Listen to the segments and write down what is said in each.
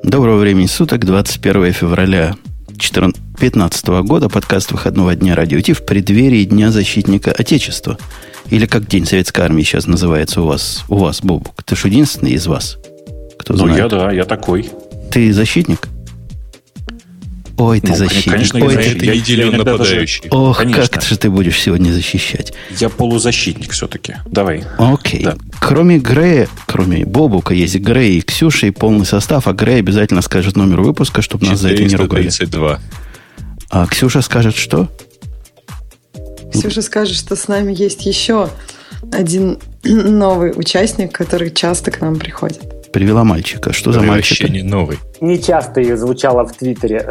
Доброго времени суток, 21 февраля 2015 года, подкаст выходного дня Радио Ти в преддверии Дня защитника Отечества. Или как День Советской Армии сейчас называется у вас, Бобук. Ты же единственный из вас, кто знает. Я такой. Ты защитник? Ой, ты защитник. Конечно, ой, я неделю нападающий. Ох, конечно. как же ты будешь сегодня защищать. Я полузащитник все-таки. Давай. Окей. Да. Кроме Бобука, есть Грея и Ксюша и полный состав, а Грей обязательно скажет номер выпуска, чтобы нас за это не ругали. 432. А Ксюша скажет что? Ксюша скажет, что с нами есть еще один новый участник, который часто к нам приходит. Привела мальчика. Что за мальчик? Вообще не новый. Не часто ее звучало в Твиттере.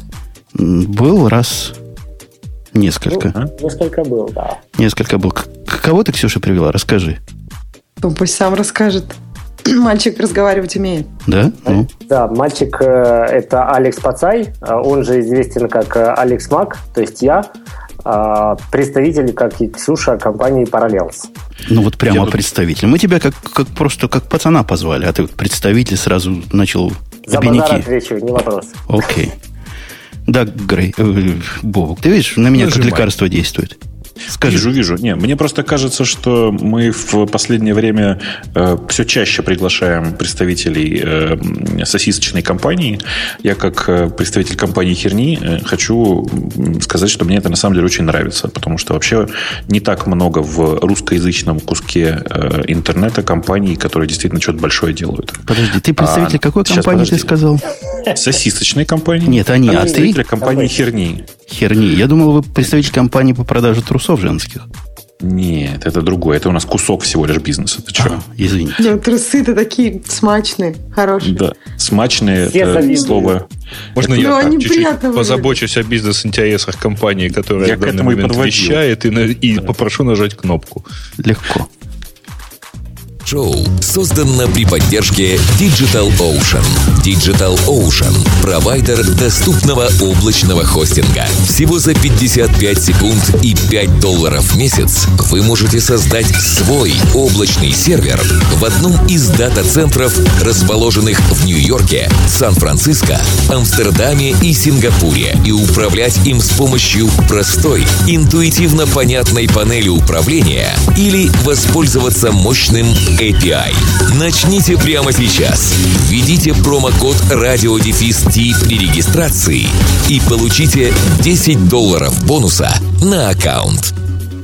Был раз. Несколько. Несколько был, да. Несколько был. Кого ты, Ксюша, привела? Расскажи. Ну, пусть сам расскажет. Мальчик разговаривать умеет. Да? Ну. Да, мальчик это Алекс Пацай, он же известен как Алекс Мак, то есть я, представитель, как и Ксюша, компании Parallels. Ну вот прямо представитель. Мы тебя просто как пацана позвали, а ты представитель сразу начал за обиняки. базар отвечу, не вопрос. Окей. Да, Грей, Бобук, ты видишь, на меня как лекарство действует. Скажи. Вижу. Не, мне просто кажется, что мы в последнее время все чаще приглашаем представителей сосисочной компании. Я, как представитель компании Херни, хочу сказать, что мне это на самом деле очень нравится, потому что вообще не так много в русскоязычном куске интернета компаний, которые действительно что-то большое делают. Подожди, ты представитель какой компании ты сказал? Сосисочной компании. Нет, а ты? Представитель компании Херни. Херни. Я думал, вы представитель компании по продаже трусов женских. Нет, это другое. Это у нас кусок всего лишь бизнеса. Ты что? Извините. Ну, трусы-то такие смачные, хорошие. Да, смачные Все это завидуют. слово. Можно Ну, я они чуть-чуть приятно позабочусь о бизнес-интересах компании, которая Я в к данный этому и момент подводил. вещает, и попрошу нажать кнопку. Легко. Шоу создано при поддержке Digital Ocean. Digital Ocean – провайдер доступного облачного хостинга. Всего за 55 секунд и $5 в месяц вы можете создать свой облачный сервер в одном из дата-центров, расположенных в Нью-Йорке, Сан-Франциско, Амстердаме и Сингапуре, и управлять им с помощью простой, интуитивно понятной панели управления или воспользоваться мощным API. Начните прямо сейчас. Введите промокод RadioDefist при регистрации и получите $10 бонуса на аккаунт.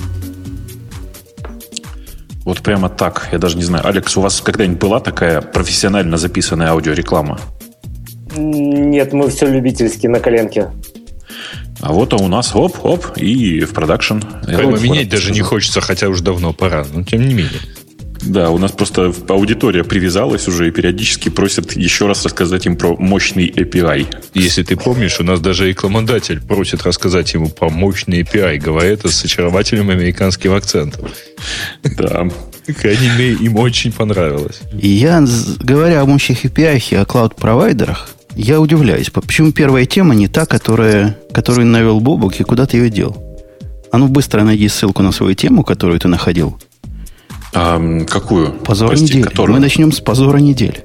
Вот прямо так. Я даже не знаю. Алекс, у вас когда-нибудь была такая профессионально записанная аудиореклама? Нет, мы все любительски на коленке. А вот у нас оп, и в продакшн. Прямо менять даже не хочется, хотя уже давно пора, но тем не менее. Да, у нас просто аудитория привязалась уже и периодически просят еще раз рассказать им про мощный API. Если ты помнишь, у нас даже рекламодатель просит рассказать ему про мощный API, говоря это с очаровательным американским акцентом. Да. По крайней мере, им очень понравилось. И я, говоря о мощных API и о клауд-провайдерах, я удивляюсь, почему первая тема не та, которую навел Бобук, и куда ты ее дел? А ну быстро найди ссылку на свою тему, которую ты находил. Какую? Позор Прости, недели. которую? Мы начнем с позора недели.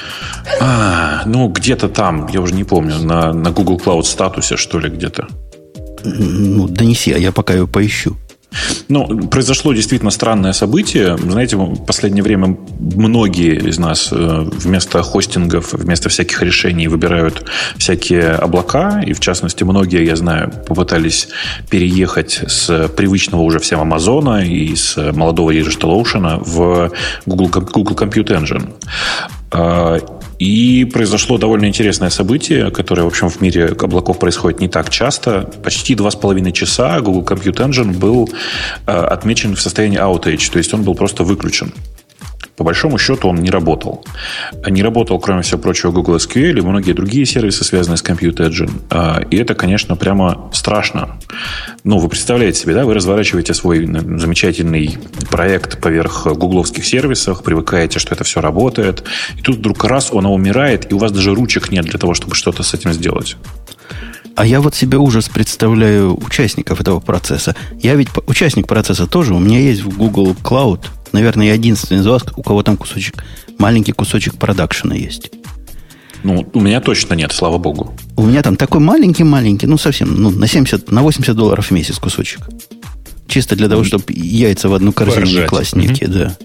Где-то там, я уже не помню, на Google Cloud статусе, что ли, где-то. Ну, донеси, а я пока ее поищу. Произошло действительно странное событие. Знаете, в последнее время многие из нас вместо хостингов, вместо всяких решений выбирают всякие облака. И, в частности, многие, я знаю, попытались переехать с привычного уже всем Амазона и с молодого DigitalOcean в Google Compute Engine. И произошло довольно интересное событие, которое, в общем, в мире облаков происходит не так часто. Почти 2,5 часа Google Compute Engine был отмечен в состоянии outage, то есть он был просто выключен. По большому счету он не работал. Не работал, кроме всего прочего, Google SQL и многие другие сервисы, связанные с Compute Engine. И это, конечно, прямо страшно. Вы представляете себе, да, вы разворачиваете свой замечательный проект поверх гугловских сервисов, привыкаете, что это все работает, и тут вдруг раз он умирает, и у вас даже ручек нет для того, чтобы что-то с этим сделать. А я вот себе ужас представляю участников этого процесса. Я ведь участник процесса тоже. У меня есть в Google Cloud. Наверное, я единственный из вас, у кого там маленький кусочек продакшена есть. Ну, у меня точно нет, слава богу. У меня там такой маленький-маленький, ну, совсем, ну, на $80 в месяц кусочек. Чисто для того, чтобы яйца в одну корзину не класть некие, да.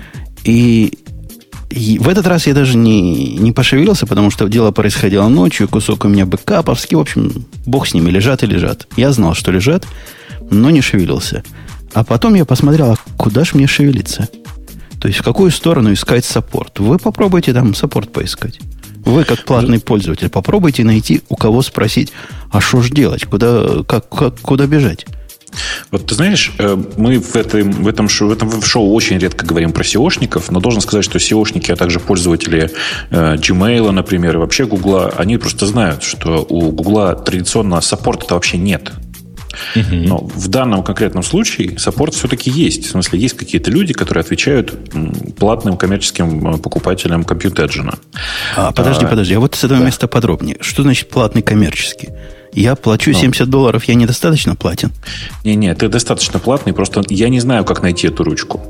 И в этот раз я даже не пошевелился, потому что дело происходило ночью, кусок у меня бэкаповский, в общем, бог с ними, лежат и лежат. Я знал, что лежат, но не шевелился. А потом я посмотрел, а куда же мне шевелиться? То есть в какую сторону искать саппорт? Вы попробуйте там саппорт поискать. Вы, как платный пользователь, попробуйте найти, у кого спросить, а что ж делать, куда бежать? Вот ты знаешь, мы в этом шоу очень редко говорим про SEOшников, но должен сказать, что SEOшники, а также пользователи Gmail, например, и вообще Гугла, они просто знают, что у Гугла традиционно саппорта вообще нет. Но в данном конкретном случае саппорт все-таки есть. В смысле, есть какие-то люди, которые отвечают платным коммерческим покупателям Compute-Engine. Подожди, а вот с этого места подробнее. Что значит платный коммерческий? Я плачу $70, я недостаточно платен? Не, ты достаточно платный, просто я не знаю, как найти эту ручку.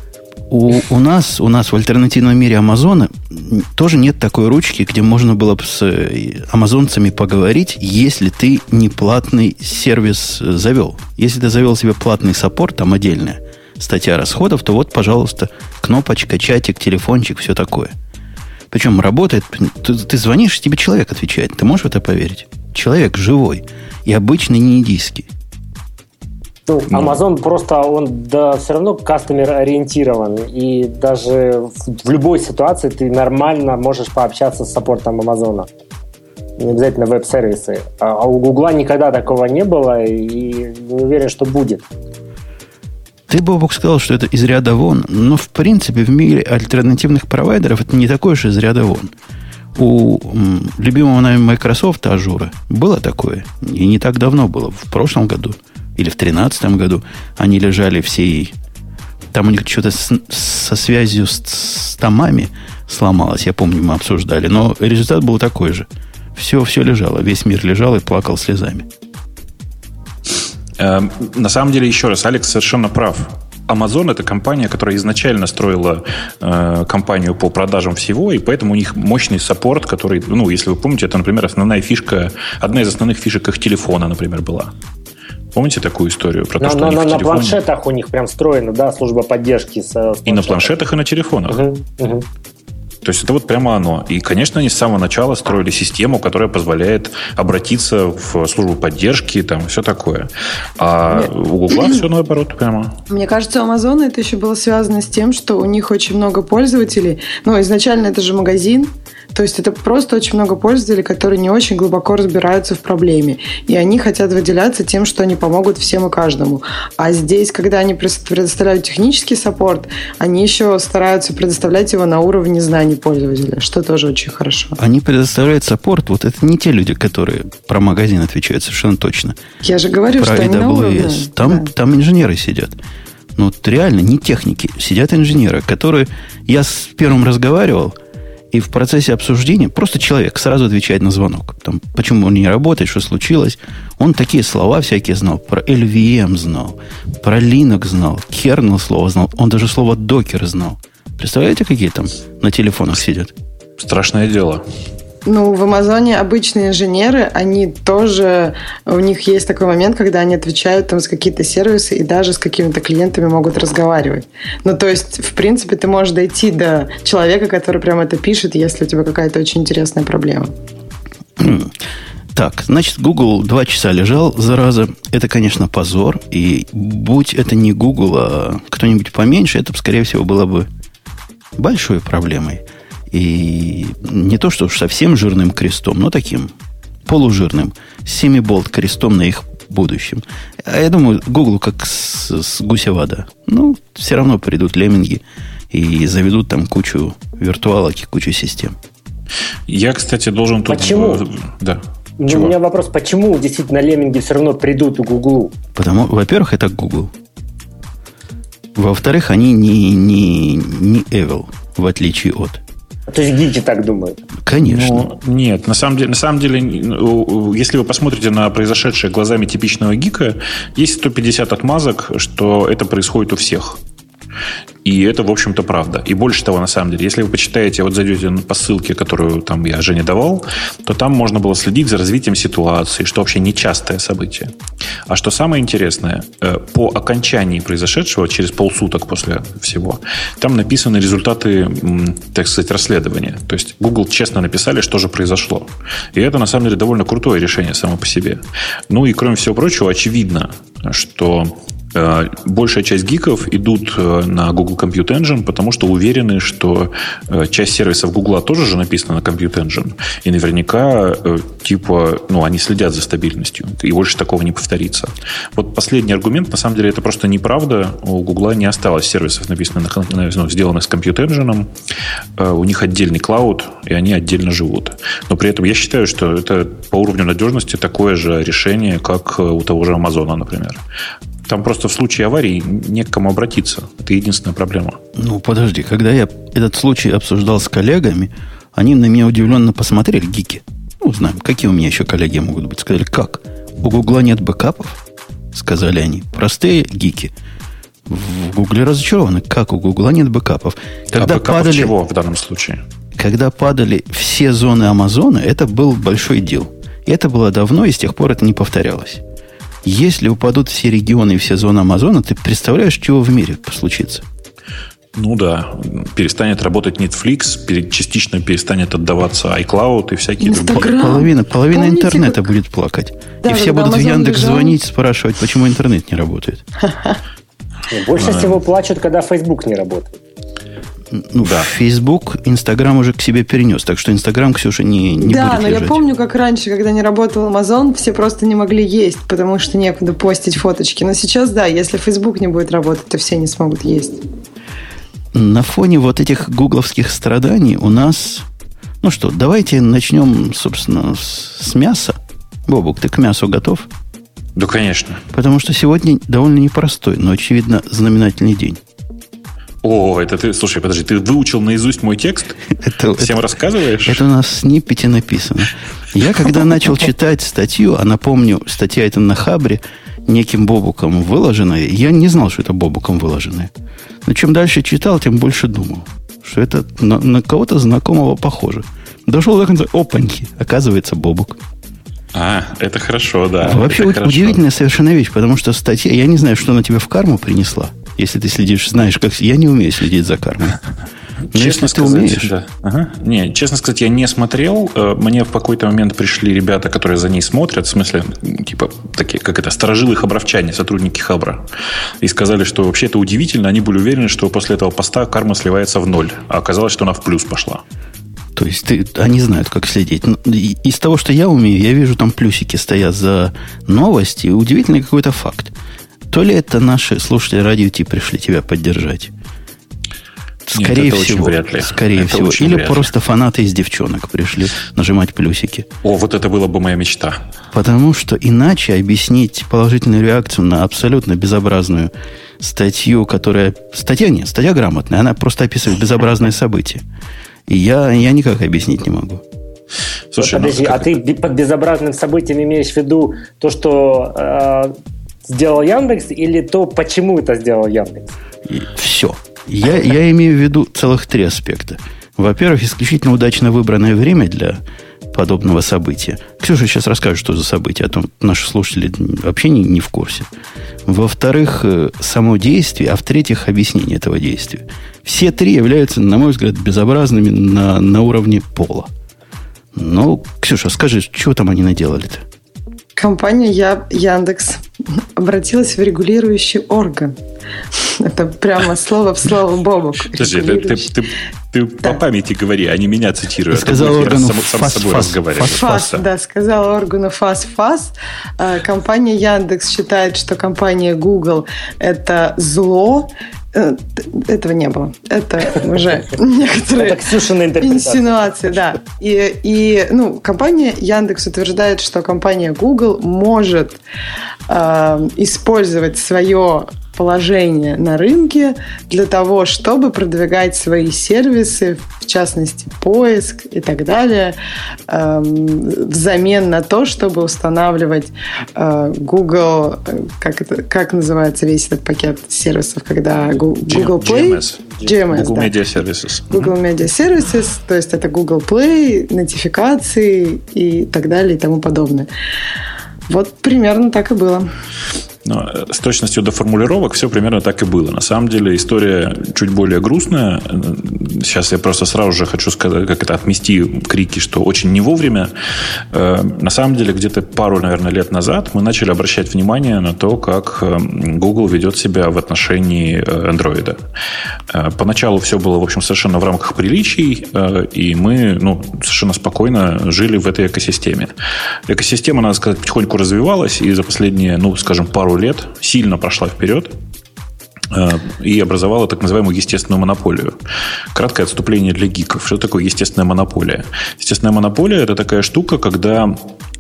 У нас в альтернативном мире Амазона тоже нет такой ручки, где можно было бы с амазонцами поговорить, если ты не платный сервис завел. Если ты завел себе платный саппорт, там отдельная статья расходов, то вот, пожалуйста, кнопочка, чатик, телефончик, все такое. Причем работает, ты звонишь, тебе человек отвечает. Ты можешь в это поверить? Человек живой и обычный, не индийский. Ну, Amazon просто, он все равно кастомер-ориентирован. И даже в любой ситуации ты нормально можешь пообщаться с саппортом Амазона. Не обязательно веб-сервисы. А у Гугла никогда такого не было, и не уверен, что будет. Ты, Бобок, сказал, что это из ряда вон, но, в принципе, в мире альтернативных провайдеров это не такое уж из ряда вон. У любимого нами Microsoft Azure было такое, и не так давно было, в прошлом году или в 2013 году они лежали все, там у них что-то со связью с томами сломалось, я помню, мы обсуждали, но результат был такой же. Все лежало, весь мир лежал и плакал слезами. На самом деле, еще раз, Алекс совершенно прав. Amazon – это компания, которая изначально строила компанию по продажам всего, и поэтому у них мощный саппорт, который, ну, если вы помните, это, например, одна из основных фишек их телефона, например, была. Помните такую историю про то, что у них в телефоне... На планшетах у них прям встроена, да, служба поддержки. И на планшетах, и на телефонах. То есть это вот прямо оно. И, конечно, они с самого начала строили систему, которая позволяет обратиться в службу поддержки, там, все такое. А у Гугла все наоборот прямо. Мне кажется, у Амазона это еще было связано с тем, что у них очень много пользователей. Ну, изначально это же магазин. То есть это просто очень много пользователей, которые не очень глубоко разбираются в проблеме. И они хотят выделяться тем, что они помогут всем и каждому. А здесь, когда они предоставляют технический саппорт, они еще стараются предоставлять его на уровне знаний пользователя, что тоже очень хорошо. Они предоставляют саппорт, вот это не те люди, которые про магазин отвечают совершенно точно. Я же говорю, про что они на уровне. Там инженеры сидят. Ну, вот реально, не техники. Сидят инженеры, которые... Я с первым разговаривал, и в процессе обсуждения просто человек сразу отвечает на звонок. Там, почему он не работает, что случилось. Он такие слова всякие знал. Про LVM знал. Про Linux знал. Kernel слово знал. Он даже слово Docker знал. Представляете, какие там на телефонах сидят? Страшное дело. Ну, в Амазоне обычные инженеры, они тоже, у них есть такой момент, когда они отвечают там за какие-то сервисы и даже с какими-то клиентами могут разговаривать. Ну, то есть, в принципе, ты можешь дойти до человека, который прямо это пишет, если у тебя какая-то очень интересная проблема. Так, значит, Google 2 часа лежал, зараза. Это, конечно, позор. И будь это не Google, а кто-нибудь поменьше, это, скорее всего, было бы большой проблемой. И не то, что уж совсем жирным крестом, но таким полужирным. Семиболт крестом на их будущем. А я думаю, Google как с гуся вода. Ну, все равно придут лемминги и заведут там кучу виртуалок и кучу систем. Я, кстати, должен тут... Почему? Да. У меня вопрос, почему действительно лемминги все равно придут к Google? Потому, во-первых, это Google. Во-вторых, они не evil, в отличие от. То есть гики так думают? Конечно. Нет, на самом деле, если вы посмотрите на произошедшее глазами типичного гика, есть 150 отмазок, что это происходит у всех. И это, в общем-то, правда. И больше того, на самом деле, если вы почитаете, вот зайдете по ссылке, которую там я Жене давал, то там можно было следить за развитием ситуации, что вообще нечастое событие. А что самое интересное, по окончании произошедшего, через полсуток после всего, там написаны результаты, так сказать, расследования. То есть Google честно написали, что же произошло. И это, на самом деле, довольно крутое решение само по себе. Ну и, кроме всего прочего, очевидно, что большая часть гиков идут на Google Compute Engine, потому что уверены, что часть сервисов Google тоже же написана на Compute Engine. И наверняка, они следят за стабильностью. И больше такого не повторится. Вот последний аргумент, на самом деле, это просто неправда. У Google не осталось сервисов, написанных, сделанных с Compute Engine. У них отдельный клауд, и они отдельно живут. Но при этом я считаю, что это по уровню надежности такое же решение, как у того же Амазона, например. Там просто в случае аварии не к кому обратиться. Это единственная проблема. Ну, подожди. Когда я этот случай обсуждал с коллегами, они на меня удивленно посмотрели, гики. Ну, знаем, какие у меня еще коллеги могут быть. Сказали, как? У Гугла нет бэкапов? Сказали они. Простые гики. В Гугле разочарованы. Как у Гугла нет бэкапов? Когда бэкапов чего в данном случае? Когда падали все зоны Амазона, это был большой дел. И это было давно, и с тех пор это не повторялось. Если упадут все регионы и все зоны Амазона, ты представляешь, чего в мире случится? Ну да, перестанет работать Netflix, частично перестанет отдаваться iCloud и всякие другие. Половина интернета будет плакать. Да, и все будут в Яндекс звонить, спрашивать, почему интернет не работает. Больше всего плачут, когда Facebook не работает. Ну, да. Facebook, Instagram уже к себе перенес, так что Instagram, Ксюша, не будет лежать. Да, но я помню, как раньше, когда не работал Amazon, все просто не могли есть, потому что некуда постить фоточки. Но сейчас, да, если Facebook не будет работать, то все не смогут есть. На фоне вот этих гугловских страданий у нас... Ну что, давайте начнем, собственно, с мяса. Бобук, ты к мясу готов? Да, конечно. Потому что сегодня довольно непростой, но, очевидно, знаменательный день. О, это ты, слушай, подожди, ты выучил наизусть мой текст? Всем рассказываешь? Это у нас в сниппете написано. Я когда начал читать статью, а напомню, статья это на Хабре, неким Бобуком выложенная, я не знал, что это Бобуком выложенная. Но чем дальше читал, тем больше думал, что это на кого-то знакомого похоже. Дошел до конца, опаньки, оказывается, Бобук. Это хорошо, да. Вообще удивительная совершенно вещь, потому что статья, я не знаю, что она тебе в карму принесла. Если ты следишь, знаешь, как... Я не умею следить за кармой. Честно сказать, да. Не, честно сказать, я не смотрел. Мне в какой-то момент пришли ребята, которые за ней смотрят, в смысле, типа, такие, как это, сторожилы хабровчане, сотрудники Хабра. И сказали, что вообще это удивительно. Они были уверены, что после этого поста карма сливается в ноль. А оказалось, что она в плюс пошла. То есть они знают, как следить. Из того, что я умею, я вижу, там плюсики стоят за новости. Удивительный какой-то факт. То ли это наши слушатели Радио Ти пришли тебя поддержать? Скорее Нет, всего. Вряд ли. Скорее всего. Или просто фанаты из девчонок пришли нажимать плюсики. О, вот это была бы моя мечта. Потому что иначе объяснить положительную реакцию на абсолютно безобразную статью, которая... Статья грамотная. Она просто описывает безобразное событие. И я никак объяснить не могу. Слушай, подожди, а ты под безобразным событием имеешь в виду то, что... сделал Яндекс, или то, почему это сделал Яндекс? Все. Я имею в виду целых 3 аспекта. Во-первых, исключительно удачно выбранное время для подобного события. Ксюша сейчас расскажет, что за событие, а то наши слушатели вообще не в курсе. Во-вторых, само действие, а в-третьих, объяснение этого действия. Все 3 являются, на мой взгляд, безобразными на уровне пола. Ну, Ксюша, скажи, что там они наделали-то? Компания Яндекс обратилась в регулирующий орган. Это прямо слово в слово Бобок. Подожди, ты по памяти говори, а не меня цитируй. Сказал органу сам с собой разговаривать. ФАС, да, сказал органу ФАС. Компания Яндекс считает, что компания Google – это зло. Этого не было. Это уже некоторые инсинуации, да. И компания Яндекс утверждает, что компания Google может использовать свое положение на рынке для того, чтобы продвигать свои сервисы, в частности, поиск и так далее, взамен на то, чтобы устанавливать Google, как называется весь этот пакет сервисов, когда Google Play, GMS, Google Media Services. Google Media Services, то есть это Google Play, нотификации и так далее и тому подобное. Вот примерно так и было. Но с точностью до формулировок все примерно так и было. На самом деле история чуть более грустная. Сейчас я просто сразу же хочу сказать, как это отмести крики, что очень не вовремя. На самом деле где-то пару, наверное, лет назад мы начали обращать внимание на то, как Google ведет себя в отношении Android. Поначалу все было, в общем, совершенно в рамках приличий, и мы совершенно спокойно жили в этой экосистеме. Экосистема, надо сказать, потихоньку развивалась, и за последние, скажем, пару лет сильно прошла вперед и образовала так называемую естественную монополию. Краткое отступление для гиков. Что такое естественная монополия? Естественная монополия – это такая штука, когда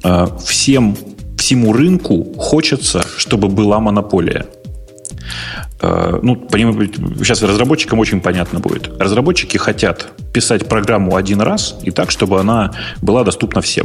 всему рынку хочется, чтобы была монополия. Сейчас разработчикам очень понятно будет. Разработчики хотят писать программу один раз и так, чтобы она была доступна всем.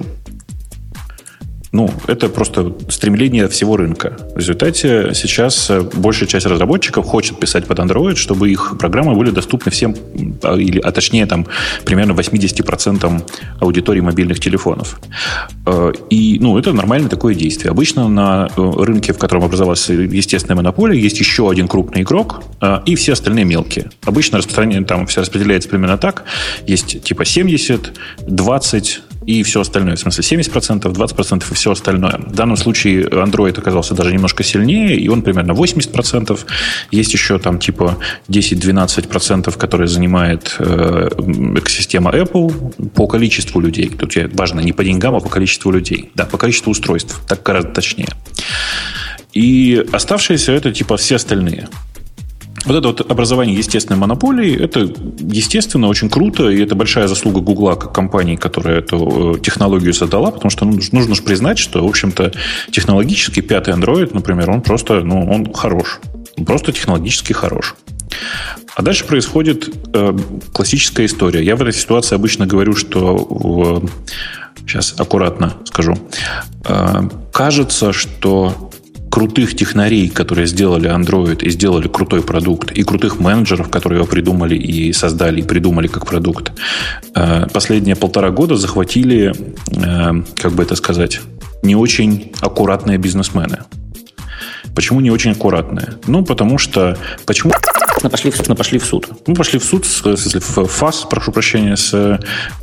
Это просто стремление всего рынка. В результате сейчас большая часть разработчиков хочет писать под Android, чтобы их программы были доступны всем, точнее, примерно 80% аудитории мобильных телефонов. И, это нормальное такое действие. Обычно на рынке, в котором образовалась естественная монополия, есть еще один крупный игрок и все остальные мелкие. Обычно распространение там все распределяется примерно так. Есть типа 70, 20 и все остальное. В смысле 70%, 20% и все остальное. В данном случае Android оказался даже немножко сильнее, и он примерно 80%. Есть еще там типа 10-12%, которые занимает экосистема Apple по количеству людей. Тут важно не по деньгам, а по количеству людей. Да, по количеству устройств. Так гораздо точнее. И оставшиеся это типа все остальные. Вот это вот образование естественной монополии, это, естественно, очень круто, и это большая заслуга Гугла как компании, которая эту технологию создала, потому что нужно же признать, что, в общем-то, технологически пятый Android, например, он просто, он хорош. Он просто технологически хорош. А дальше происходит классическая история. Я в этой ситуации обычно говорю, что сейчас аккуратно скажу. Кажется, что крутых технарей, которые сделали Android и сделали крутой продукт, и крутых менеджеров, которые его придумали и создали, и придумали как продукт, последние 1,5 года захватили, как бы это сказать, не очень аккуратные бизнесмены. Почему не очень аккуратные? Потому что... Почему... Пошли в суд. Мы пошли в суд, в ФАС, прошу прощения, с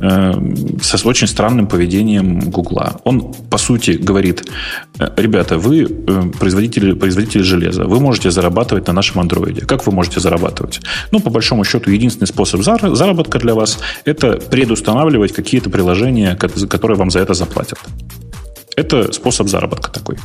очень странным поведением Гугла. Он, по сути, говорит: ребята, вы производители железа, вы можете зарабатывать на нашем андроиде. Как вы можете зарабатывать? По большому счету, единственный способ заработка для вас – это предустанавливать какие-то приложения, которые вам за это заплатят. Это способ заработка такой.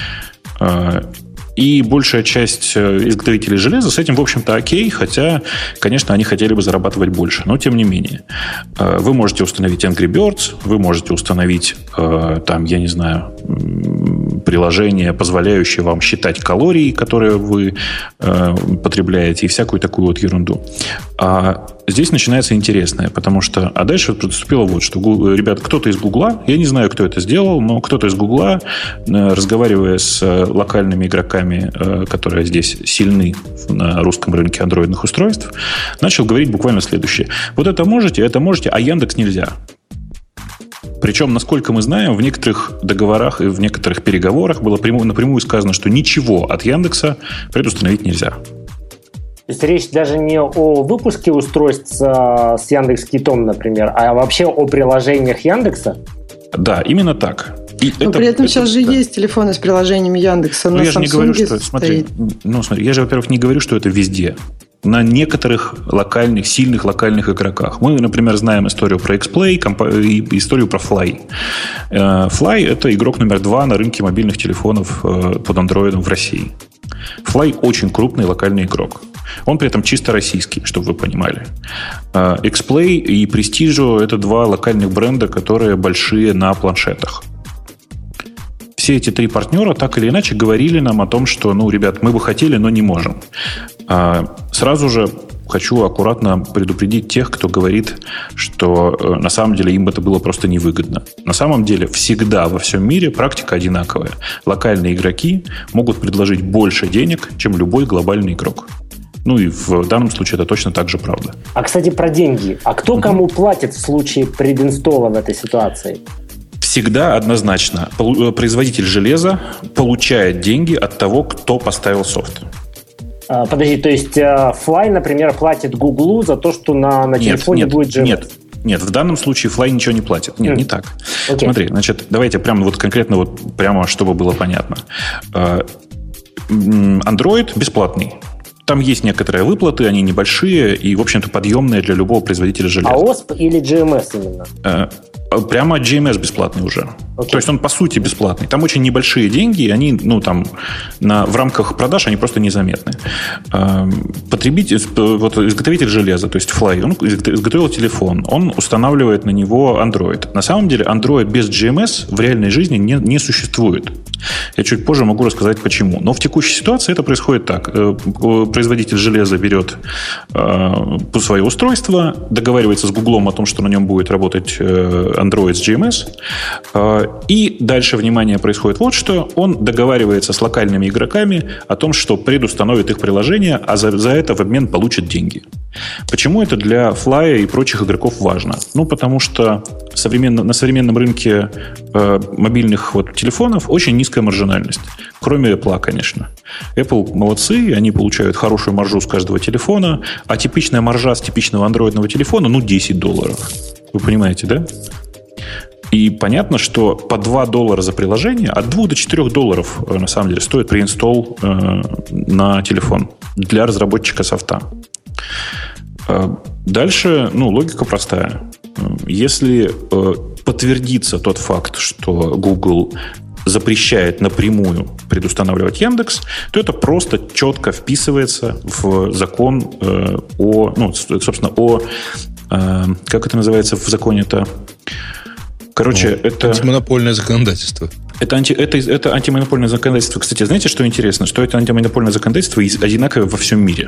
И большая часть изготовителей железа с этим, в общем-то, окей, хотя, конечно, они хотели бы зарабатывать больше, но тем не менее. Вы можете установить Angry Birds, вы можете установить, приложение, позволяющее вам считать калории, которые вы потребляете, и всякую такую вот ерунду. А здесь начинается интересное, потому что... А дальше поступило вот что. Ребята, кто-то из Гугла, я не знаю, кто это сделал, но кто-то из Гугла, разговаривая с локальными игроками, которые здесь сильны на русском рынке андроидных устройств, начал говорить буквально следующее. Вот это можете, а Яндекс нельзя. Причем, насколько мы знаем, в некоторых договорах и в некоторых переговорах было напрямую сказано, что ничего от Яндекса предустановить нельзя. То есть речь даже не о выпуске устройств с Яндекс.Китом, например, а вообще о приложениях Яндекса? Да, именно так. Но при этом сейчас же есть телефоны с приложениями Яндекса. Но я же не говорю, что... Смотри, я же, во-первых, не говорю, что это везде. На некоторых сильных локальных игроках. Мы, например, знаем историю про X-Play и историю про Fly. Fly – это игрок номер 2 на рынке мобильных телефонов под Android в России. Fly – очень крупный локальный игрок. Он при этом чисто российский, чтобы вы понимали. X-Play и Prestigio – это 2 локальных бренда, которые большие на планшетах. все эти 3 партнера так или иначе говорили нам о том, что, ребят, мы бы хотели, но не можем. Сразу же хочу аккуратно предупредить тех, кто говорит, что на самом деле им это было просто невыгодно. На самом деле всегда во всем мире практика одинаковая. Локальные игроки могут предложить больше денег, чем любой глобальный игрок. И в данном случае это точно так же правда. А, кстати, про деньги. А кто кому платит в случае прединсталла в этой ситуации? Всегда однозначно производитель железа получает деньги от того, кто поставил софт. Подожди, то есть Fly, например, платит Гуглу за то, что на телефоне будет GMS? Нет, в данном случае Fly ничего не платит. Нет, не так. Okay. Смотри, значит, давайте прямо конкретно прямо, чтобы было понятно. Android бесплатный. Там есть некоторые выплаты, они небольшие и, в общем-то, подъемные для любого производителя железа. А OSP или GMS именно? Прямо GMS бесплатный уже. Okay. То есть он, по сути, бесплатный. Там очень небольшие деньги, и они, в рамках продаж они просто незаметны. Изготовитель железа, то есть Fly, он изготовил телефон, он устанавливает на него Android. На самом деле Android без GMS в реальной жизни не существует. Я чуть позже могу рассказать, почему. Но в текущей ситуации это происходит так. Производитель железа берет свое устройство, договаривается с Гуглом о том, что на нем будет работать Android с GMS. И дальше, внимание, происходит вот что. Он договаривается с локальными игроками о том, что предустановит их приложение, а за это в обмен получит деньги. Почему это для Fly и прочих игроков важно? Потому что на современном рынке мобильных телефонов очень низкая маржинальность. Кроме Apple, конечно. Apple молодцы, они получают хорошую маржу с каждого телефона, а типичная маржа с типичного андроидного телефона, $10. Вы понимаете, да? И понятно, что по $2 за приложение, от $2 до $4 на самом деле стоит преинсталл на телефон для разработчика софта. Дальше, логика простая. Если подтвердится тот факт, что Google запрещает напрямую предустанавливать Яндекс, то это просто четко вписывается в закон как это называется в законе-то? Это... Антимонопольное законодательство. Это антимонопольное законодательство. Кстати, знаете, что интересно? Что это антимонопольное законодательство одинаковое во всем мире.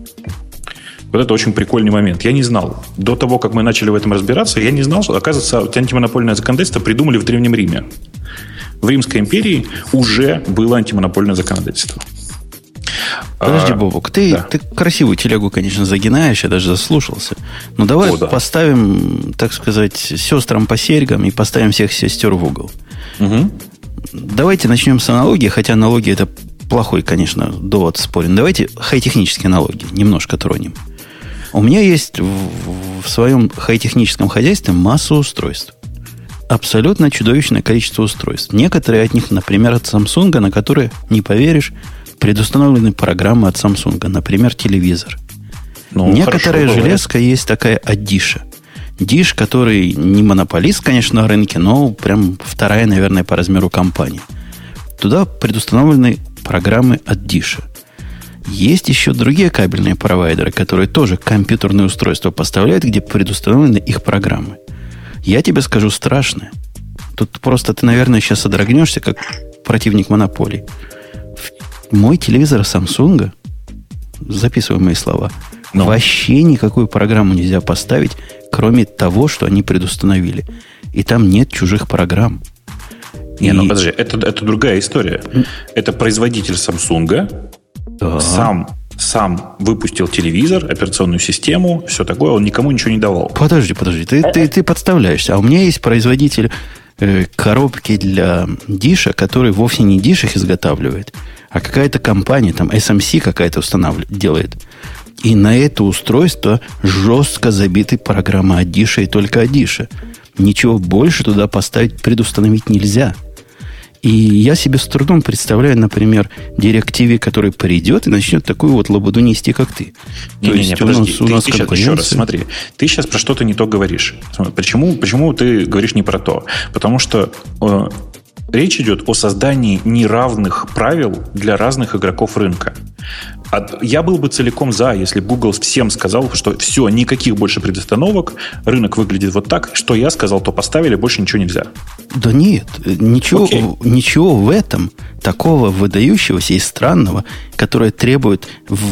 Вот это очень прикольный момент. Я не знал. До того, как мы начали в этом разбираться, я не знал, что, оказывается, антимонопольное законодательство придумали в Древнем Риме. В Римской империи уже было антимонопольное законодательство. Подожди, Бобок, ты красивую телегу, конечно, загинаешь, я даже заслушался. Но давай поставим, так сказать, сестрам по серьгам и поставим всех сестер в угол. Угу. Давайте начнем с аналогии, хотя аналогия это плохой, конечно, довод спорен. Давайте хай-технические аналогии немножко тронем. У меня есть в своем хай-техническом хозяйстве масса устройств. Абсолютно чудовищное количество устройств. Некоторые от них, например, от Samsung, на которые, не поверишь, предустановлены программы от Samsung. Например, телевизор. Некоторая железка есть такая от Dish. Dish, который не монополист, конечно, на рынке, но прям вторая, наверное, по размеру компания. Туда предустановлены программы от Dish. Есть еще другие кабельные провайдеры, которые тоже компьютерные устройства поставляют, где предустановлены их программы. Я тебе скажу страшное. Тут просто ты, наверное, сейчас содрогнешься, как противник монополий. Мой телевизор Samsung, записывай мои слова, вообще никакую программу нельзя поставить, кроме того, что они предустановили. И там нет чужих программ. Подожди, это другая история. Это производитель Samsung сам выпустил телевизор, операционную систему, все такое, он никому ничего не давал. Подожди, ты подставляешься. А у меня есть производитель коробки для Диша, который вовсе не Dish их изготавливает, а какая-то компания, там SMC какая-то делает. И на это устройство жестко забиты программы от Диша и только от Диша. Ничего больше туда поставить, предустановить нельзя. И я себе с трудом представляю, например, DirecTV, который придет и начнет такую вот лабуду нести, как ты. Подожди, ты сейчас еще раз смотри. Ты сейчас про что-то не то говоришь. Почему ты говоришь не про то? Потому что Речь идет о создании неравных правил для разных игроков рынка. Я был бы целиком за, если бы Google всем сказал, что все, никаких больше предустановок, рынок выглядит вот так, что я сказал, то поставили, больше ничего нельзя. Да нет, ничего в этом такого выдающегося и странного, которое требует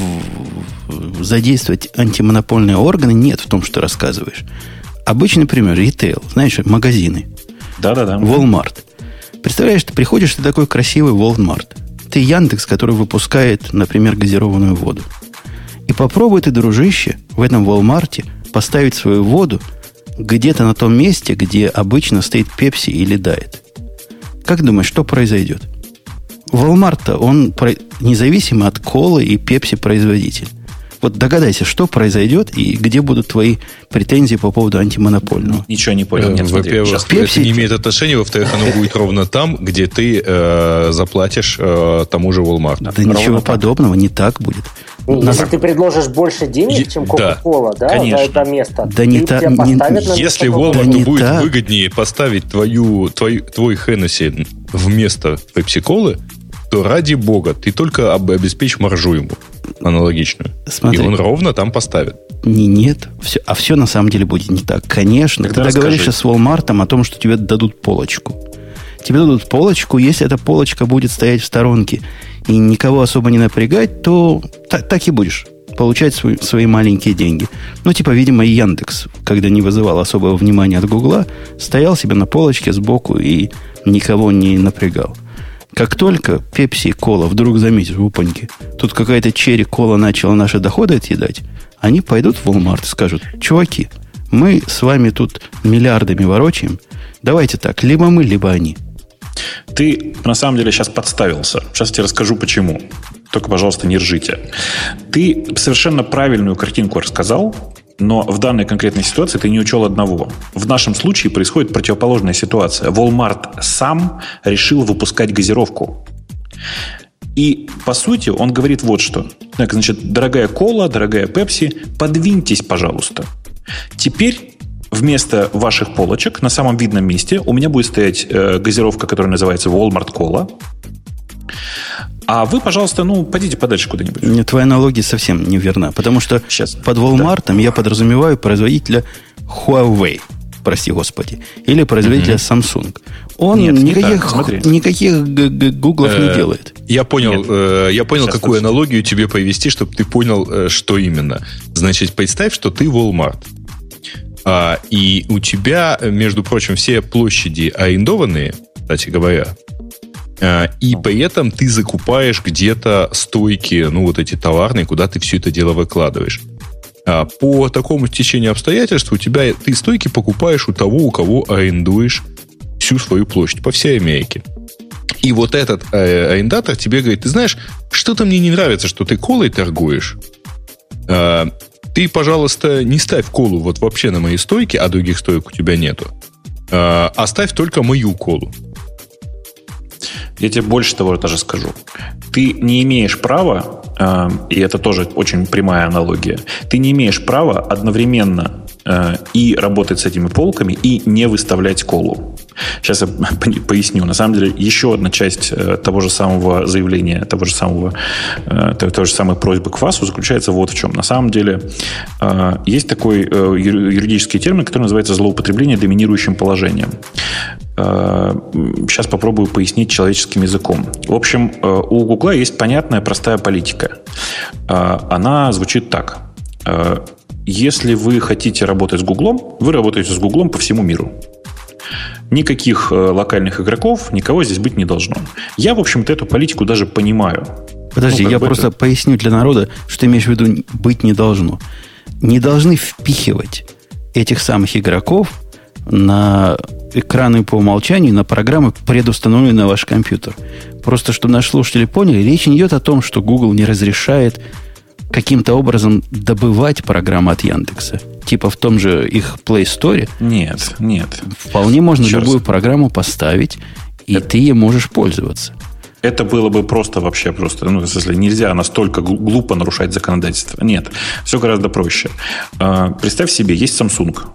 задействовать антимонопольные органы, нет в том, что рассказываешь. Обычный пример, ритейл, знаешь, магазины. Да-да-да. Walmart. Представляешь, ты приходишь, ты такой красивый Walmart. Ты Яндекс, который выпускает, например, газированную воду. И попробуй ты, дружище, в этом Walmart поставить свою воду где-то на том месте, где обычно стоит Пепси или Дайет. Как думаешь, что произойдет? Walmart-то, он независимо от колы и Пепси производитель. Вот догадайся, что произойдет и где будут твои претензии по поводу антимонопольного. Ничего не понял. Нет, во-первых, это не имеет отношения. Во-вторых, оно будет ровно там, где ты заплатишь тому же Walmart. Да ничего подобного, не так будет. Если ты предложишь больше денег, чем Coca-Cola, да, за это место, да не так. Если Walmart будет выгоднее поставить твой Hennessy вместо Pepsi-Colы, то ради бога, ты только обеспечь маржу ему аналогичную. Смотри. И он ровно там поставит. Нет. Все на самом деле будет не так. Конечно, тогда ты договоришься с Walmart о том, что тебе дадут полочку. Тебе дадут полочку, если эта полочка будет стоять в сторонке и никого особо не напрягать, то так и будешь получать свои маленькие деньги. Ну, типа, видимо, и Яндекс, когда не вызывал особого внимания от Гугла, стоял себе на полочке сбоку и никого не напрягал. Как только Пепси и Кола вдруг заметят, упаньки, тут какая-то черри-кола начала наши доходы отъедать, они пойдут в Walmart и скажут: чуваки, мы с вами тут миллиардами ворочаем, давайте так, либо мы, либо они. Ты, на самом деле, сейчас подставился. Сейчас я тебе расскажу, почему. Только, пожалуйста, не ржите. Ты совершенно правильную картинку рассказал, но в данной конкретной ситуации ты не учел одного. В нашем случае происходит противоположная ситуация. Walmart сам решил выпускать газировку. И, по сути, он говорит вот что. Так, значит, дорогая кола, дорогая Пепси, подвиньтесь, пожалуйста. Теперь вместо ваших полочек на самом видном месте у меня будет стоять газировка, которая называется Walmart Cola. А вы, пожалуйста, пойдите подальше куда-нибудь. Нет, твоя аналогия совсем не верна. Потому что сейчас, под Walmart я подразумеваю производителя Huawei, прости господи, или производителя Samsung. Он никаких гуглов не делает. Я понял, какую аналогию тебе повести, чтобы ты понял, что именно. Значит, представь, что ты Walmart. И у тебя, между прочим, все площади арендованные, кстати говоря. И при этом ты закупаешь где-то стойки, вот эти товарные, куда ты все это дело выкладываешь. По такому стечению обстоятельств ты стойки покупаешь у того, у кого арендуешь всю свою площадь по всей Америке. И вот этот арендатор тебе говорит: ты знаешь, что-то мне не нравится, что ты колой торгуешь. Ты, пожалуйста, не ставь колу вот вообще на моей стойке, а других стоек у тебя нету. Оставь только мою колу. Я тебе больше того даже скажу. Ты не имеешь права, и это тоже очень прямая аналогия, ты не имеешь права одновременно и работать с этими полками, и не выставлять колу. Сейчас я поясню. На самом деле, еще одна часть того же самого заявления, той же самой просьбы к ФАСу заключается вот в чем. На самом деле, есть такой юридический термин, который называется злоупотребление доминирующим положением. Сейчас попробую пояснить человеческим языком. В общем, у Гугла есть понятная, простая политика. Она звучит так. Если вы хотите работать с Гуглом, вы работаете с Гуглом по всему миру. Никаких локальных игроков, никого здесь быть не должно. Я, в общем-то, эту политику даже понимаю. Подожди, я просто поясню для народа, что ты имеешь в виду быть не должно. Не должны впихивать этих самых игроков на экраны по умолчанию, на программы, предустановленные на ваш компьютер. Просто, чтобы наши слушатели поняли, речь не идет о том, что Google не разрешает каким-то образом добывать программы от Яндекса. Типа в том же их Play Store. Нет. Вполне можно любую программу поставить, и ты ей можешь пользоваться. Это было бы просто, в смысле, нельзя настолько глупо нарушать законодательство. Нет, все гораздо проще. Представь себе, есть Samsung.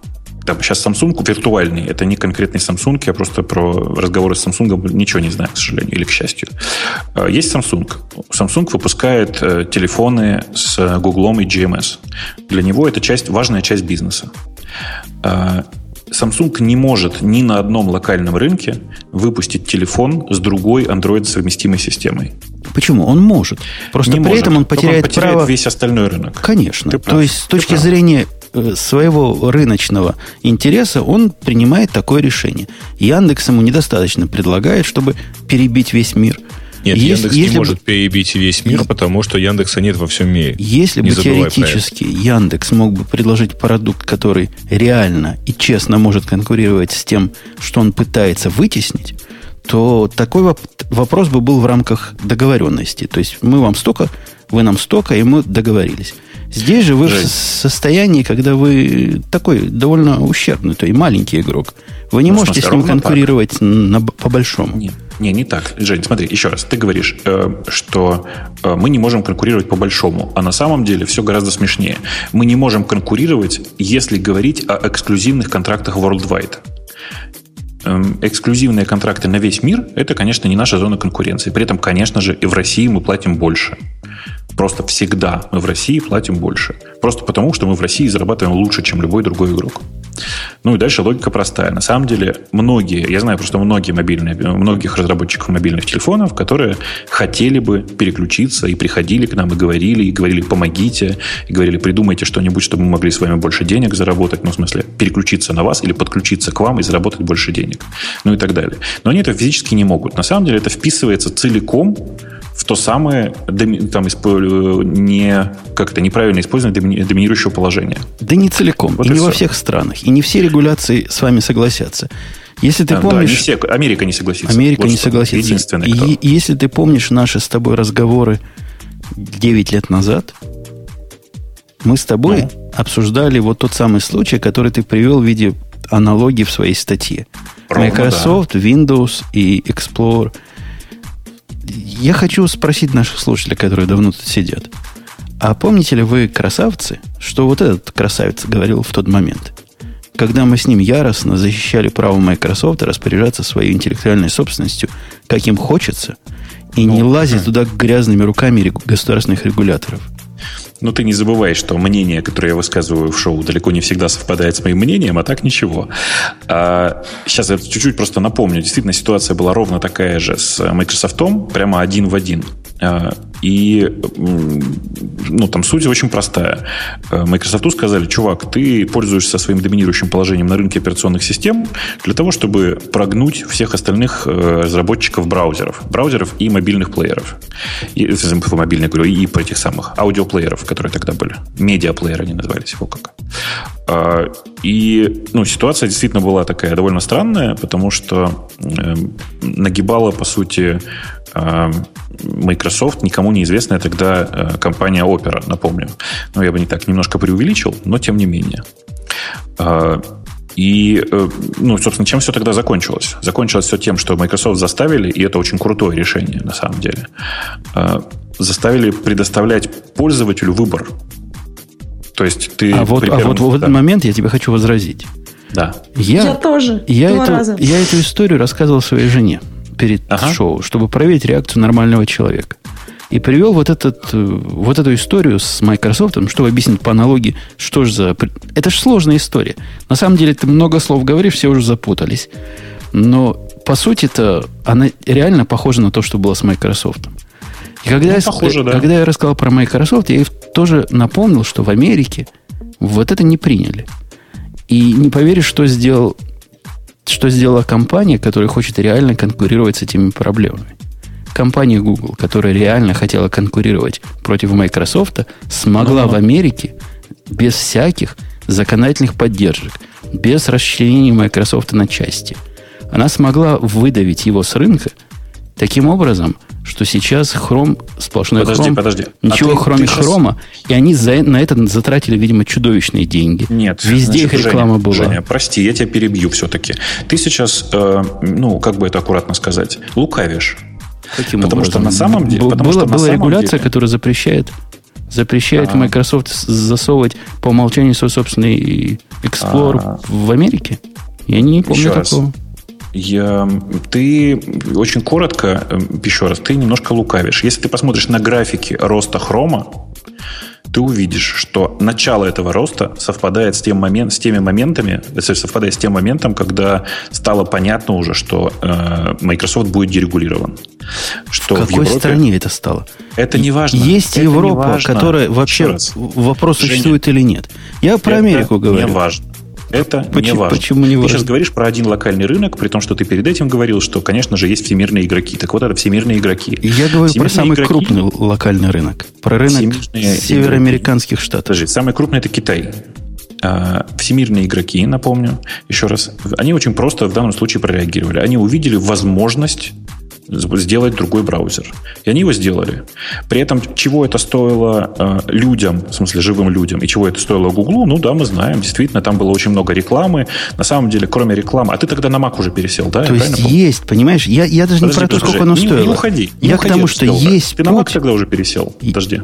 Там сейчас Samsung виртуальный, это не конкретный Samsung, я просто про разговоры с Samsung ничего не знаю, к сожалению, или к счастью. Есть Samsung. Samsung выпускает телефоны с Google и GMS. Для него это важная часть бизнеса. Samsung не может ни на одном локальном рынке выпустить телефон с другой Android-совместимой системой. Почему? Он может. Просто не при может. этом он потеряет право... весь остальной рынок. Конечно. То есть, с точки зрения своего рыночного интереса, он принимает такое решение. Яндекс ему недостаточно предлагает, чтобы перебить весь мир. Нет, Яндекс не может перебить весь мир, потому что Яндекса нет во всем мире. Если бы теоретически Яндекс мог бы предложить продукт, который реально и честно может конкурировать с тем, что он пытается вытеснить, то такой вопрос бы был в рамках договоренности. То есть мы вам столько, вы нам столько, и мы договорились. Здесь же вы в состоянии, когда вы такой довольно ущербный, то и маленький игрок. Вы не можете с ним конкурировать по-большому. Не так. Жень, смотри, еще раз. Ты говоришь, что мы не можем конкурировать по-большому. А на самом деле все гораздо смешнее. Мы не можем конкурировать, если говорить о эксклюзивных контрактах worldwide. Эксклюзивные контракты на весь мир – это, конечно, не наша зона конкуренции. При этом, конечно же, и в России мы платим больше. Просто всегда мы в России платим больше. Просто потому, что мы в России зарабатываем лучше, чем любой другой игрок. Ну и дальше логика простая. На самом деле, я знаю просто многих разработчиков мобильных телефонов, которые хотели бы переключиться и приходили к нам и говорили, помогите, и говорили, придумайте что-нибудь, чтобы мы могли с вами больше денег заработать, ну, в смысле, переключиться на вас или подключиться к вам и заработать больше денег, ну и так далее. Но они это физически не могут. На самом деле это вписывается целиком в то самое неправильно использование доминирующего положения. Да не целиком. Вот и не во всех странах. И не все регуляции с вами согласятся. Если ты помнишь... не все. Америка не согласится. Америка не согласится. Единственный, кто... И если ты помнишь наши с тобой разговоры 9 лет назад, мы с тобой обсуждали вот тот самый случай, который ты привел в виде аналогии в своей статье. Microsoft, Windows и Explorer. Я хочу спросить наших слушателей, которые давно тут сидят. А помните ли вы, красавцы, что вот этот красавец говорил в тот момент, когда мы с ним яростно защищали право Microsoft распоряжаться своей интеллектуальной собственностью, как им хочется, и не лазить туда грязными руками государственных регуляторов? Но ты не забывай, что мнение, которое я высказываю в шоу, далеко не всегда совпадает с моим мнением, а так ничего. Сейчас я чуть-чуть просто напомню. Действительно, ситуация была ровно такая же с Microsoft, прямо один в один. И там суть очень простая. Microsoft сказали, чувак, ты пользуешься своим доминирующим положением на рынке операционных систем для того, чтобы прогнуть всех остальных разработчиков браузеров и мобильных плееров. И про этих самых аудиоплееров, которые тогда были. Медиаплееры они назывались, его как. И ситуация действительно была такая довольно странная, потому что нагибала, по сути, Microsoft, никому неизвестная тогда компания Opera, напомню. Я бы не так немножко преувеличил, но тем не менее. И, собственно, чем все тогда закончилось? Закончилось все тем, что Microsoft заставили, и это очень крутое решение, на самом деле, заставили предоставлять пользователю выбор. То есть ты... в этот момент я тебе хочу возразить. Да. Я тоже. Я эту историю рассказывал своей жене перед шоу, чтобы проверить реакцию нормального человека. И привел вот эту историю с Microsoft, чтобы объяснить по аналогии, что же за... Это же сложная история. На самом деле ты много слов говоришь, все уже запутались. Но, по сути-то, она реально похожа на то, что было с Microsoft. И когда я рассказал про Microsoft, я тоже напомнил, что в Америке вот это не приняли. И не поверишь, что сделала компания, которая хочет реально конкурировать с этими проблемами. Компания Google, которая реально хотела конкурировать против Microsoft, смогла в Америке без всяких законодательных поддержек, без расчленения Microsoft на части. Она смогла выдавить его с рынка таким образом, что сейчас Chrome, сплошной Chrome, ничего кроме Chrome, и они на это затратили, видимо, чудовищные деньги. Нет. Везде их реклама была. Женя, прости, я тебя перебью все-таки. Ты сейчас, как бы это аккуратно сказать, лукавишь. Каким потому образом? Что на самом деле... Была регуляция, которая запрещает запрещает Microsoft засовывать по умолчанию свой собственный Explorer в Америке? Я не помню такого. Ты очень коротко, еще раз, ты немножко лукавишь. Если ты посмотришь на графики роста хрома, ты увидишь, что начало этого роста совпадает с тем моментом, когда стало понятно уже, что Microsoft будет дерегулирован. Что в какой стране это стало? Это не важно. Есть это Европа, которая вообще вопрос существует или нет. Я про Америку говорю. Не важно. Это не важно. Почему не важно? Ты сейчас говоришь про один локальный рынок, при том, что ты перед этим говорил, что, конечно же, есть всемирные игроки. Так вот, это всемирные игроки. И я говорю про самый крупный локальный рынок. Про рынок североамериканских штатов. Подожди, самый крупный – это Китай. Всемирные игроки, напомню, еще раз, они очень просто в данном случае прореагировали. Они увидели возможность сделать другой браузер. И они его сделали. При этом, чего это стоило людям, в смысле живым людям, и чего это стоило Гуглу, ну да, мы знаем. Действительно, там было очень много рекламы. На самом деле, кроме рекламы... А ты тогда на Mac уже пересел, да? То есть есть, понимаешь? Я даже не про то, сколько оно стоило. Не уходи. Я к тому, что есть Ты на Mac тогда уже пересел? Подожди.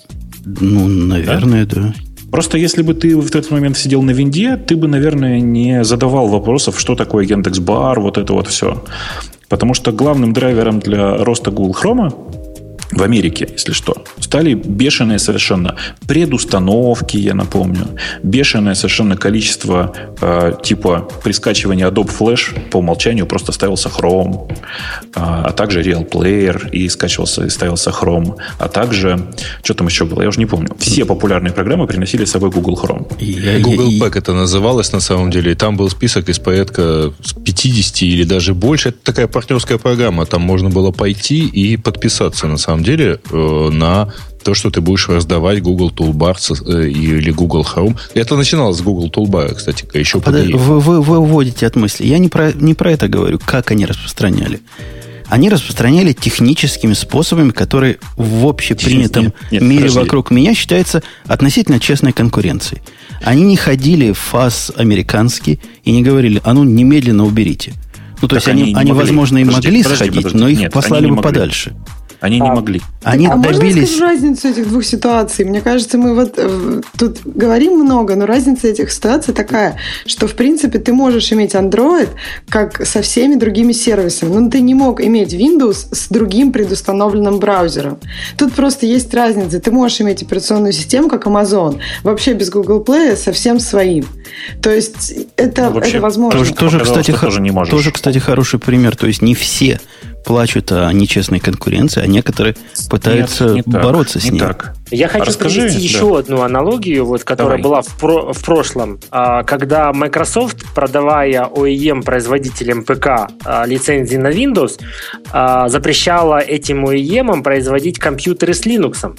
Ну, наверное, да. Просто если бы ты в этот момент сидел на винде, ты бы, наверное, не задавал вопросов, что такое Яндекс.Бар, вот это вот все. Потому что главным драйвером для роста Google Chrome в Америке, если что, стали бешеные совершенно предустановки, я напомню, бешеное совершенно количество типа при скачивании Adobe Flash по умолчанию просто ставился Chrome, а также Real Player и скачивался и ставился Chrome, а также, что там еще было, я уже не помню. Все популярные программы приносили с собой Google Chrome. Google Pack это называлось на самом деле, и там был список из порядка 50 или даже больше. Это такая партнерская программа, там можно было пойти и подписаться на самом деле на то, что ты будешь раздавать Google Toolbar или Google Chrome. Это начиналось с Google Toolbar, кстати, еще вы уводите от мысли. Я не про это говорю, как они распространяли. Они распространяли техническими способами, которые в общепринятом мире вокруг меня считаются относительно честной конкуренцией. Они не ходили в ФАС американский и не говорили, а ну немедленно уберите. Ну, то есть они возможно, и могли сходить, но их послали бы подальше. Они не могли. Они добились... Можно скажу разницу этих двух ситуаций? Мне кажется, мы вот тут говорим много, но разница этих ситуаций такая, что, в принципе, ты можешь иметь Android как со всеми другими сервисами, но ты не мог иметь Windows с другим предустановленным браузером. Тут просто есть разница. Ты можешь иметь операционную систему, как Amazon, вообще без Google Play, совсем своим. То есть это возможно. Тоже, кстати, хороший пример. То есть не все плачут о нечестной конкуренции, а некоторые пытаются бороться с ней. Так. Я хочу привести еще одну аналогию, вот, которая была в прошлом. Когда Microsoft, продавая OEM-производителям ПК лицензии на Windows, запрещала этим OEM производить компьютеры с Linux.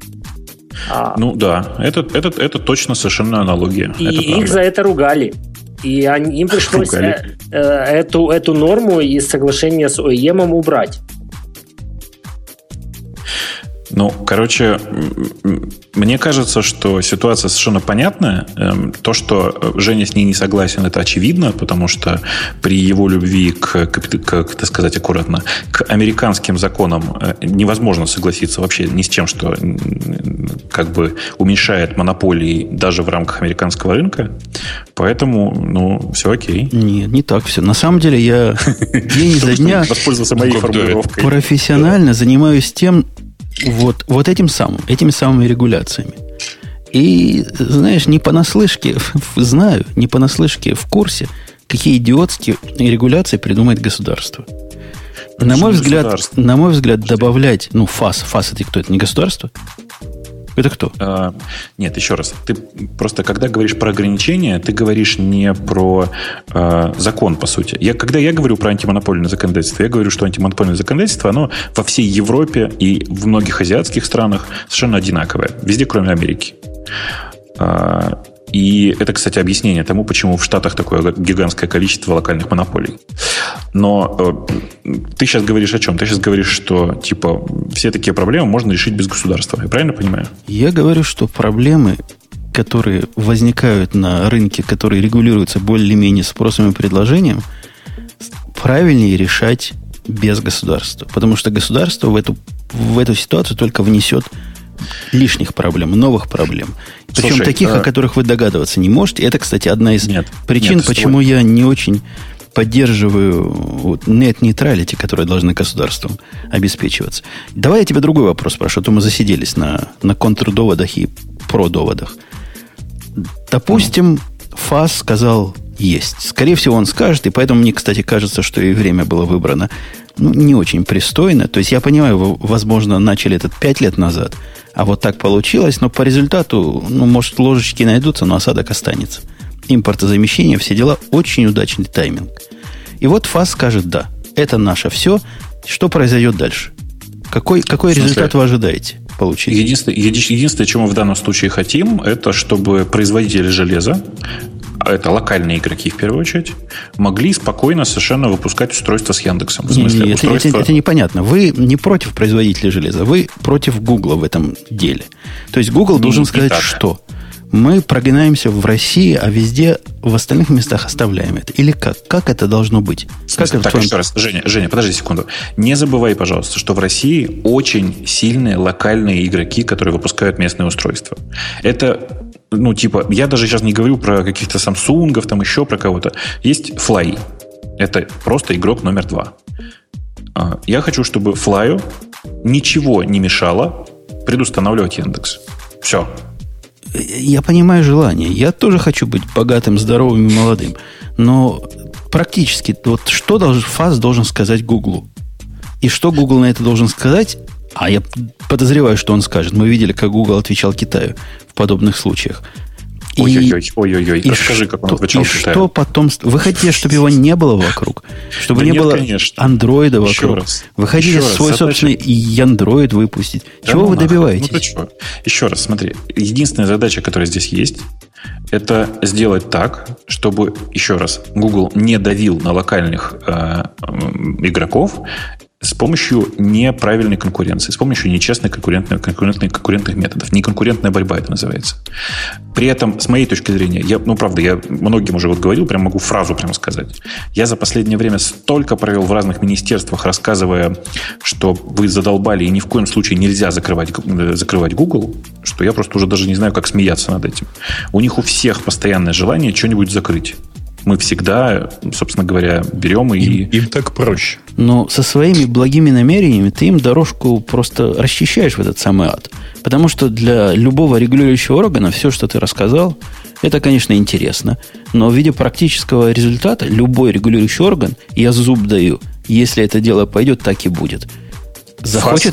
Ну да, это точно совершенно аналогия. И их за это ругали. И им пришлось эту норму из соглашения с OEM убрать. Ну, короче, мне кажется, что ситуация совершенно понятная. То, что Женя с ней не согласен, это очевидно, потому что при его любви как это сказать аккуратно, к американским законам невозможно согласиться вообще ни с чем, что как бы уменьшает монополии даже в рамках американского рынка. Поэтому, ну, все окей. Нет, не так все. На самом деле я день изо дня профессионально занимаюсь тем, вот этими самыми регуляциями. И, знаешь, не понаслышке в курсе, какие идиотские регуляции придумает государство. На мой взгляд, добавлять, ФАС это кто? Это не государство? Это кто? Нет, еще раз. Ты просто, когда говоришь про ограничения, ты говоришь не про закон, по сути. Когда я говорю про антимонопольное законодательство, я говорю, что антимонопольное законодательство, оно во всей Европе и в многих азиатских странах совершенно одинаковое. Везде, кроме Америки. И это, кстати, объяснение тому, почему в Штатах такое гигантское количество локальных монополий. Но ты сейчас говоришь о чем? Ты сейчас говоришь, что типа все такие проблемы можно решить без государства. Я правильно понимаю? Я говорю, что проблемы, которые возникают на рынке, которые регулируются более-менее спросом и предложением, правильнее решать без государства. Потому что государство в эту ситуацию только внесет лишних проблем, новых проблем. Причем таких, о которых вы догадываться не можете. Это, кстати, одна из причин, почему я не очень поддерживаю net-neutrality, которая должна государством обеспечиваться. Давай я тебе другой вопрос спрошу, а то мы засиделись на контрдоводах и продоводах. Допустим, ФАС сказал есть. Скорее всего, он скажет, и поэтому мне, кстати, кажется, что и время было выбрано не очень пристойно. То есть я понимаю, вы, возможно, начали это 5 лет назад, а вот так получилось, но по результату, может, ложечки найдутся, но осадок останется. Импортозамещение, все дела, очень удачный тайминг. И вот ФАС скажет, да, это наше все. Что произойдет дальше? Какой результат вы ожидаете получить? Единственное, чего мы в данном случае хотим, это чтобы производители железа, это локальные игроки в первую очередь, могли спокойно совершенно выпускать устройства с Яндексом. В смысле, это непонятно. Вы не против производителей железа, вы против Гугла в этом деле. То есть Google должен сказать, что мы прогинаемся в России, а везде в остальных местах оставляем это. Или как? Как это должно быть? Еще раз, Женя, подожди секунду. Не забывай, пожалуйста, что в России очень сильные локальные игроки, которые выпускают местные устройства. Это, я даже сейчас не говорю про каких-то Самсунгов, там еще про кого-то. Есть Fly. Это просто игрок номер 2. Я хочу, чтобы Fly ничего не мешало предустанавливать Яндекс. Все. Я понимаю желание. Я тоже хочу быть богатым, здоровым и молодым. Но практически что ФАС должен сказать Гуглу? И что Google на это должен сказать? А я подозреваю, что он скажет. Мы видели, как Google отвечал Китаю в подобных случаях. Ой-ой-ой. Расскажи, как он отвечал Китаю. Что потом... Вы хотите, чтобы его не было вокруг? Чтобы не было андроида вокруг? Вы хотите свой собственный Яндроид выпустить? Чего вы добиваетесь? Еще раз, смотри. Единственная задача, которая здесь есть, это сделать так, чтобы, еще раз, Google не давил на локальных игроков с помощью неправильной конкуренции, с помощью нечестных конкурентных методов. Неконкурентная борьба это называется. При этом, с моей точки зрения, я многим уже говорил, прям могу фразу прямо сказать. Я за последнее время столько провел в разных министерствах, рассказывая, что вы задолбали и ни в коем случае нельзя закрывать Google, что я просто уже даже не знаю, как смеяться над этим. У них у всех постоянное желание что-нибудь закрыть. Мы всегда, собственно говоря, берем и... Им так проще. Но со своими благими намерениями ты им дорожку просто расчищаешь в этот самый ад. Потому что для любого регулирующего органа все, что ты рассказал, это, конечно, интересно. Но в виде практического результата любой регулирующий орган, я зуб даю, если это дело пойдет, так и будет. Захочет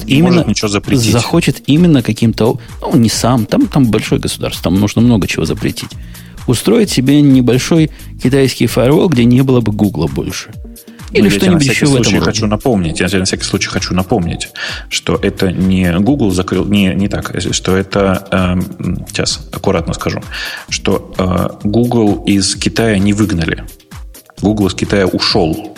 именно каким-то... не сам, там большое государство, там нужно много чего запретить. Устроить себе небольшой китайский фаервол, где не было бы Гугла больше. Или что-нибудь еще в этом роде. Я на всякий случай хочу напомнить, что это не Google закрыл, не так, что это, сейчас аккуратно скажу, что Google из Китая не выгнали. Google из Китая ушел.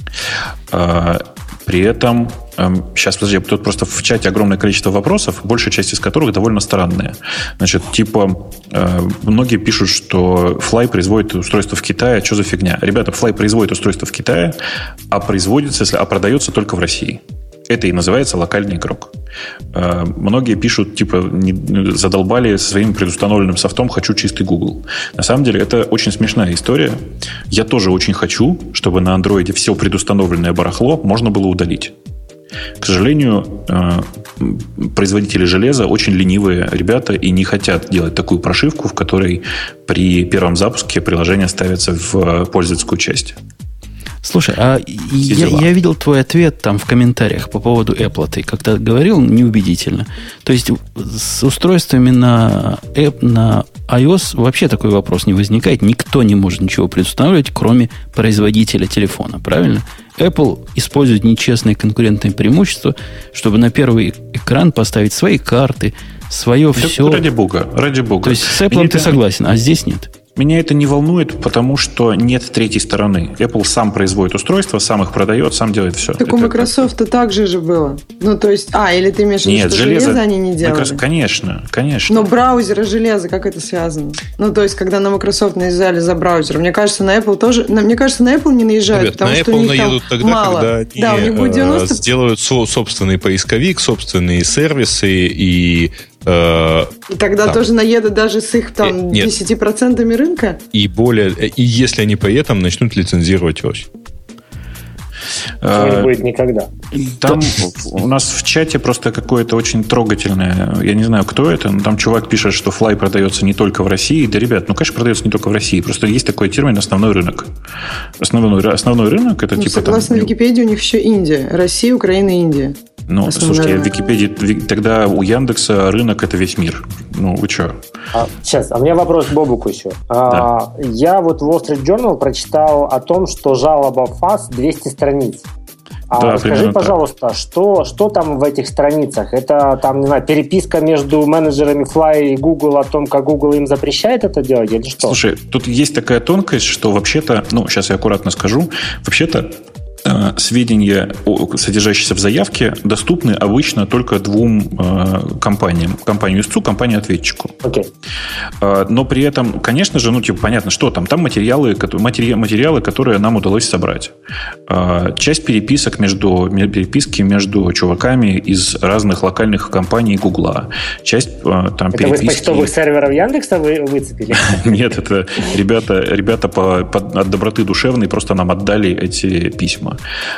При этом, сейчас, подожди, тут просто в чате огромное количество вопросов, большая часть из которых довольно странные. Значит, многие пишут, что Fly производит устройство в Китае, что за фигня? Ребята, Fly производит устройство в Китае, а продается только в России. Это и называется локальный игрок. Многие пишут, задолбали своим предустановленным софтом, хочу чистый Google. На самом деле, это очень смешная история. Я тоже очень хочу, чтобы на андроиде все предустановленное барахло можно было удалить. К сожалению, производители железа очень ленивые ребята и не хотят делать такую прошивку, в которой при первом запуске приложение ставится в пользовательскую часть. Слушай, я видел твой ответ там в комментариях по поводу Apple. Ты как-то говорил неубедительно. То есть с устройствами на iOS вообще такой вопрос не возникает. Никто не может ничего предустанавливать, кроме производителя телефона. Правильно? Apple использует нечестные конкурентные преимущества, чтобы на первый экран поставить свои карты, свое все. Ради бога. То есть с Apple ты согласен, а здесь нет. Меня это не волнует, потому что нет третьей стороны. Apple сам производит устройства, сам их продает, сам делает все. Так у Microsoft так же было. Или ты имеешь в виду, что железо они не делали? Конечно. Но браузеры железо, как это связано? Когда на Microsoft наезжали за браузер, мне кажется, на Apple тоже... Мне кажется, на Apple не наезжают, Ребят, потому что у них наедут там тогда, мало. Когда они сделают собственный поисковик, собственные сервисы и И тогда там тоже наедут даже с их там 10% рынка? И если они при этом начнут лицензировать ось. Не будет никогда. Там у нас в чате просто какое-то очень трогательное, я не знаю, кто это, но там чувак пишет, что Fly продается не только в России. Да, ребят, конечно, продается не только в России. Просто есть такой термин «основной рынок». Основной рынок – это согласно Википедии, у них еще Индия. Россия, Украина, Индия. Слушайте, в Википедии тогда у Яндекса рынок – это весь мир. Вы что? Сейчас, у меня вопрос к Бобуку еще. Да. Я вот в Wall Street Journal прочитал о том, что жалоба ФАС 200 страниц. Скажи, пожалуйста, что там в этих страницах? Это там, не знаю, переписка между менеджерами Fly и Google о том, как Google им запрещает это делать или что? Слушай, тут есть такая тонкость, что вообще-то, сейчас я аккуратно скажу, вообще-то сведения, содержащиеся в заявке, доступны обычно только двум компаниям. Компанию истцу, компанию ответчику. Okay. Но при этом, конечно же, понятно, что там. Там материалы, которые нам удалось собрать. Часть переписки между чуваками из разных локальных компаний Гугла. Часть там это переписки... вы с почтовых серверов Яндекса выцепили? Нет, это ребята от доброты душевной просто нам отдали эти письма.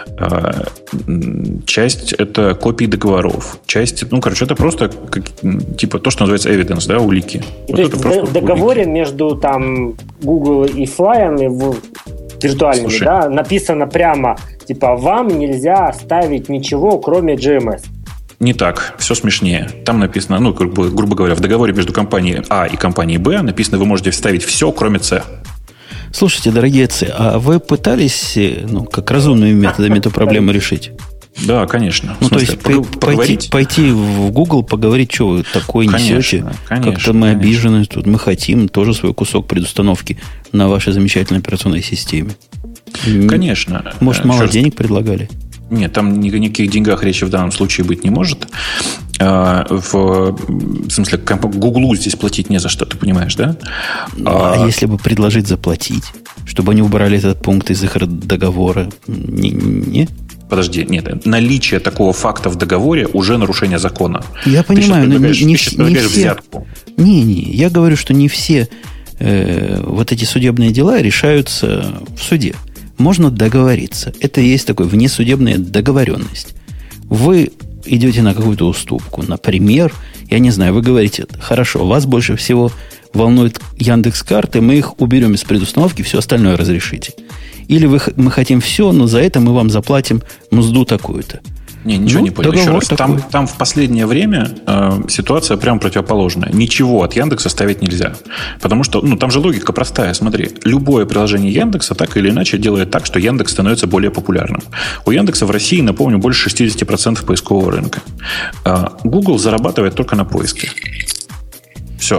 Часть это копии договоров. Часть, это просто типа то, что называется evidence, да, улики. То есть в договоре между там Google и Fly виртуальными, да, написано прямо, типа, вам нельзя ставить ничего, кроме GMS. Не так, все смешнее. Там написано, грубо говоря, в договоре между компанией А и компанией Б написано, вы можете вставить все, кроме С. Слушайте, дорогие отцы, а вы пытались, как разумными методами эту проблему решить? Да, конечно. То есть пойти в Google, поговорить, что вы такое несете? Как-то мы обижены, тут мы хотим тоже свой кусок предустановки на вашей замечательной операционной системе. Конечно. Может, мало денег предлагали? Нет, там ни о никаких деньгах речи в данном случае быть не может. В смысле, Гуглу здесь платить не за что, ты понимаешь, да? А если бы предложить заплатить, чтобы они убрали этот пункт из их договора? Не? Подожди, нет, наличие такого факта в договоре уже нарушение закона. Я понимаю, но не все... взятку. Я говорю, что не все вот эти судебные дела решаются в суде. Можно договориться. Это и есть такой внесудебная договоренность. Вы идете на какую-то уступку. Например, я не знаю, вы говорите, хорошо, вас больше всего волнует Яндекс.Карты, мы их уберем из предустановки, все остальное разрешите. Или мы хотим все, но за это мы вам заплатим мзду такую-то. Ничего не понял. Еще раз. Там в последнее время ситуация прям противоположная. Ничего от Яндекса ставить нельзя. Потому что, там же логика простая. Смотри, любое приложение Яндекса так или иначе делает так, что Яндекс становится более популярным. У Яндекса в России, напомню, больше 60% поискового рынка. Google зарабатывает только на поиске. Все.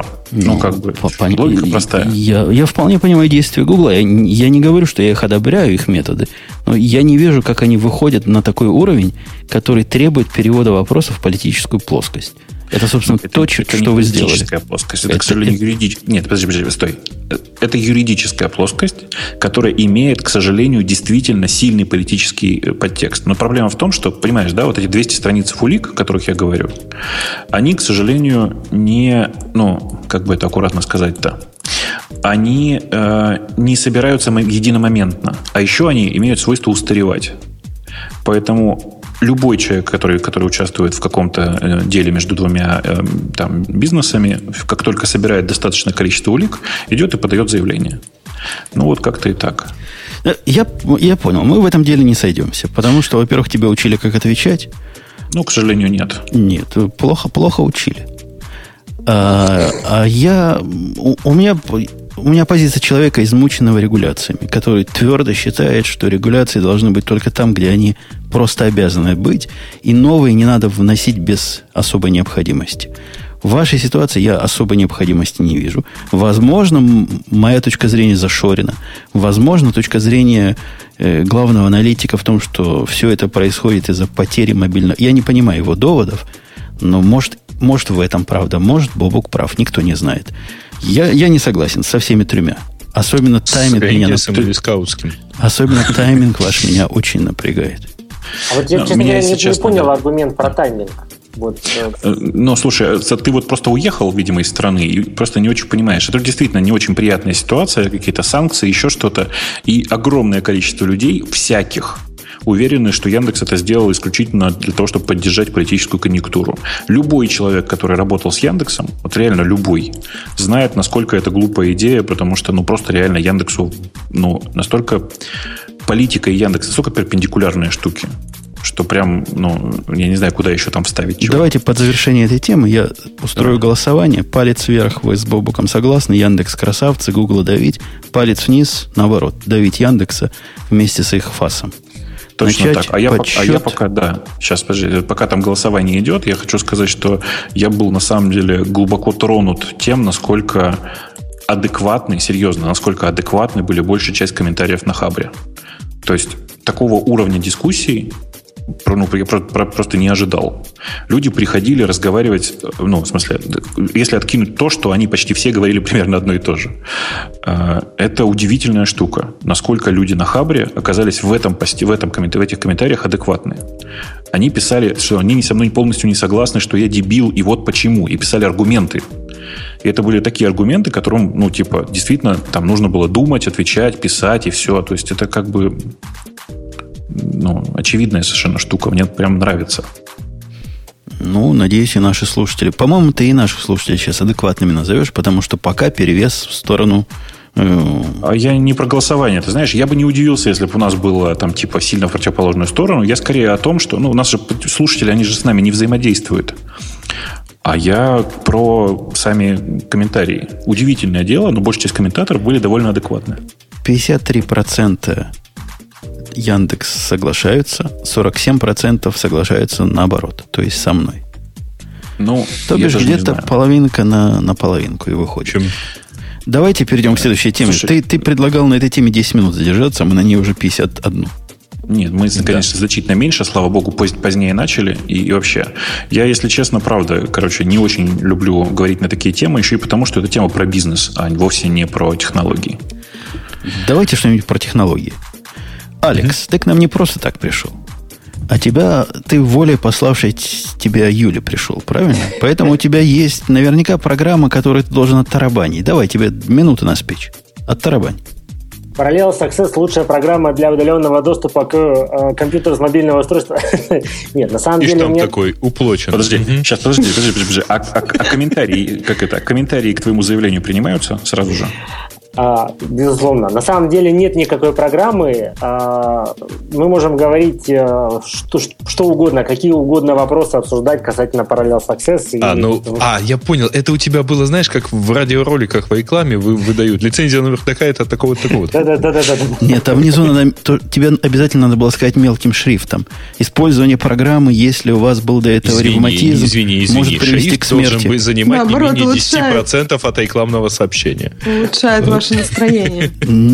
Логика простая. Я вполне понимаю действия Гугла. Я не говорю, что я их одобряю, их методы. Но я не вижу, как они выходят на такой уровень, который требует перевода вопросов в политическую плоскость. Это, собственно, то, что вы сделали. Это политическая плоскость. Это, к сожалению, юридическая... Нет, подожди, стой. Это юридическая плоскость, которая имеет, к сожалению, действительно сильный политический подтекст. Но проблема в том, что, понимаешь, да, вот эти 200 страниц улик, о которых я говорю, они, к сожалению, не... как бы это аккуратно сказать-то? Они не собираются единомоментно. А еще они имеют свойство устаревать. Поэтому любой человек, который участвует в каком-то деле между двумя бизнесами, как только собирает достаточное количество улик, идет и подает заявление. Как-то и так. Я понял. Мы в этом деле не сойдемся. Потому что, во-первых, тебя учили, как отвечать. К сожалению, нет. Нет, плохо учили. У меня позиция человека, измученного регуляциями, который твердо считает, что регуляции должны быть только там, где они просто обязаны быть, и новые не надо вносить без особой необходимости. В вашей ситуации я особой необходимости не вижу. Возможно, моя точка зрения зашорена. Возможно, точка зрения главного аналитика в том, что все это происходит из-за потери мобильного... Я не понимаю его доводов, но может в этом правда, может Бобук прав, никто не знает. Я не согласен со всеми тремя. Особенно тайминг меня... Особенно тайминг ваш меня очень напрягает. А вот я, честно говоря, не понял аргумент про тайминг. Вот. Но, слушай, ты вот просто уехал, видимо, из страны и просто не очень понимаешь. Это действительно не очень приятная ситуация, какие-то санкции, еще что-то. И огромное количество людей, всяких, уверены, что Яндекс это сделал исключительно для того, чтобы поддержать политическую конъюнктуру. Любой человек, который работал с Яндексом, вот реально любой, знает, насколько это глупая идея, потому что, просто реально Яндексу, настолько политика и Яндекс настолько перпендикулярные штуки, что прям, я не знаю, куда еще там вставить чего. Давайте под завершение этой темы я устрою голосование. Палец вверх, вы с Бобуком согласны? Яндекс красавцы, Гугла давить. Палец вниз, наоборот, давить Яндекса вместе с их фасом. Точно так. А я пока, сейчас, подожди, пока там голосование идет, я хочу сказать, что я был на самом деле глубоко тронут тем, насколько адекватны были большая часть комментариев на Хабре. То есть такого уровня дискуссий я просто не ожидал. Люди приходили разговаривать, в смысле, если откинуть то, что они почти все говорили примерно одно и то же. Это удивительная штука, насколько люди на Хабре оказались в этих комментариях адекватные. Они писали, что они со мной полностью не согласны, что я дебил, и вот почему, и писали аргументы. И это были такие аргументы, которым, действительно, там нужно было думать, отвечать, писать, и все. То есть это как бы... очевидная совершенно штука. Мне прям нравится. Надеюсь, и наши слушатели. По-моему, ты и наших слушателей сейчас адекватными назовешь, потому что пока перевес в сторону... А я не про голосование. Ты знаешь, я бы не удивился, если бы у нас было там сильно в противоположную сторону. Я скорее о том, что... у нас же слушатели, они же с нами не взаимодействуют. А я про сами комментарии. Удивительное дело, но большая часть комментаторов были довольно адекватны. 53% Яндекс соглашаются, 47% соглашаются наоборот, то есть со мной. То бишь где-то половинка на половинку и выходит. Давайте перейдем к следующей теме. Слушай, ты предлагал на этой теме 10 минут задержаться, мы на ней уже 51. Нет, мы, конечно, значительно меньше, слава богу, позднее начали. И вообще, я, если честно, правда, не очень люблю говорить на такие темы, еще и потому, что это тема про бизнес, а вовсе не про технологии. Давайте что-нибудь про технологии. Алекс, ты к нам не просто так пришел. А ты волей пославшей тебя Юля пришел, правильно? Поэтому у тебя есть наверняка программа, которую ты должен оттарабанить. Давай, тебе минуту на спич. Оттарабань. Parallels Access – лучшая программа для удаленного доступа к компьютеру с мобильного устройства. Нет, на самом деле... И штамп такой, уплочен. Подожди. А комментарии к твоему заявлению принимаются сразу же? Безусловно. На самом деле нет никакой программы. Мы можем говорить что угодно, какие угодно вопросы обсуждать касательно Parallels Access. Я понял. Это у тебя было, знаешь, как в радиороликах в рекламе выдают. Лицензия номер такая-то от такого-то такого-то. Да. Нет, а внизу тебе обязательно надо было сказать мелким шрифтом. Использование программы, если у вас был до этого ревматизм, может привести к смерти. Шрифт должен занимать не менее 10% от рекламного сообщения. Улучшает ваше настроение.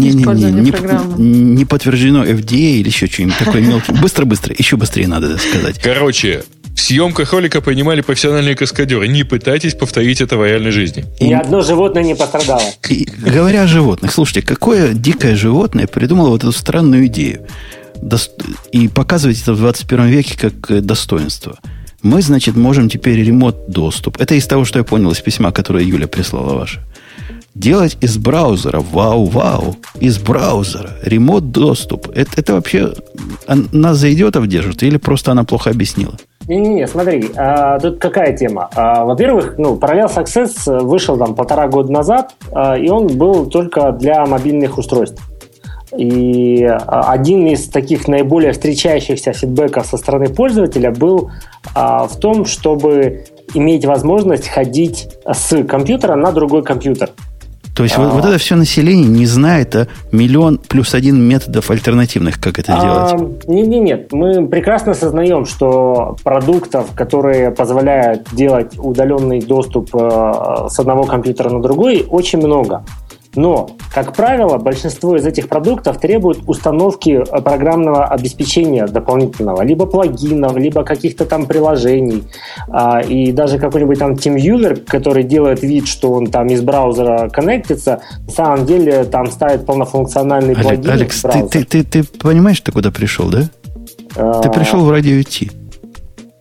Не подтверждено FDA или еще что-нибудь такое мелкое. Быстро, еще быстрее надо сказать. Короче, в съемках ролика принимали профессиональные каскадеры. Не пытайтесь повторить это в реальной жизни. Ни одно животное не пострадало. Говоря о животных, слушайте, какое дикое животное придумало вот эту странную идею и показывать это в 21 веке как достоинство. Мы, значит, можем теперь ремот-доступ. Это из того, что я понял из письма, которое Юля прислала ваше. Делать из браузера, вау, из браузера, ремот-доступ. Это вообще нас за идиотов держит или просто она плохо объяснила? Не, смотри, тут какая тема? Во-первых, Parallels Access вышел 1,5 года назад, и он был только для мобильных устройств. И один из таких наиболее встречающихся фидбэков со стороны пользователя был в том, чтобы иметь возможность ходить с компьютера на другой компьютер. То есть вот это все население не знает о 1 +1 методов альтернативных, как это делать? Нет. Мы прекрасно осознаем, что продуктов, которые позволяют делать удаленный доступ с одного компьютера на другой, очень много. Но, как правило, большинство из этих продуктов требуют установки программного обеспечения дополнительного, либо плагинов, либо каких-то там приложений. И даже какой-нибудь там TeamViewer, который делает вид, что он там из браузера коннектится, на самом деле там ставит полнофункциональный плагин. Алекс, ты понимаешь, ты куда пришел, да? Ты пришел в радио Ти.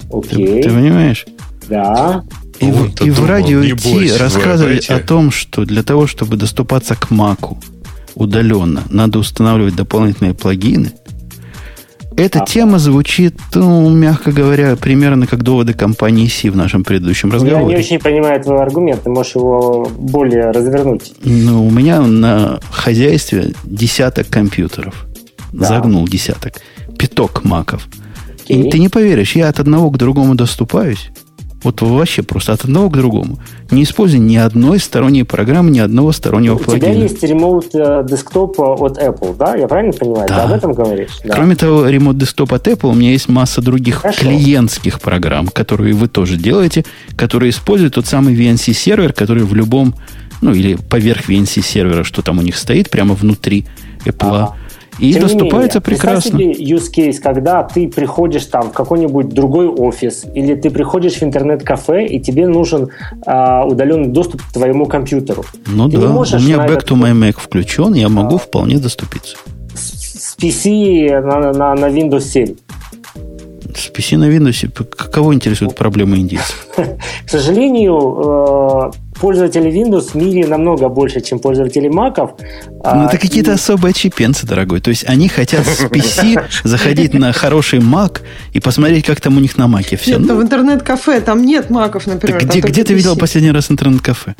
Окей. Ты понимаешь? Да. И в радио Ти рассказывали о том, что для того, чтобы доступаться к Mac'у удаленно, надо устанавливать дополнительные плагины. Эта тема звучит, мягко говоря, примерно как доводы компании C в нашем предыдущем разговоре. Я не очень понимаю твой аргумент. Ты можешь его более развернуть. Ну, у меня на хозяйстве десяток компьютеров. Да. Загнул десяток. Пяток маков. И ты не поверишь, я от одного к другому доступаюсь. Вот вообще просто от одного к другому. Не используя ни одной сторонней программы, ни одного стороннего плагина. У тебя есть ремоут десктопа от Apple, да? Я правильно понимаю? Да. Ты об этом говоришь? Да. Кроме того, ремоут десктоп от Apple, у меня есть масса других клиентских программ, которые вы тоже делаете, которые используют тот самый VNC сервер, который в любом, или поверх VNC сервера, что там у них стоит, прямо внутри Apple. И тем доступается прекрасно. Представь себе use case, когда ты приходишь там в какой-нибудь другой офис, или ты приходишь в интернет-кафе, и тебе нужен удаленный доступ к твоему компьютеру. Ну ты да, у меня Back to my Mac включен, я могу вполне доступиться. С PC на Windows 7. С PC на Windows? Кого интересуют проблемы индийцев? К сожалению, пользователей Windows в мире намного больше, чем пользователей Mac'ов. Это какие-то особые отщепенцы, дорогой. То есть они хотят с PC заходить на хороший Mac и посмотреть, как там у них на Mac'е все. Нет, в интернет-кафе там нет Mac'ов, например. Где ты видел последний раз интернет-кафе?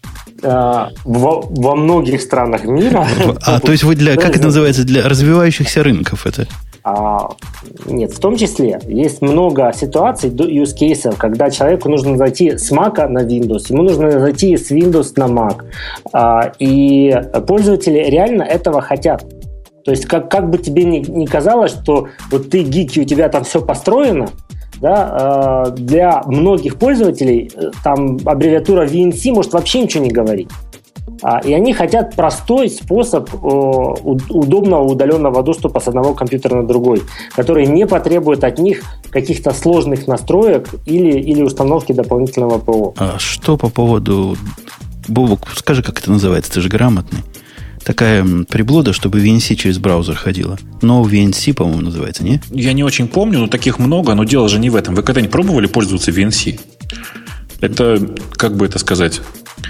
Во многих странах мира. То есть вы как это называется, для развивающихся рынков это? Нет, в том числе есть много ситуаций, use cases, когда человеку нужно зайти с Mac на Windows, ему нужно зайти с Windows на Mac. И пользователи реально этого хотят. То есть как бы тебе ни казалось, что вот ты гик, и у тебя там все построено, да, для многих пользователей там аббревиатура VNC может вообще ничего не говорить. И они хотят простой способ удобного удаленного доступа с одного компьютера на другой, который не потребует от них каких-то сложных настроек или установки дополнительного ПО. А что по поводу... Бобок, скажи, как это называется, ты же грамотный. Такая приблуда, чтобы VNC через браузер ходила. No VNC, по-моему, называется, не? Я не очень помню, но таких много, но дело же не в этом. Вы когда-нибудь пробовали пользоваться VNC? Это, как бы это сказать...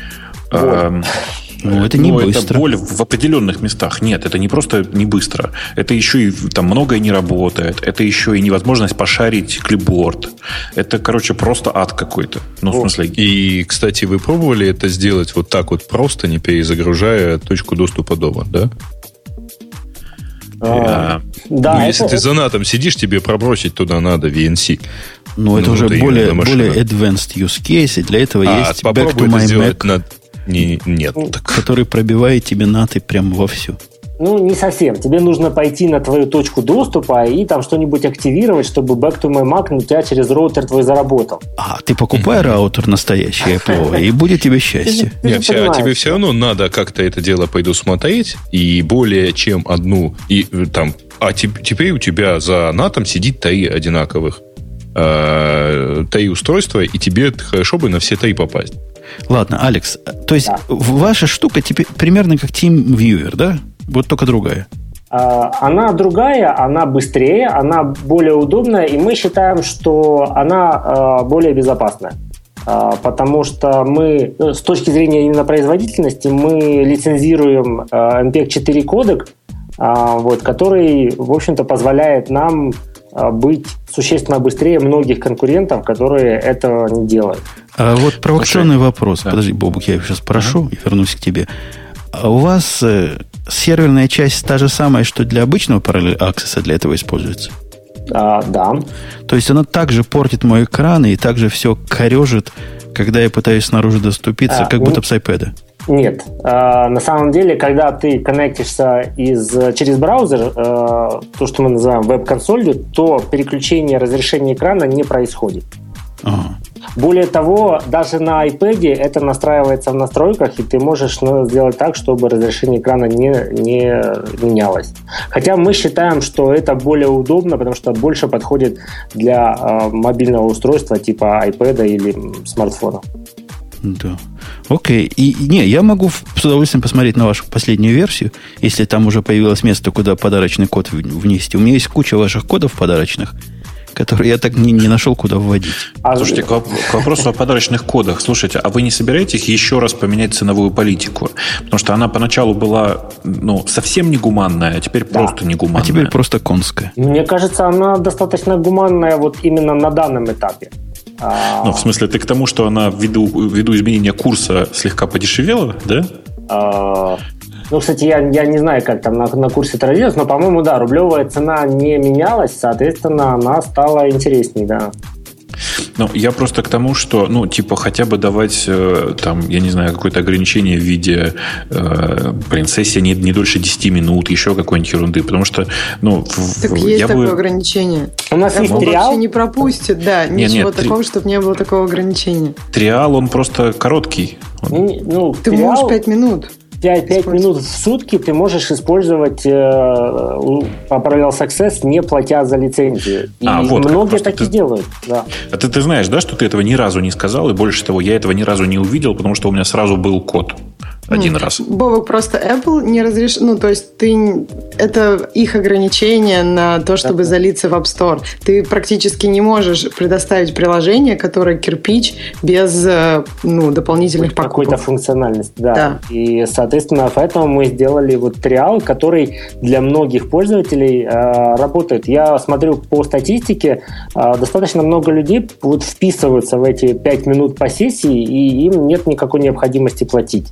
это не быстро. Это боль в определенных местах. Нет, это не просто не быстро. Это еще и там многое не работает. Это еще и невозможность пошарить клипборд. Это, просто ад какой-то. В смысле... И, кстати, вы пробовали это сделать вот так вот просто, не перезагружая точку доступа дома, да? Да, если ты за натом сидишь, тебе пробросить туда надо VNC. Это уже более advanced use case, и для этого есть Back to my Mac. Нет. Который пробивает тебе NAT прям вовсю. Не совсем. Тебе нужно пойти на твою точку доступа и там что-нибудь активировать, чтобы Back to my Mac у тебя через роутер твой заработал. Ты покупай раутер настоящий Apple, и будет тебе счастье. Тебе все равно надо как-то это дело предусмотреть, и более чем одну, и там, теперь у тебя за NAT сидит 3 одинаковых 3 устройства, и тебе хорошо бы на все 3 попасть. Ладно, Алекс, то есть ваша штука теперь примерно как TeamViewer, да? Вот только другая. Она другая, она быстрее, она более удобная, и мы считаем, что она более безопасная. Потому что мы, с точки зрения именно производительности, мы лицензируем MPEG-4 кодек, который, в общем-то, позволяет нам быть существенно быстрее многих конкурентов, которые этого не делают. А вот провокационный вопрос. Подожди, Бобук, я сейчас спрошу и вернусь к тебе. А у вас серверная часть та же самая, что для обычного Parallel Access для этого используется? Да. То есть она также портит мой экран и также все корежит, когда я пытаюсь снаружи доступиться, как будто с iPad? Нет. На самом деле, когда ты коннектишься через браузер, то, что мы называем веб-консолью, то переключение разрешения экрана не происходит. Ага. Более того, даже на iPad это настраивается в настройках, и ты можешь сделать так, чтобы разрешение экрана не менялось. Хотя мы считаем, что это более удобно, потому что больше подходит для мобильного устройства типа iPad или смартфона. Да. Окей. Я могу с удовольствием посмотреть на вашу последнюю версию, если там уже появилось место, куда подарочный код внести. У меня есть куча ваших кодов подарочных, который я так не нашел, куда вводить. Слушайте, к вопросу о подарочных кодах. Слушайте, а вы не собираетесь еще раз поменять ценовую политику? Потому что она поначалу была совсем негуманная, а теперь просто негуманная. А теперь просто конская. Мне кажется, она достаточно гуманная вот именно на данном этапе. В смысле, ты к тому, что она ввиду изменения курса слегка подешевела, да? Кстати, я не знаю, как там на курсе отразилось, но, по-моему, да, рублевая цена не менялась, соответственно, она стала интересней, да. Я просто к тому, что, хотя бы давать, я не знаю, какое-то ограничение в виде сессия не дольше 10 минут, еще какой-нибудь ерунды, потому что, Так есть такое ограничение. У нас есть триал? Вообще не пропустит, да, ничего такого, чтобы не было такого ограничения. Триал, он просто короткий. Ты можешь 5 минут. 5 минут в сутки ты можешь использовать Parallel Success, не платя за лицензию. И многие так и делают. Да. А ты знаешь, да, что ты этого ни разу не сказал, и больше того, я этого ни разу не увидел, потому что у меня сразу был код. Один раз. Бобок, просто Apple не разрешил... то есть это их ограничение на то, чтобы залиться в App Store. Ты практически не можешь предоставить приложение, которое кирпич без дополнительных покупок. Какой-то функциональности, да. И, соответственно, поэтому мы сделали триал, который для многих пользователей работает. Я смотрю по статистике, достаточно много людей вписываются в эти 5 минут по сессии, и им нет никакой необходимости платить.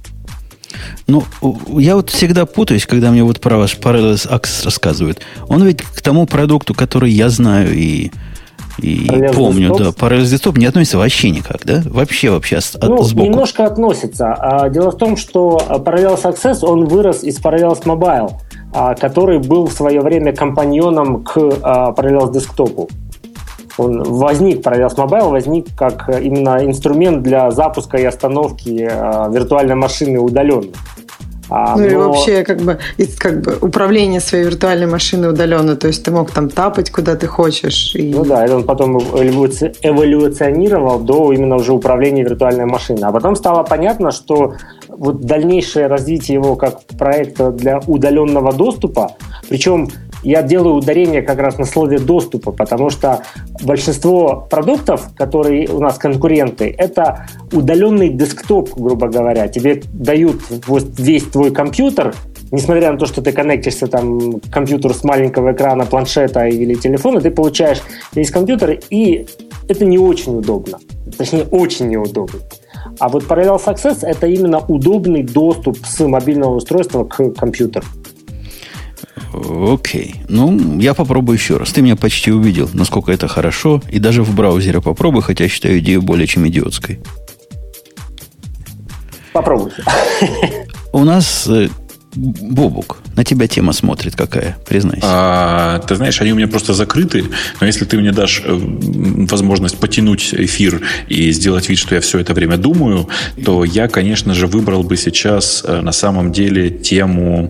Я всегда путаюсь, когда мне про ваш Parallel Access рассказывают. Он ведь к тому продукту, который я знаю и помню, да, Parallel Desktop не относится вообще никак, да? Вообще сбоку. Немножко относится. Дело в том, что Parallel Access, он вырос из Parallels Mobile, который был в свое время компаньоном к Parallels Desktop. Parallels Mobile возник как именно инструмент для запуска и остановки виртуальной машины удаленно. И вообще как бы управление своей виртуальной машиной удаленно. То есть ты мог там тапать, куда ты хочешь. Это он потом эволюционировал до именно уже управления виртуальной машиной. А потом стало понятно, что дальнейшее развитие его как проекта для удаленного доступа, причем я делаю ударение как раз на слове доступа, потому что большинство продуктов, которые у нас конкуренты, это удаленный десктоп, грубо говоря. Тебе дают весь твой компьютер, несмотря на то, что ты коннектишься к компьютеру с маленького экрана, планшета или телефона, ты получаешь весь компьютер, и это не очень удобно. Точнее, очень неудобно. А Parallel Success – это именно удобный доступ с мобильного устройства к компьютеру. Окей. Я попробую еще раз. Ты меня почти увидел, насколько это хорошо. И даже в браузере попробуй, хотя считаю идею более чем идиотской. Попробуйте. У нас Бобук, на тебя тема смотрит какая, признайся. Ты знаешь, они у меня просто закрыты, но если ты мне дашь возможность потянуть эфир и сделать вид, что я все это время думаю, то я, конечно же, выбрал бы сейчас на самом деле тему...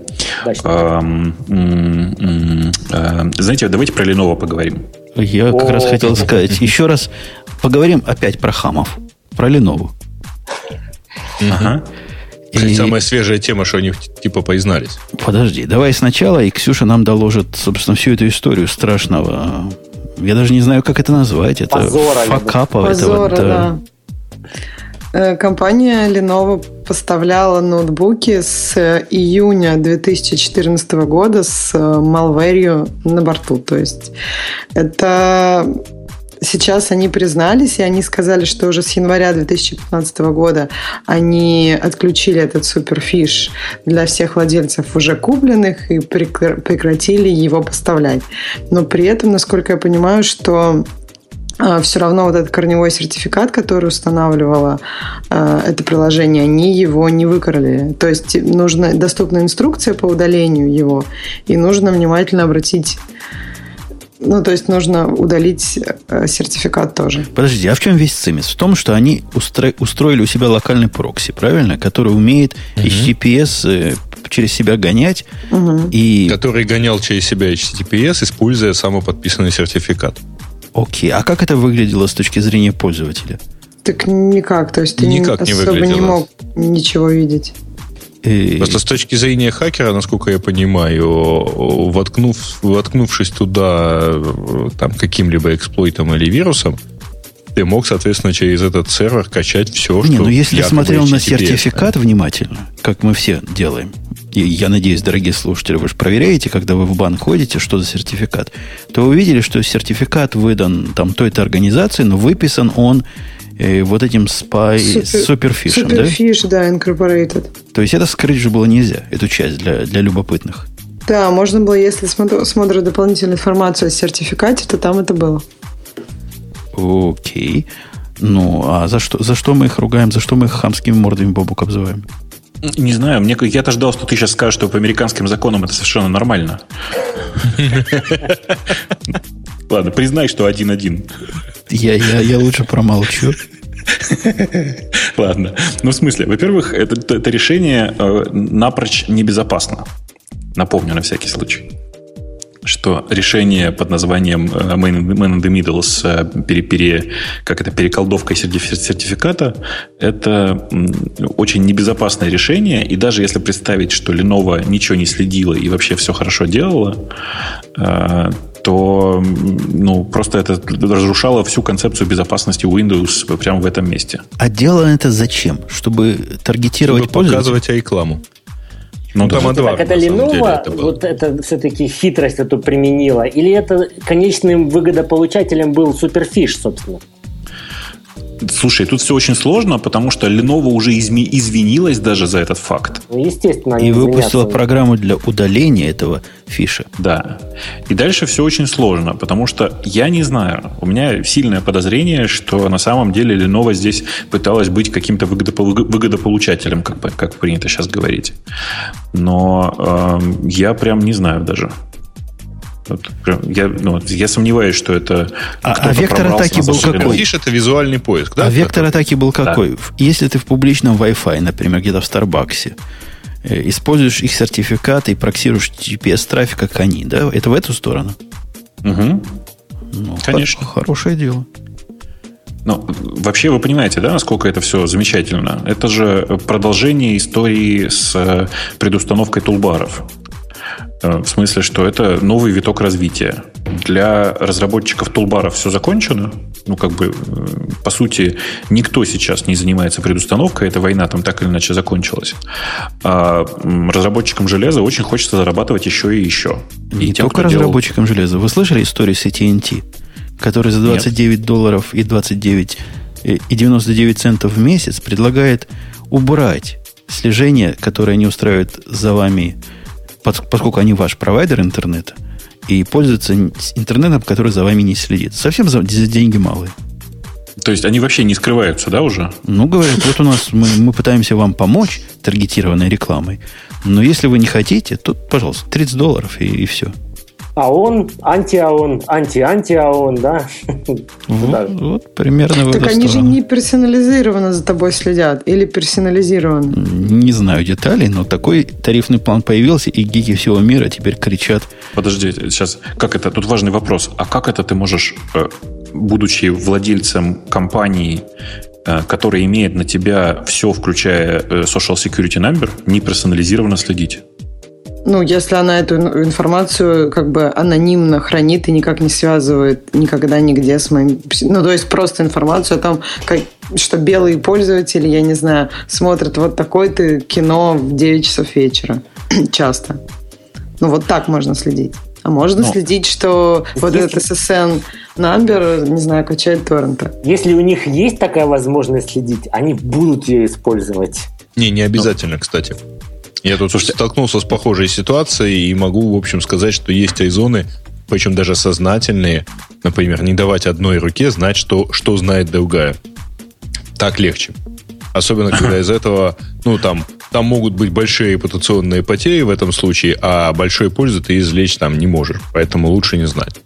знаете, давайте про Lenovo поговорим. Я как раз хотел сказать. Еще раз поговорим опять про хамов. Про Lenovo. Ага. Самая свежая тема, что они поизнались. Подожди, давай сначала, и Ксюша нам доложит, собственно, всю эту историю страшного. Я даже не знаю, как это назвать. Это факапа. Да. Компания Lenovo поставляла ноутбуки с июня 2014 года с malware на борту. То есть это... Сейчас они признались, и они сказали, что уже с января 2015 года они отключили этот суперфиш для всех владельцев уже купленных и прекратили его поставлять. Но при этом, насколько я понимаю, что все равно этот корневой сертификат, который устанавливало это приложение, они его не выкрали. То есть доступна инструкция по удалению его, и нужно внимательно обратить... то есть нужно удалить сертификат тоже. Подожди, а в чем весь цимис? В том, что они устроили у себя локальный прокси, правильно? Который умеет HTTPS через себя гонять. И... Который гонял через себя HTTPS, используя самоподписанный сертификат. Окей, а как это выглядело с точки зрения пользователя? Так никак, то есть ты никак особо не мог ничего видеть. Просто с точки зрения хакера, насколько я понимаю, воткнувшись туда там, каким-либо эксплойтом или вирусом, ты мог, соответственно, через этот сервер качать все, что... ну если смотрел на сертификат внимательно, как мы все делаем, и я надеюсь, дорогие слушатели, вы же проверяете, когда вы в банк ходите, что за сертификат, то вы увидели, что сертификат выдан там той-то организации, но выписан он вот этим суперфишем, да? Суперфиш, да, Incorporated. То есть это скрыть же было нельзя, эту часть для любопытных. Да, можно было, если смотрю дополнительную информацию о сертификате, то там это было. Окей. Ну, а за что мы их ругаем? За что мы их хамскими мордами Бобук обзываем? Не знаю, я-то ждал, что ты сейчас скажешь, что по американским законам это совершенно нормально. Ладно, признай, что 1-1. Я лучше промолчу. Ладно. Ну, в смысле, во-первых, это решение напрочь небезопасно. Напомню на всякий случай, что решение под названием Man in the Middle с переколдовкой сертификата – это очень небезопасное решение. И даже если представить, что Lenovo ничего не следила и вообще все хорошо делала, то просто это разрушало всю концепцию безопасности Windows прямо в этом месте. А делано это зачем? Чтобы таргетировать пользователя? Чтобы показывать рекламу. Так это Lenovo вот это все-таки хитрость эту применила? Или это конечным выгодополучателем был Суперфиш, собственно? Слушай, тут все очень сложно, потому что Lenovo уже извинилась даже за этот факт. Ну, естественно. И выпустила программу для удаления этого фиша. Да. И дальше все очень сложно, потому что я не знаю. У меня сильное подозрение, что на самом деле Lenovo здесь пыталась быть каким-то выгодополучателем, как принято сейчас говорить. Но я прям не знаю даже. Я сомневаюсь, что это... А вектор атаки был какой? Фиш — это визуальный поиск, да? А вектор атаки был какой? Да. Если ты в публичном Wi-Fi, например, где-то в Старбаксе, используешь их сертификат и проксируешь GPS-трафик, как они, да? Это в эту сторону? Угу. Конечно. Хорошее дело. Вообще вы понимаете, да, насколько это все замечательно? Это же продолжение истории с предустановкой тулбаров. В смысле, что это новый виток развития. Для разработчиков тулбаров все закончено. По сути, никто сейчас не занимается предустановкой. Эта война там так или иначе закончилась. А разработчикам железа очень хочется зарабатывать еще и еще. Не только разработчикам железа. Вы слышали историю с AT&T, который за $29 и 99 центов в месяц предлагает убрать слежение, которое они устраивают за вами, поскольку они ваш провайдер интернета, и пользуются интернетом, который за вами не следит. Совсем за деньги малые. То есть они вообще не скрываются, да, уже? Говорят, вот у нас мы пытаемся вам помочь таргетированной рекламой, но если вы не хотите, то, пожалуйста, $30 и все. АОН, анти-АОН, анти-анти-АОН, да? Вот примерно в эту сторону. Так они же не персонализированно за тобой следят или персонализированно? Не знаю деталей, но такой тарифный план появился, и гики всего мира теперь кричат. Подожди, сейчас, как это? Тут важный вопрос. А как это ты можешь, будучи владельцем компании, которая имеет на тебя все, включая Social Security Number, не персонализированно следить? Если она эту информацию анонимно хранит и никак не связывает никогда нигде с моим... то есть просто информацию о том, что белые пользователи, я не знаю, смотрят вот такое-то кино в 9 часов вечера. Часто. Вот так можно следить. А можно следить, что вот этот SSN number, не знаю, качает торренты. Если у них есть такая возможность следить, они будут ее использовать. Не обязательно, кстати. Я тут столкнулся с похожей ситуацией и могу, в общем, сказать, что есть айзоны, причем даже сознательные, например, не давать одной руке знать, что знает другая. Так легче. Особенно, когда из этого, там могут быть большие репутационные потери в этом случае, а большой пользы ты извлечь там не можешь. Поэтому лучше не знать.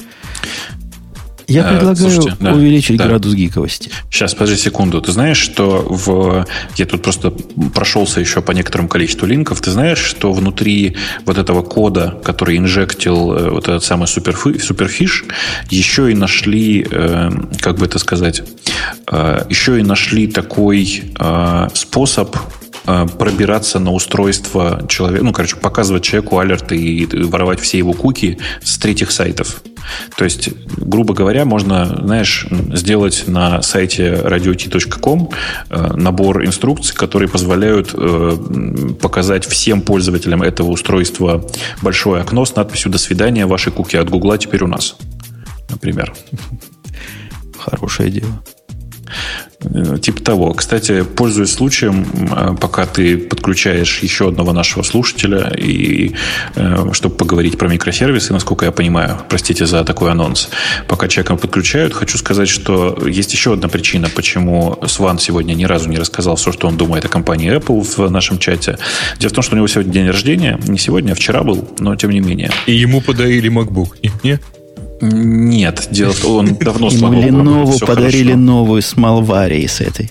Я предлагаю увеличить градус гиковости. Сейчас, подожди секунду. Ты знаешь, что я тут просто прошелся еще по некоторому количеству линков. Ты знаешь, что внутри вот этого кода, который инжектил вот этот самый суперфиш, еще и нашли, еще и нашли такой способ пробираться на устройство человека, показывать человеку алерты и воровать все его куки с третьих сайтов. То есть, грубо говоря, можно, сделать на сайте radiot.com набор инструкций, которые позволяют показать всем пользователям этого устройства большое окно с надписью «До свидания, ваши куки от Гугла теперь у нас», например. Хорошее дело. Типа того. Кстати, пользуясь случаем, пока ты подключаешь еще одного нашего слушателя, и чтобы поговорить про микросервисы, насколько я понимаю, простите за такой анонс, пока человека подключают, хочу сказать, что есть еще одна причина, почему Сван сегодня ни разу не рассказал все, что он думает о компании Apple в нашем чате. Дело в том, что у него сегодня день рождения. Не сегодня, а вчера был, но тем не менее. И ему подарили MacBook, не? Нет, дело в том, он давно ему Lenovo подарили новую с Malvari с этой.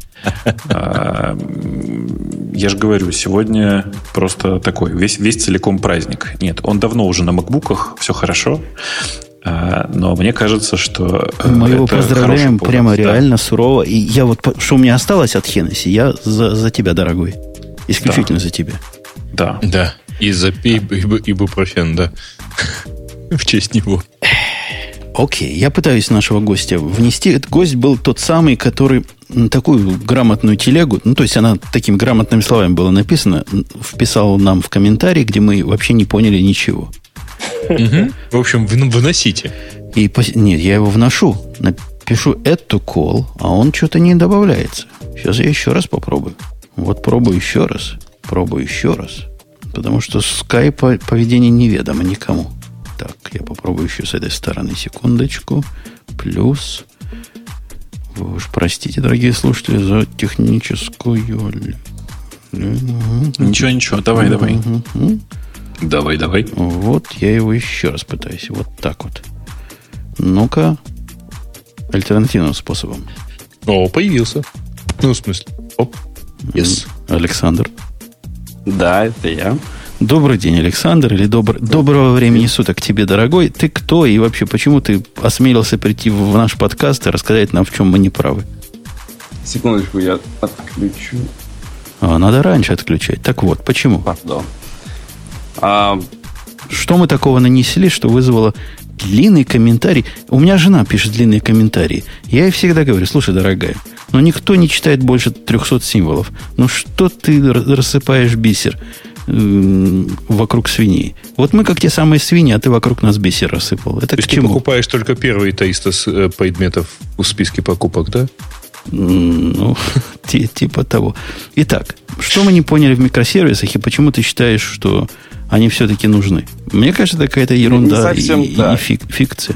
Я же говорю, сегодня просто такой весь целиком праздник. Нет, он давно уже на MacBook'ах, все хорошо. Но мне кажется, что мы его поздравляем прямо реально сурово. И я что у меня осталось от Hennessy, я за тебя, дорогой. Исключительно за тебя. Да. Да. И за ибупрофен, да. В честь него. Окей, я пытаюсь нашего гостя внести. Этот гость был тот самый, который такую грамотную телегу, то есть она такими грамотными словами была написана, вписал нам в комментарий, где мы вообще не поняли ничего. В общем, выносите. Нет, я его вношу. Напишу add to call, а он что-то не добавляется. Сейчас я еще раз попробую. Пробую еще раз. Потому что Skype поведение неведомо никому. Так, я попробую еще с этой стороны. Секундочку. Плюс. Вы уж простите, дорогие слушатели, за техническую... Ничего. Давай. Давай. Вот, я его еще раз пытаюсь. Вот так вот. Ну-ка. Альтернативным способом. О, появился. В смысле. Оп. Yes. Александр. Да, это я. Добрый день, Александр, или доброго времени суток тебе, дорогой. Ты кто и вообще почему ты осмелился прийти в наш подкаст и рассказать нам, в чем мы не правы? Секундочку, я отключу. Надо раньше отключать. Так вот, почему? Пардон. Что мы такого нанесли, что вызвало длинный комментарий? У меня жена пишет длинные комментарии. Я ей всегда говорю: слушай, дорогая, но никто не читает больше 300 символов. Что ты рассыпаешь бисер вокруг свиней? Вот мы как те самые свиньи, а ты вокруг нас бисер рассыпал. Это то к чему? Ты покупаешь только первые 300 предметов в списке покупок, да? Типа того. Итак, что мы не поняли в микросервисах и почему ты считаешь, что они все-таки нужны? Мне кажется, это какая-то ерунда и фикция.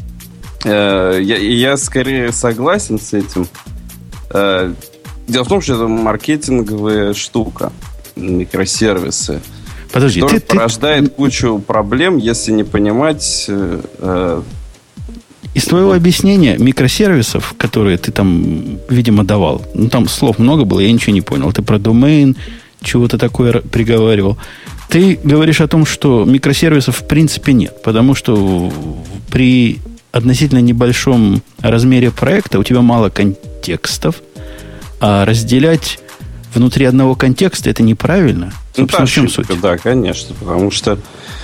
Я скорее согласен с этим. Дело в том, что это маркетинговая штука. Микросервисы. Подожди, который порождает кучу проблем, если не понимать... Из твоего объяснения микросервисов, которые ты там, видимо, давал, там слов много было, я ничего не понял. Ты про домен, чего-то такое приговаривал. Ты говоришь о том, что микросервисов в принципе нет, потому что при относительно небольшом размере проекта у тебя мало контекстов, а разделять внутри одного контекста это неправильно. Собственно, в чем суть? Да, конечно, потому что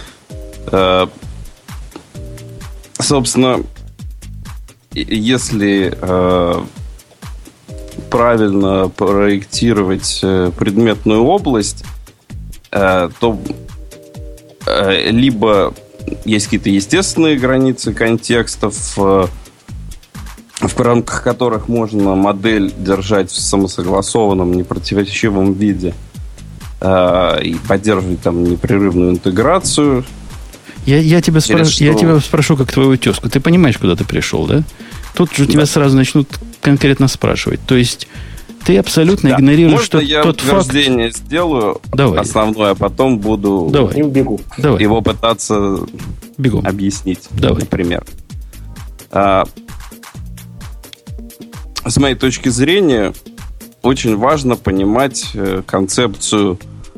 собственно, если правильно проектировать предметную область, то либо есть какие-то естественные границы контекстов, в рамках которых можно модель держать в самосогласованном, непротиворечивом виде и поддерживать там непрерывную интеграцию. Я тебя спрошу, как твою тезку. Ты понимаешь, куда ты пришел, да? Тут же тебя сразу начнут конкретно спрашивать. То есть ты абсолютно игнорируешь Можно я тот факт... утверждение сделаю основное, а потом буду Давай. его пытаться объяснить, например. С моей точки зрения, очень важно понимать концепцию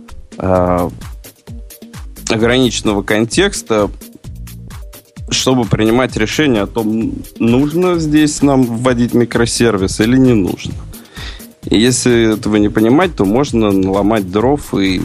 ограниченного контекста, чтобы принимать решение о том, нужно здесь нам вводить микросервис или не нужно. И если этого не понимать, то можно наломать дров и,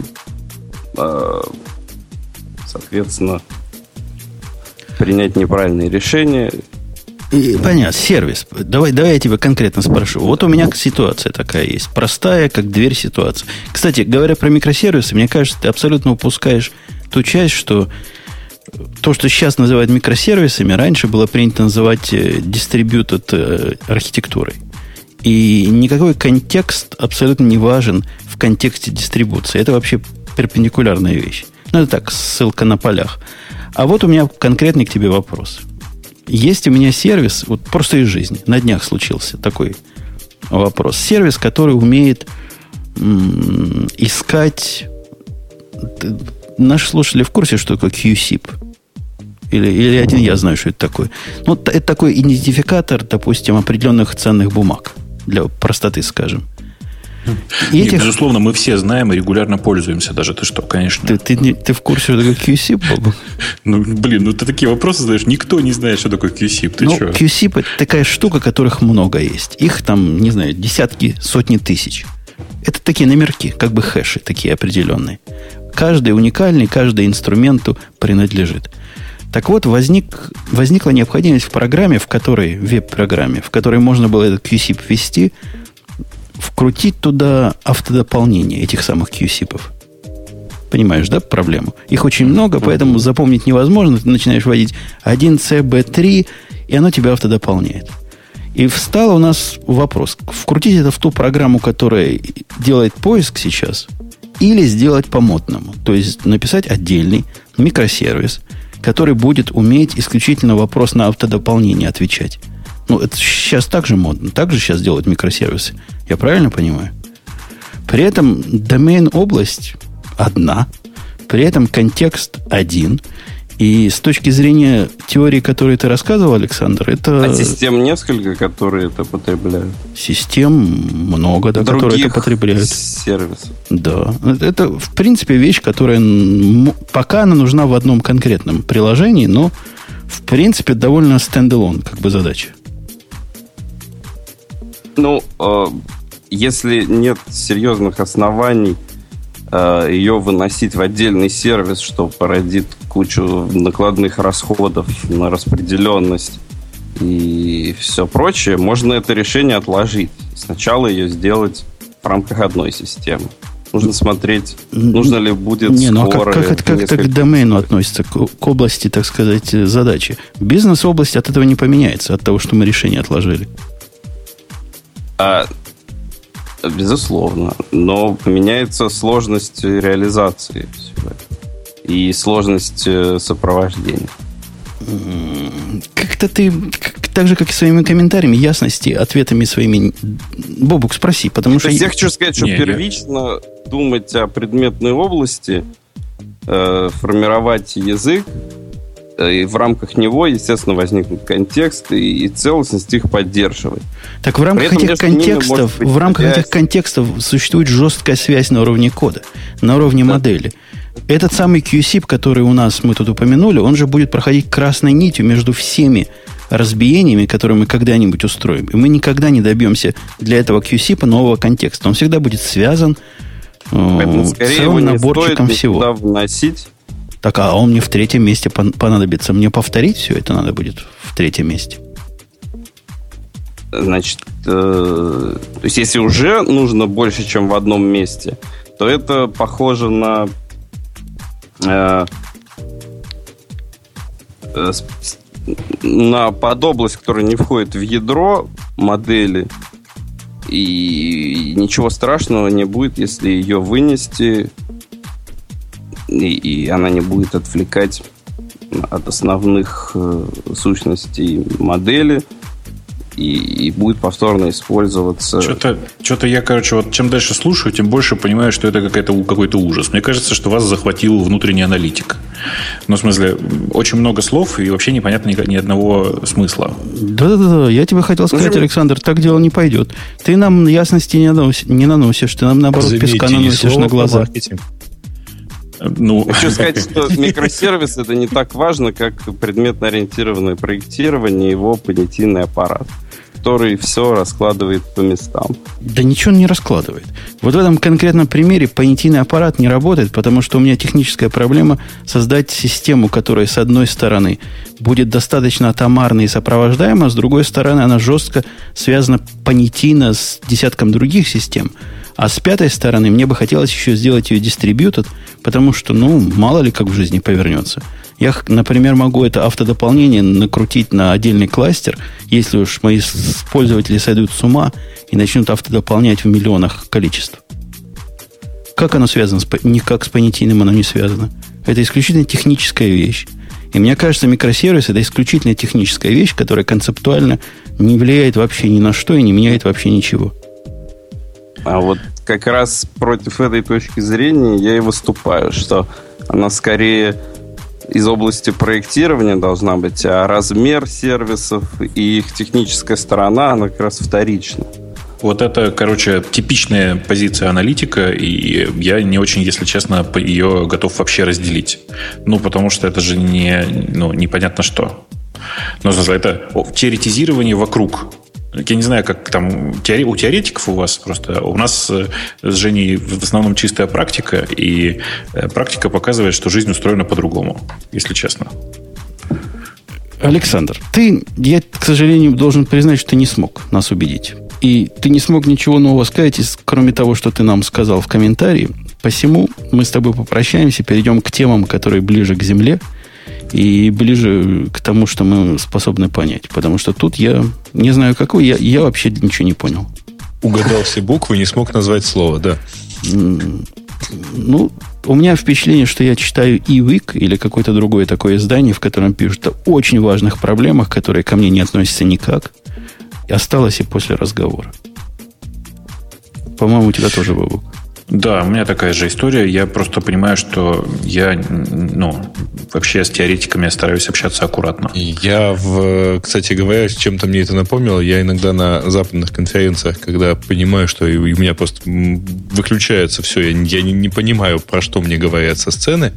соответственно, принять неправильные решения. Понятно, сервис. Давай я тебя конкретно спрошу. Вот у меня ситуация такая есть. Простая, как дверь ситуация. Кстати, говоря про микросервисы, мне кажется, ты абсолютно упускаешь ту часть, что то, что сейчас называют микросервисами, раньше было принято называть distributed архитектурой. И никакой контекст абсолютно не важен в контексте дистрибуции. Это вообще перпендикулярная вещь. Ну, это так, ссылка на полях. А вот у меня конкретный к тебе вопрос. Есть у меня сервис, вот просто из жизни, на днях случился такой вопрос. Сервис, который умеет искать... Наши слушатели в курсе, что такое QSIP? Или один я знаю, что это такое. Ну, это такой идентификатор, допустим, определенных ценных бумаг. Для простоты, скажем. Нет, безусловно, мы все знаем и регулярно пользуемся. Даже ты что, конечно. Ты в курсе, что такое QSIP, Бобу? Ну, блин, ты такие вопросы задаешь. Никто не знает, что такое QSIP. Ты что? QSIP – это такая штука, которых много есть. Их там, не знаю, десятки, сотни тысяч. Это такие номерки, как бы хэши такие определенные. Каждый уникальный, каждый инструменту принадлежит. Так вот, возникла необходимость в программе, веб-программе, в которой можно было этот QSIP ввести, вкрутить туда автодополнение этих самых QSIP-ов. Понимаешь, да, проблему? Их очень много, поэтому запомнить невозможно. Ты начинаешь вводить 1CB3, и оно тебя автодополняет. И встал у нас вопрос. Вкрутить это в ту программу, которая делает поиск сейчас, или сделать по-модному. То есть написать отдельный микросервис, который будет уметь исключительно вопрос на автодополнение отвечать. Ну, это сейчас так же модно. Так же сейчас делают микросервисы. Я правильно понимаю? При этом домен-область одна. При этом контекст один. И с точки зрения теории, которую ты рассказывал, Александр, это... А систем несколько, которые это потребляют? Систем много, да, которые это потребляют. Сервисов. Да. Это, в принципе, вещь, которая пока она нужна в одном конкретном приложении, но, в принципе, довольно стендалон, как бы задача. Ну, если нет серьезных оснований ее выносить в отдельный сервис, что породит кучу накладных расходов на распределенность и все прочее, можно это решение отложить. Сначала ее сделать в рамках одной системы. Нужно смотреть, нужно ли будет скоро... Как это к домену относится, к области, так сказать, задачи? Бизнес-область от этого не поменяется, от того, что мы решение отложили. Безусловно. Но поменяется сложность реализации всего этого. И сложность сопровождения. Как-то ты, так же, как и своими комментариями, ясности, ответами своими... Бобук, спроси, потому что... Я хочу сказать, что первично думать о предметной области, формировать язык, и в рамках него, естественно, возникнет контекст, и целостность их поддерживать. Так в рамках этих контекстов существует жесткая связь на уровне кода, на уровне модели. Этот самый QSIP, который у нас мы тут упомянули, он же будет проходить красной нитью между всеми разбиениями, которые мы когда-нибудь устроим. И мы никогда не добьемся для этого QSIP нового контекста. Он всегда будет связан целым наборчиком всего. Вносить. Так, а он мне в третьем месте понадобится. Мне повторить все это надо будет в третьем месте. Значит, то есть если уже нужно больше, чем в одном месте, то это похоже на подобласть, которая не входит в ядро модели. И ничего страшного не будет, если ее вынести, и она не будет отвлекать от основных сущностей модели и будет повторно использоваться. Что-то я, вот чем дальше слушаю, тем больше понимаю, что это какой-то ужас. Мне кажется, что вас захватил внутренний аналитик. Ну, в смысле, очень много слов и вообще непонятно ни одного смысла. Да. Я тебе хотел сказать, Александр, так дело не пойдет. Ты нам ясности не наносишь, ты нам, наоборот, песка наносишь на глаза. Хочу сказать, что микросервис это не так важно, как предметно-ориентированное проектирование, его понятийный аппарат. который все раскладывает по местам. Да ничего он не раскладывает. Вот в этом конкретном примере понятийный аппарат не работает, потому что у меня техническая проблема создать систему, которая с одной стороны будет достаточно атомарной и сопровождаема, а с другой стороны она жестко связана понятийно с десятком других систем. А с пятой стороны мне бы хотелось еще сделать ее distributed, потому что, мало ли как в жизни повернется. Я, например, могу это автодополнение накрутить на отдельный кластер, если уж мои пользователи сойдут с ума и начнут автодополнять в миллионах количеств. Как оно связано? Никак с понятийным оно не связано. Это исключительно техническая вещь. И мне кажется, микросервис – это исключительно техническая вещь, которая концептуально не влияет вообще ни на что и не меняет вообще ничего. А вот как раз против этой точки зрения я и выступаю, что она скорее из области проектирования должна быть, а размер сервисов и их техническая сторона, она как раз вторична. Вот это, типичная позиция аналитика, и я не очень, если честно, ее готов вообще разделить. Потому что это же непонятно что. Это теоретизирование вокруг. Я не знаю, как там у теоретиков у вас просто. У нас с Женей в основном чистая практика, и практика показывает, что жизнь устроена по-другому, если честно. Александр, я, к сожалению, должен признать, что ты не смог нас убедить. И ты не смог ничего нового сказать, кроме того, что ты нам сказал в комментарии. Посему мы с тобой попрощаемся, перейдем к темам, которые ближе к земле и ближе к тому, что мы способны понять. Потому что тут я не знаю, какой, я вообще ничего не понял. Угадал все буквы, не смог назвать слово, да. У меня впечатление, что я читаю eWeek или какое-то другое такое издание, в котором пишут о очень важных проблемах, которые ко мне не относятся никак. И осталось и после разговора. По-моему, у тебя тоже, Бобук. Да, у меня такая же история. Я просто понимаю, что я, вообще с теоретиками я стараюсь общаться аккуратно. Я, кстати говоря, чем-то мне это напомнило. Я иногда на западных конференциях, когда понимаю, что у меня просто выключается все, я не понимаю, про что мне говорят со сцены.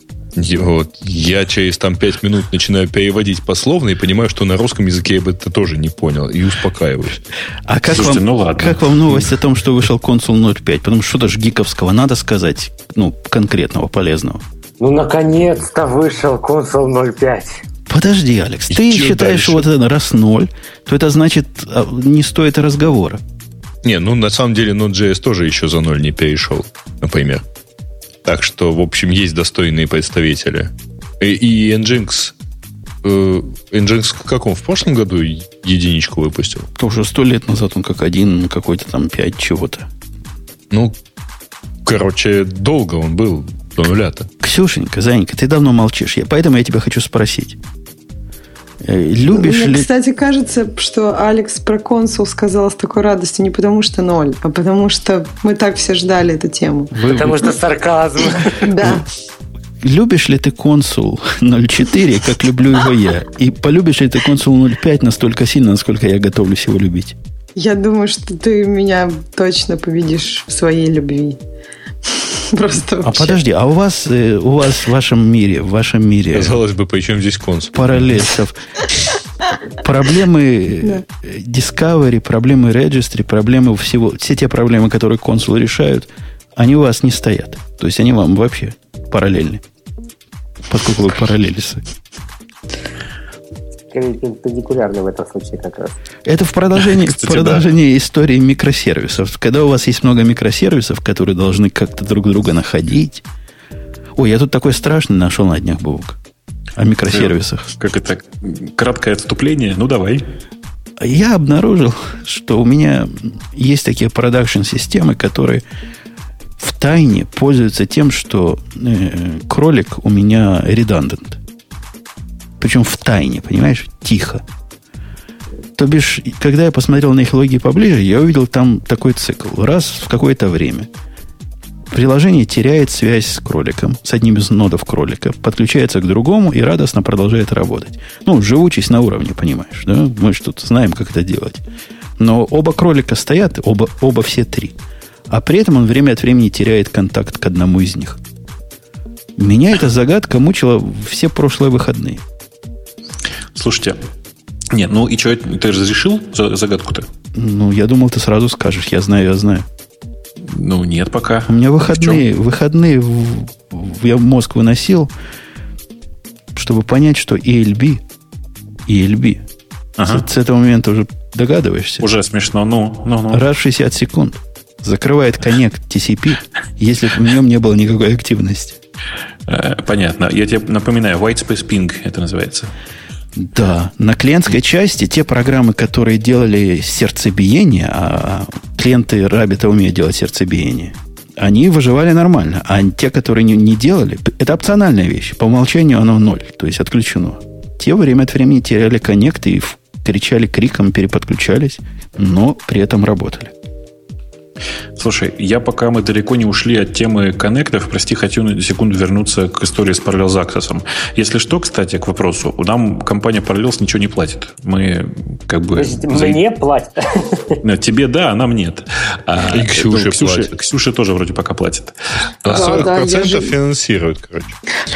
Я через 5 минут начинаю переводить пословно и понимаю, что на русском языке я бы это тоже не понял. И успокаиваюсь. А как, как вам новость о том, что вышел консул 0.5? Потому что что-то ж гиковского надо сказать, конкретного, полезного. Наконец-то вышел консул 0.5. Подожди, Алекс, ты считаешь, что вот это раз 0, то это значит, не стоит разговора. Не, на самом деле Node.js тоже еще за 0 не перешел, например. Так что, в общем, есть достойные представители. И Nginx в каком? В прошлом году единичку выпустил? Тоже 100 лет назад он как один, какой-то там 5 чего-то. Долго он был до нуля-то. Ксюшенька, Занька, ты давно молчишь. Поэтому я тебя хочу спросить. Любишь Мне, ли... кстати, кажется, что Алекс про консул сказал с такой радостью не потому что 0, а потому что мы так все ждали эту тему. Потому что сарказм. Да. Любишь ли ты консул 0.4, как люблю его я? И полюбишь ли ты консул 0.5 настолько сильно, насколько я готовлюсь его любить? Я думаю, что ты меня точно победишь в своей любви. Просто вообще. Подожди, у вас в вашем мире... Казалось бы, причем здесь консул? Параллельцев. Проблемы Discovery, проблемы Registry, проблемы всего... Все те проблемы, которые консул решают, они у вас не стоят. То есть они вам вообще параллельны. Поскольку вы параллелисы. Перпендикулярны в этом случае как раз. Это в продолжении истории микросервисов. Когда у вас есть много микросервисов, которые должны как-то друг друга находить. Ой, я тут такой страшный нашел на днях, Бог. О микросервисах. Как это? Краткое отступление? Давай. Я обнаружил, что у меня есть такие продакшн-системы, которые в тайне пользуются тем, что кролик у меня redundant. Причем в тайне, понимаешь? Тихо. То бишь, когда я посмотрел на их логи поближе, я увидел там такой цикл. Раз в какое-то время приложение теряет связь с кроликом, с одним из нодов кролика, подключается к другому и радостно продолжает работать. Живучесть на уровне, понимаешь, да? Мы же тут знаем, как это делать. Но оба кролика стоят, оба все три. А при этом он время от времени теряет контакт к одному из них. Меня эта загадка мучила все прошлые выходные. Слушайте, Нет, ну и что, ты разрешил загадку-то? Ну, я думал, ты сразу скажешь. Я знаю. Ну, нет пока. У меня выходные я мозг выносил, чтобы понять, что ELB, с этого момента уже догадываешься. Уже смешно, ну. Раз в 60 секунд закрывает коннект TCP, если в нем не было никакой активности. Понятно. Я тебе напоминаю, White Space Ping это называется. Да, на клиентской части те программы, которые делали сердцебиение, а клиенты Rabbit умеют делать сердцебиение, они выживали нормально. А те, которые не делали, это опциональная вещь. По умолчанию оно 0, то есть отключено. Те время от времени теряли коннект и кричали криком, переподключались, но при этом работали. Слушай, пока мы далеко не ушли от темы коннектов, хочу на секунду вернуться к истории с Parallels Access. Если что, кстати, к вопросу, нам компания Parallels ничего не платит. Мы Мне платят? Тебе да, а нам нет. И Ксюше платит. Ксюше тоже вроде пока платит. 40% финансируют, короче.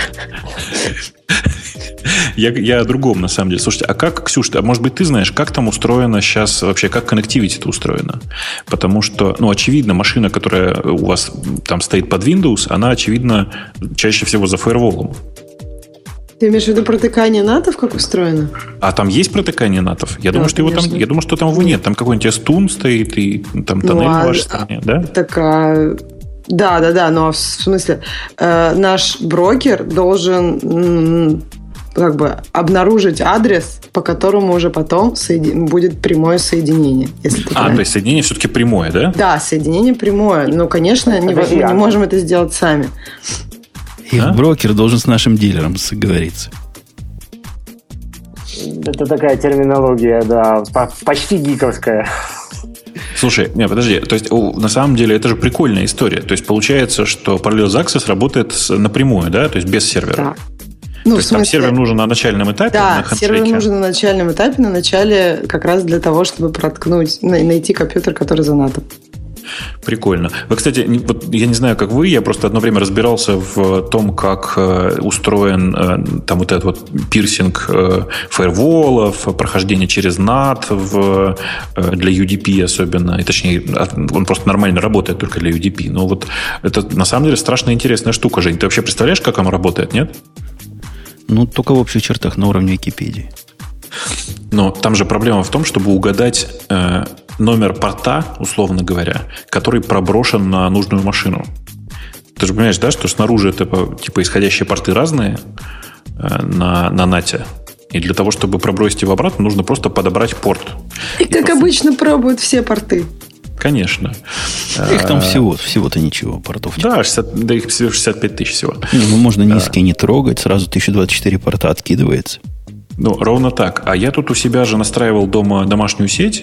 Я о другом, на самом деле. Слушайте, а как, Ксюша, может быть, ты знаешь, как там устроено сейчас вообще, как connectivity-то устроено? Потому что, очевидно, машина, которая у вас там стоит под Windows, она, очевидно, чаще всего за фаерволом. Ты имеешь в виду протыкание натов, как устроено? А там есть протыкание натов? Я думаю, что там его нет. Там какой-нибудь S-Tune стоит, и там тоннель на вашей стороне, да? Да, но в смысле, наш брокер должен обнаружить адрес, по которому уже потом будет прямое соединение. То есть соединение все-таки прямое, да? Да, соединение прямое. Но, конечно, мы не можем это сделать сами. Их брокер должен с нашим дилером договориться. Это такая терминология, да, почти гиковская. Слушай, подожди, то есть на самом деле это же прикольная история. То есть получается, что Parallels Access работает напрямую, да, то есть без сервера. Да. То есть там сервер нужен на начальном этапе? Да, сервер нужен на начальном этапе, на начале как раз для того, чтобы найти компьютер, который за НАТО. Прикольно. Вы, кстати, я не знаю, как вы, я просто одно время разбирался в том, как устроен там вот этот пирсинг фаерволов, прохождение через NAT для UDP особенно. И, точнее, он просто нормально работает только для UDP. Но вот это на самом деле страшно интересная штука, Жень. Ты вообще представляешь, как он работает, нет? Только в общих чертах, на уровне Википедии. Но там же проблема в том, чтобы угадать номер порта, условно говоря, который проброшен на нужную машину. Ты же понимаешь, да, что снаружи это типа исходящие порты разные на NAT. И для того, чтобы пробросить его обратно, нужно просто подобрать порт. И как обычно пробуют все порты. Конечно. Их там всего-то ничего, портов. Да, их всего 65 тысяч всего. Можно низкие не трогать, сразу 1024 порта откидывается. Ровно так. А я тут у себя же настраивал дома домашнюю сеть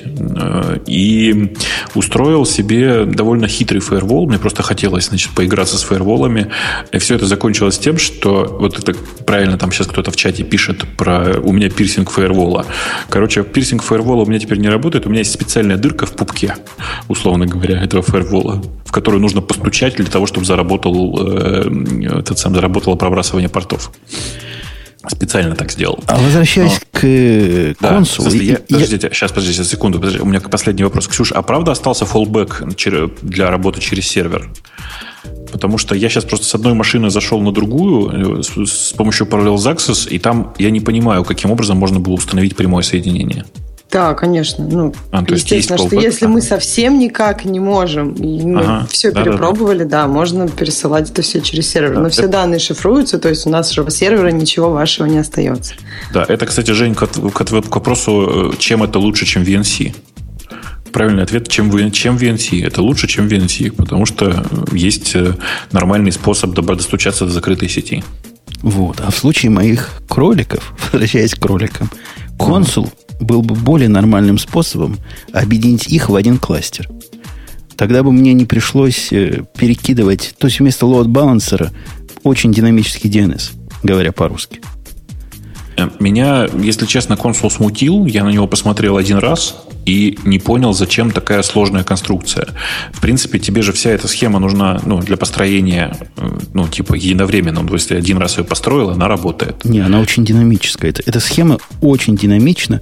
и устроил себе довольно хитрый фаервол. Мне просто хотелось, поиграться с фаерволами. И все это закончилось тем, что вот это правильно там сейчас кто-то в чате пишет про у меня пирсинг фаервола. Короче, пирсинг фаервола у меня теперь не работает. У меня есть специальная дырка в пупке, условно говоря, этого фаервола, в которую нужно постучать для того, чтобы заработало пробрасывание портов. Специально так сделал. А возвращаясь к консулу... Подождите секунду. У меня последний вопрос. Ксюша, а правда остался фоллбэк для работы через сервер? Потому что я сейчас просто с одной машины зашел на другую с помощью Parallels Access, и там я не понимаю, каким образом можно было установить прямое соединение. Да, конечно. Естественно, что если мы совсем никак не можем, и мы все перепробовали, можно пересылать это все через сервер. Но все данные шифруются, то есть у нас же сервера ничего вашего не остается. Да, это, кстати, Жень, к вопросу, чем это лучше, чем VNC. Правильный ответ, чем VNC. Это лучше, чем VNC, потому что есть нормальный способ достучаться до закрытой сети. А в случае моих кроликов, возвращаясь к кроликам, консул был бы более нормальным способом объединить их в один кластер. Тогда бы мне не пришлось перекидывать, то есть вместо лоуд-балансера очень динамический DNS, говоря по-русски. Меня, если честно, консул смутил. Я на него посмотрел один раз и не понял, зачем такая сложная конструкция. В принципе, тебе же вся эта схема нужна для построения единовременно. То есть ты один раз ее построил, она работает. Не, она очень динамическая. Эта схема очень динамична.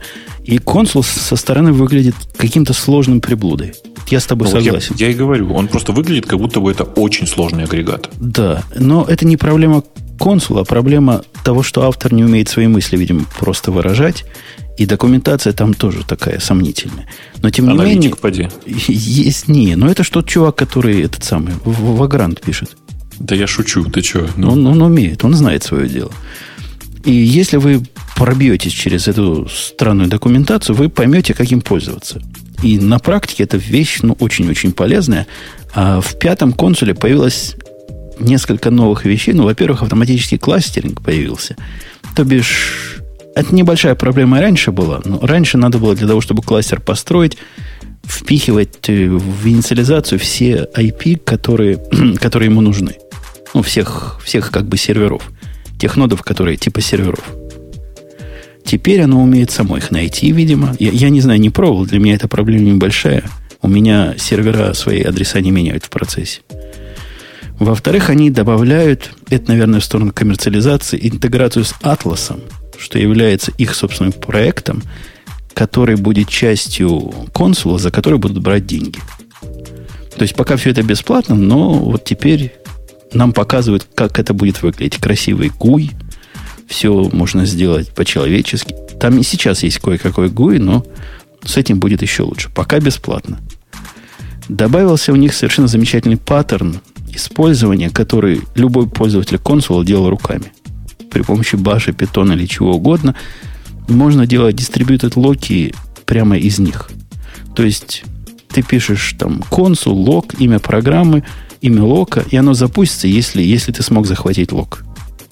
И консул со стороны выглядит каким-то сложным приблудой. Я с тобой согласен. Я и говорю, он просто выглядит, как будто бы это очень сложный агрегат. Да, но это не проблема консула, а проблема того, что автор не умеет свои мысли, видимо, просто выражать. И документация там тоже такая сомнительная. Но тем не менее... Поди. Есть не. Но это что чувак, который этот самый Vagrant пишет. Да я шучу, ты что? Он умеет, он знает свое дело. И если вы пробьетесь через эту странную документацию, вы поймете, как им пользоваться. И на практике эта вещь очень-очень полезная. А в 5-м консуле появилось несколько новых вещей. Во-первых, автоматический кластеринг появился. То бишь, это небольшая проблема и раньше была. Но раньше надо было для того, чтобы кластер построить, впихивать в инициализацию все IP, которые ему нужны. Всех как бы серверов. Тех нодов, которые типа серверов. Теперь оно умеет само их найти, видимо. Я не знаю, не пробовал. Для меня эта проблема небольшая. У меня сервера свои адреса не меняют в процессе. Во-вторых, они добавляют, это, наверное, в сторону коммерциализации, интеграцию с Atlas, что является их собственным проектом, который будет частью консула, за который будут брать деньги. То есть пока все это бесплатно, но вот теперь нам показывают, как это будет выглядеть. Красивый GUI. Все можно сделать по-человечески. Там и сейчас есть кое-какой GUI, но с этим будет еще лучше. Пока бесплатно. Добавился у них совершенно замечательный паттерн использования, который любой пользователь консула делал руками. При помощи баша, Python или чего угодно можно делать distributed локи прямо из них. То есть ты пишешь там консул, лог, имя программы, имя лока, и оно запустится, если ты смог захватить лог.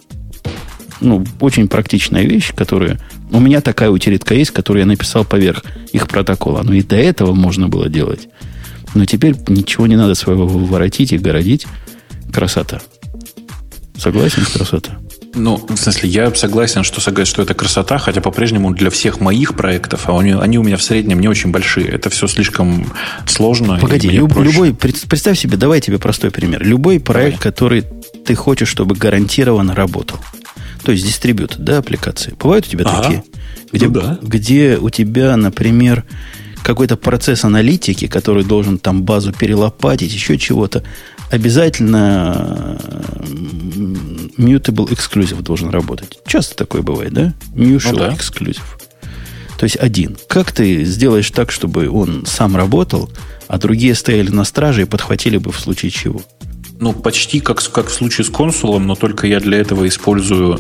Очень практичная вещь, которая... У меня такая утилитка есть, которую я написал поверх их протокола. И до этого можно было делать. Но теперь ничего не надо своего воротить и городить. Красота. Согласен, красота? В смысле, я согласен, что это красота, хотя по-прежнему для всех моих проектов, они у меня в среднем не очень большие. Это все слишком сложно. Погоди, любой, представь себе, давай я тебе простой пример. Любой проект, который ты хочешь, чтобы гарантированно работал. То есть дистрибьют, аппликации. Бывают у тебя такие? Где у тебя, например, какой-то процесс аналитики, который должен там базу перелопатить, еще чего-то, обязательно mutable exclusive должен работать. Часто такое бывает, да? Mutual exclusive. То есть один. Как ты сделаешь так, чтобы он сам работал, а другие стояли на страже и подхватили бы в случае чего? Почти как в случае с консулом, но только я для этого использую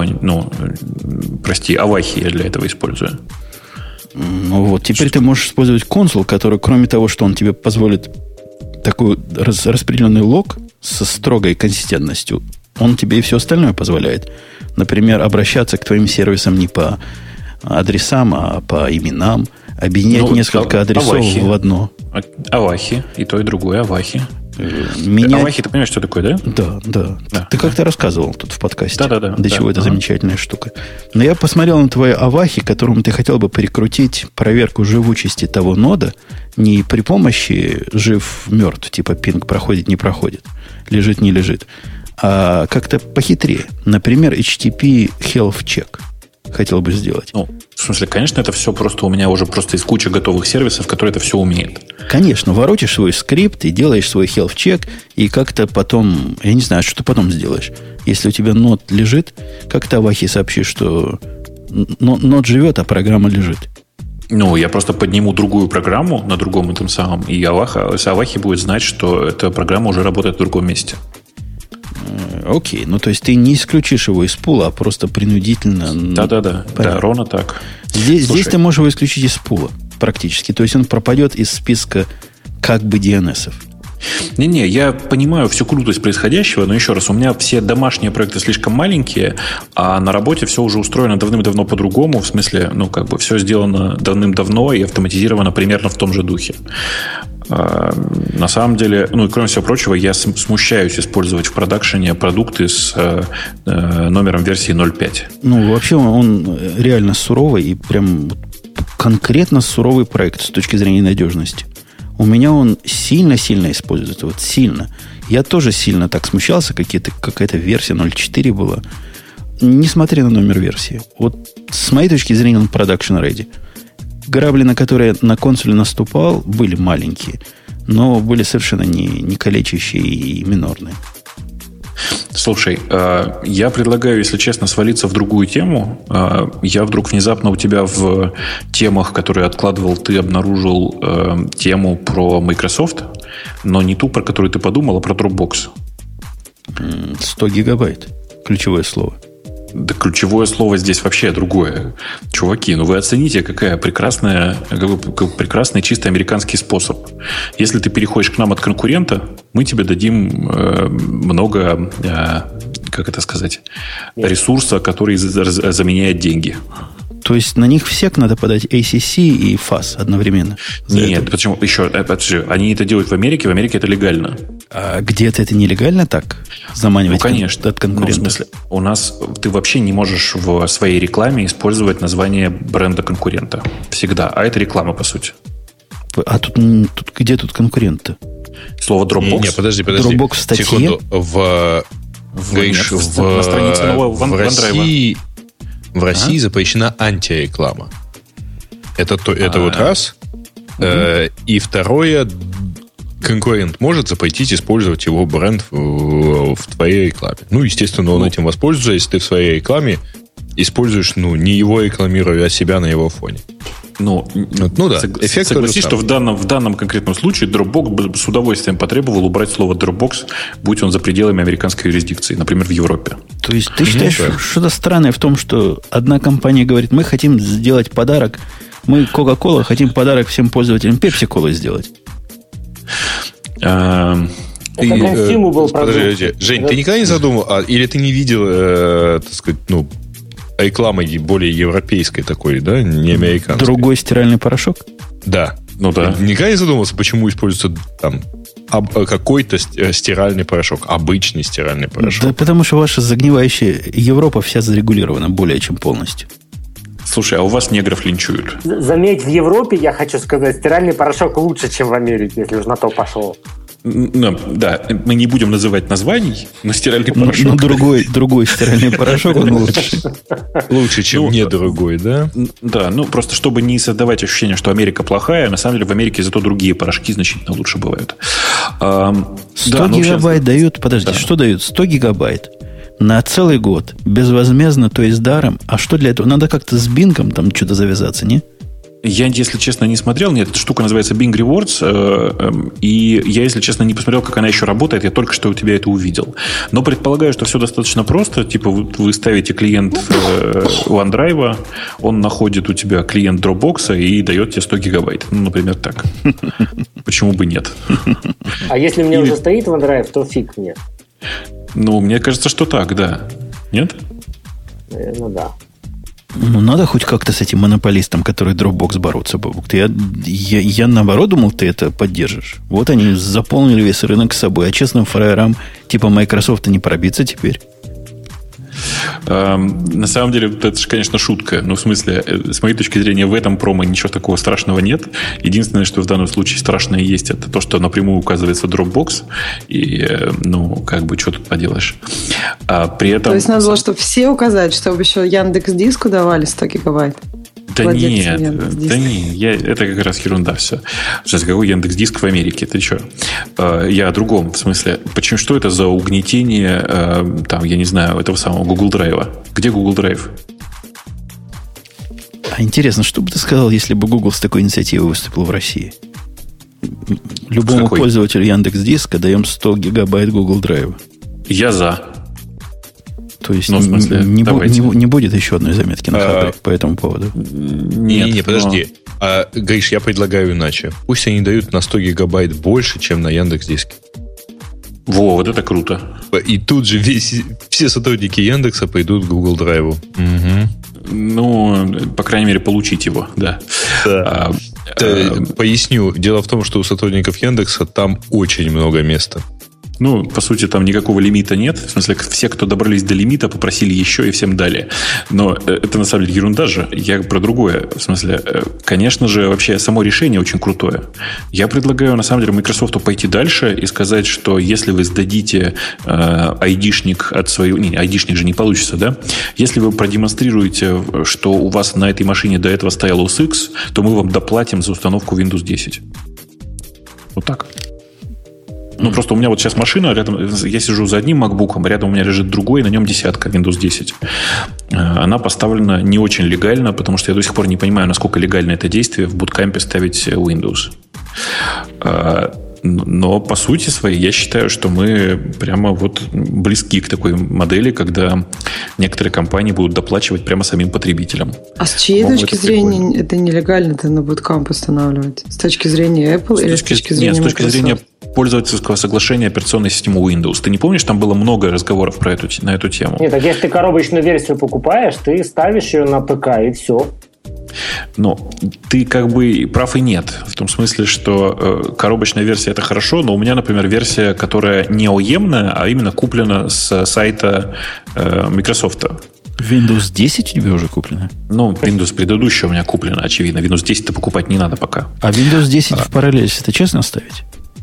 авахи я для этого использую. Теперь ты можешь использовать консул, который, кроме того, что он тебе позволит такой распределенный лог со строгой консистентностью, он тебе и все остальное позволяет. Например, обращаться к твоим сервисам не по адресам, а по именам, объединять несколько адресов в одно. Авахи, и то, и другое, авахи. Авахи, ты понимаешь, что такое, да? Да. Ты как-то рассказывал тут в подкасте. Да. До чего это замечательная штука. Но я посмотрел на твои авахи, которому ты хотел бы прикрутить проверку живучести того нода не при помощи жив-мертв, типа пинг проходит, не проходит, лежит, не лежит, а как-то похитрее. Например, HTTP health check хотел бы сделать. В смысле, конечно, это все просто у меня уже просто из кучи готовых сервисов, которые это все умеют. Конечно, воротишь свой скрипт и делаешь свой health check, и как-то потом, я не знаю, что ты потом сделаешь. Если у тебя нод лежит, как ты авахе сообщишь, что нод живет, а программа лежит? Я просто подниму другую программу на другом этом самом, и авахи будет знать, что эта программа уже работает в другом месте. Окей, то есть ты не исключишь его из пула, а просто принудительно... Да, ровно так. Здесь ты можешь его исключить из пула практически. То есть он пропадет из списка как бы DNS-ов. Не, я понимаю всю крутость происходящего, но еще раз, у меня все домашние проекты слишком маленькие, а на работе все уже устроено давным-давно по-другому, в смысле, все сделано давным-давно и автоматизировано примерно в том же духе. На самом деле, и кроме всего прочего, я смущаюсь использовать в продакшене продукты с номером версии 0.5. Вообще он реально суровый и прям конкретно суровый проект с точки зрения надежности. У меня он сильно-сильно используется. Сильно. Я тоже сильно так смущался. Какая-то версия 0.4 была. Несмотря на номер версии. С моей точки зрения он production ready. грабли, на которые на консоли наступал, были маленькие, но были совершенно не калечащие и минорные. Слушай, я предлагаю, если честно, свалиться в другую тему. Я вдруг внезапно у тебя в темах, которые откладывал, ты обнаружил тему про Microsoft, но не ту, про которую ты подумал, а про Dropbox. 100 гигабайт. Ключевое слово. Да ключевое слово здесь вообще другое. Чуваки, ну вы оцените, какой прекрасный чисто американский способ. Если ты переходишь к нам от конкурента, мы тебе дадим много, как это сказать, ресурса, который заменяет деньги. То есть на них всех надо подать ACC и FAS одновременно? Нет, почему? Еще, они это делают в Америке это легально. А где-то это нелегально так? Заманивать конечно. От конкурента? Ну, в смысле, у нас ты вообще не можешь в своей рекламе использовать название бренда конкурента. Всегда. А это реклама, по сути. А тут где тут конкурент-то? Слово Dropbox? Не, подожди. Dropbox в статье? Секунду. На странице нового OneDrive. В России запрещена антиреклама. Это вот раз. И второе, конкурент может запретить использовать его бренд в твоей рекламе. Ну, естественно, он этим воспользуется, если ты в своей рекламе используешь, не его рекламируя, а себя на его фоне. Да. Эффект согласись, что в данном конкретном случае Dropbox с удовольствием потребовал убрать слово Dropbox, будь он за пределами американской юрисдикции, например, в Европе. То есть ты считаешь, что-то странное в том, что одна компания говорит, мы хотим сделать подарок, мы, Coca-Cola, хотим подарок всем пользователям Pepsi-Cola сделать? Подожди, Жень, ты никогда не задумал, или ты не видел, так сказать, рекламы более европейской такой, да, не американской? Другой стиральный порошок? Да. Ну да. Никогда не задумывался, почему используется там какой-то стиральный порошок, обычный стиральный порошок? Да потому что ваша загнивающая Европа вся зарегулирована более чем полностью. Слушай, а у вас негров линчуют? Заметь, в Европе, я хочу сказать, стиральный порошок лучше, чем в Америке, если уж на то пошло. Да, мы не будем называть названий, но стиральный порошок... Но другой стиральный порошок, он лучше. Лучше, чем не другой, да? Да, просто чтобы не создавать ощущение, что Америка плохая, на самом деле в Америке зато другие порошки значительно лучше бывают. 100 гигабайт дают, подожди, что дают? 100 гигабайт на целый год, безвозмездно, то есть даром. А что для этого? Надо как-то с Бингом там что-то завязаться, не? Я, если честно, не смотрел. Нет, эта штука называется Bing Rewards. И я, если честно, не посмотрел, как она еще работает. Я только что у тебя это увидел. Но предполагаю, что все достаточно просто. Типа вы ставите клиент OneDrive, он находит у тебя клиент Dropbox и дает тебе 100 гигабайт. Например, так. Почему бы нет? А если у меня уже стоит OneDrive, то фиг мне. Мне кажется, что так, да. Нет? Да. Надо хоть как-то с этим монополистом, который Dropbox бороться, Бобук. Я наоборот думал, ты это поддержишь. Вот они заполнили весь рынок с собой, а честным фраерам типа Microsoft не пробиться теперь. На самом деле, это же, конечно, шутка. В смысле, с моей точки зрения, в этом промо ничего такого страшного нет. Единственное, что в данном случае страшное есть, это то, что напрямую указывается Dropbox. И, что тут поделаешь. При этом... То есть надо было, чтобы все указать, чтобы еще Яндекс.Диску давали 100 гигабайт? Да нет, это как раз ерунда все. Сейчас какой Яндекс.Диск в Америке? Ты что? Я о другом, в смысле, что это за угнетение, я не знаю, этого самого Google Drive? Где Google Drive? А интересно, что бы ты сказал, если бы Google с такой инициативой выступил в России? Любому пользователю Яндекс.Диска даем 100 гигабайт Google Drive. Я за. То есть не будет еще одной заметки на Хабре по этому поводу? Не, подожди. Гриш, я предлагаю иначе. Пусть они дают на 100 гигабайт больше, чем на Яндекс.Диске. Вот это круто. И тут же все сотрудники Яндекса пойдут к Google Drive. По крайней мере, получить его, да. Поясню. Дело в том, что у сотрудников Яндекса там очень много места. Ну, по сути, там никакого лимита нет. В смысле, все, кто добрались до лимита, попросили еще и всем дали. Но это на самом деле ерунда же. Я про другое. В смысле, конечно же, вообще само решение очень крутое. Я предлагаю, на самом деле, Microsoft пойти дальше и сказать, что если вы сдадите айдишник от своего... Не, айдишник же не получится, да? Если вы продемонстрируете, что у вас на этой машине до этого стоял OS X, то мы вам доплатим за установку Windows 10. Вот так. Ну, просто у меня вот сейчас машина, рядом, я сижу за одним MacBook'ом, рядом у меня лежит другой, на нем 10 Windows 10. Она поставлена не очень легально, потому что я до сих пор не понимаю, насколько легально это действие в буткампе ставить Windows. Но по сути своей я считаю, что мы прямо вот близки к такой модели, когда некоторые компании будут доплачивать прямо самим потребителям. А с чьей точки зрения это нелегально-то на буткамп устанавливать? С точки зрения Apple или с точки зрения Microsoft? Нет, с точки зрения пользовательского соглашения операционной системы Windows. Ты не помнишь, там было много разговоров на эту тему? Нет, так если ты коробочную версию покупаешь, ты ставишь ее на ПК и все. Но ты как бы прав и нет. В том смысле, что коробочная версия это хорошо, но у меня, например, версия, которая не OEM-ная, а именно куплена с сайта Microsoft. Windows 10 у тебя уже куплено? Ну, Windows предыдущая у меня куплена, очевидно. Windows 10-то покупать не надо пока. А Windows 10 в параллель, это честно ставить?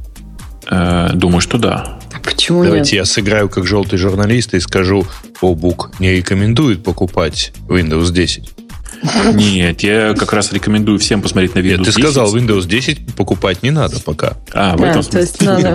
Думаю, что да. Почему Давайте нет? я сыграю как желтый журналист и скажу, Бобук не рекомендует покупать Windows 10. Нет, я как раз рекомендую всем посмотреть на Windows 10. Нет, ты сказал, Windows 10 покупать не надо пока. В этом смысле.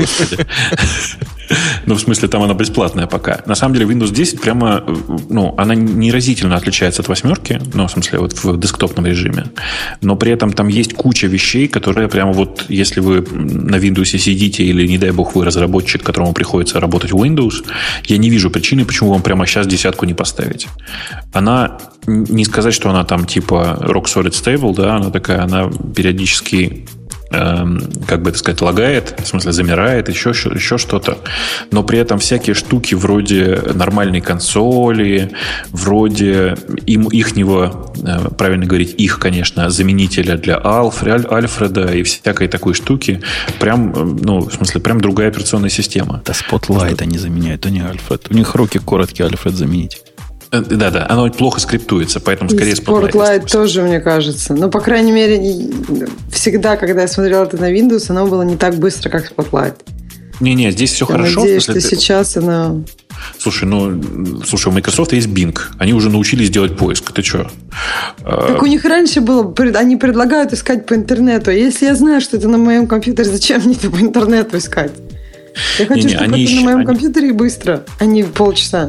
Ну, в смысле, там она бесплатная пока. На самом деле, Windows 10 прямо, ну, она неразительно отличается от восьмерки, ну, в смысле, вот в десктопном режиме. Но при этом там есть куча вещей, которые прямо вот, если вы на Windows сидите или, не дай бог, вы разработчик, которому приходится работать в Windows, я не вижу причины, почему вам прямо сейчас десятку не поставить. Она, не сказать, что она там типа rock solid stable, да, она такая, она периодически... как бы это сказать, лагает, в смысле замирает, еще что-то. Но при этом всякие штуки вроде нормальной консоли, вроде ихнего, правильно говорить, их, конечно, заменителя для Альфреда и всякой такой штуки, прям, ну, в смысле, прям другая операционная система. Да Spotlight они заменяют, а не Альфред. У них руки короткие Альфред заменить. Да, оно плохо скриптуется, поэтому скорее Spotlight тоже, мне кажется. Но, по крайней мере, всегда, когда я смотрела это на Windows, оно было не так быстро, как Spotlight. Не, здесь все хорошо. Надеюсь, что сейчас оно... Слушай, у Microsoft есть Bing. Они уже научились делать поиск. Ты что? Так у них раньше было... Они предлагают искать по интернету. Если я знаю, что это на моем компьютере, зачем мне это по интернету искать? Я хочу, чтобы это на моем компьютере и быстро, а не полчаса.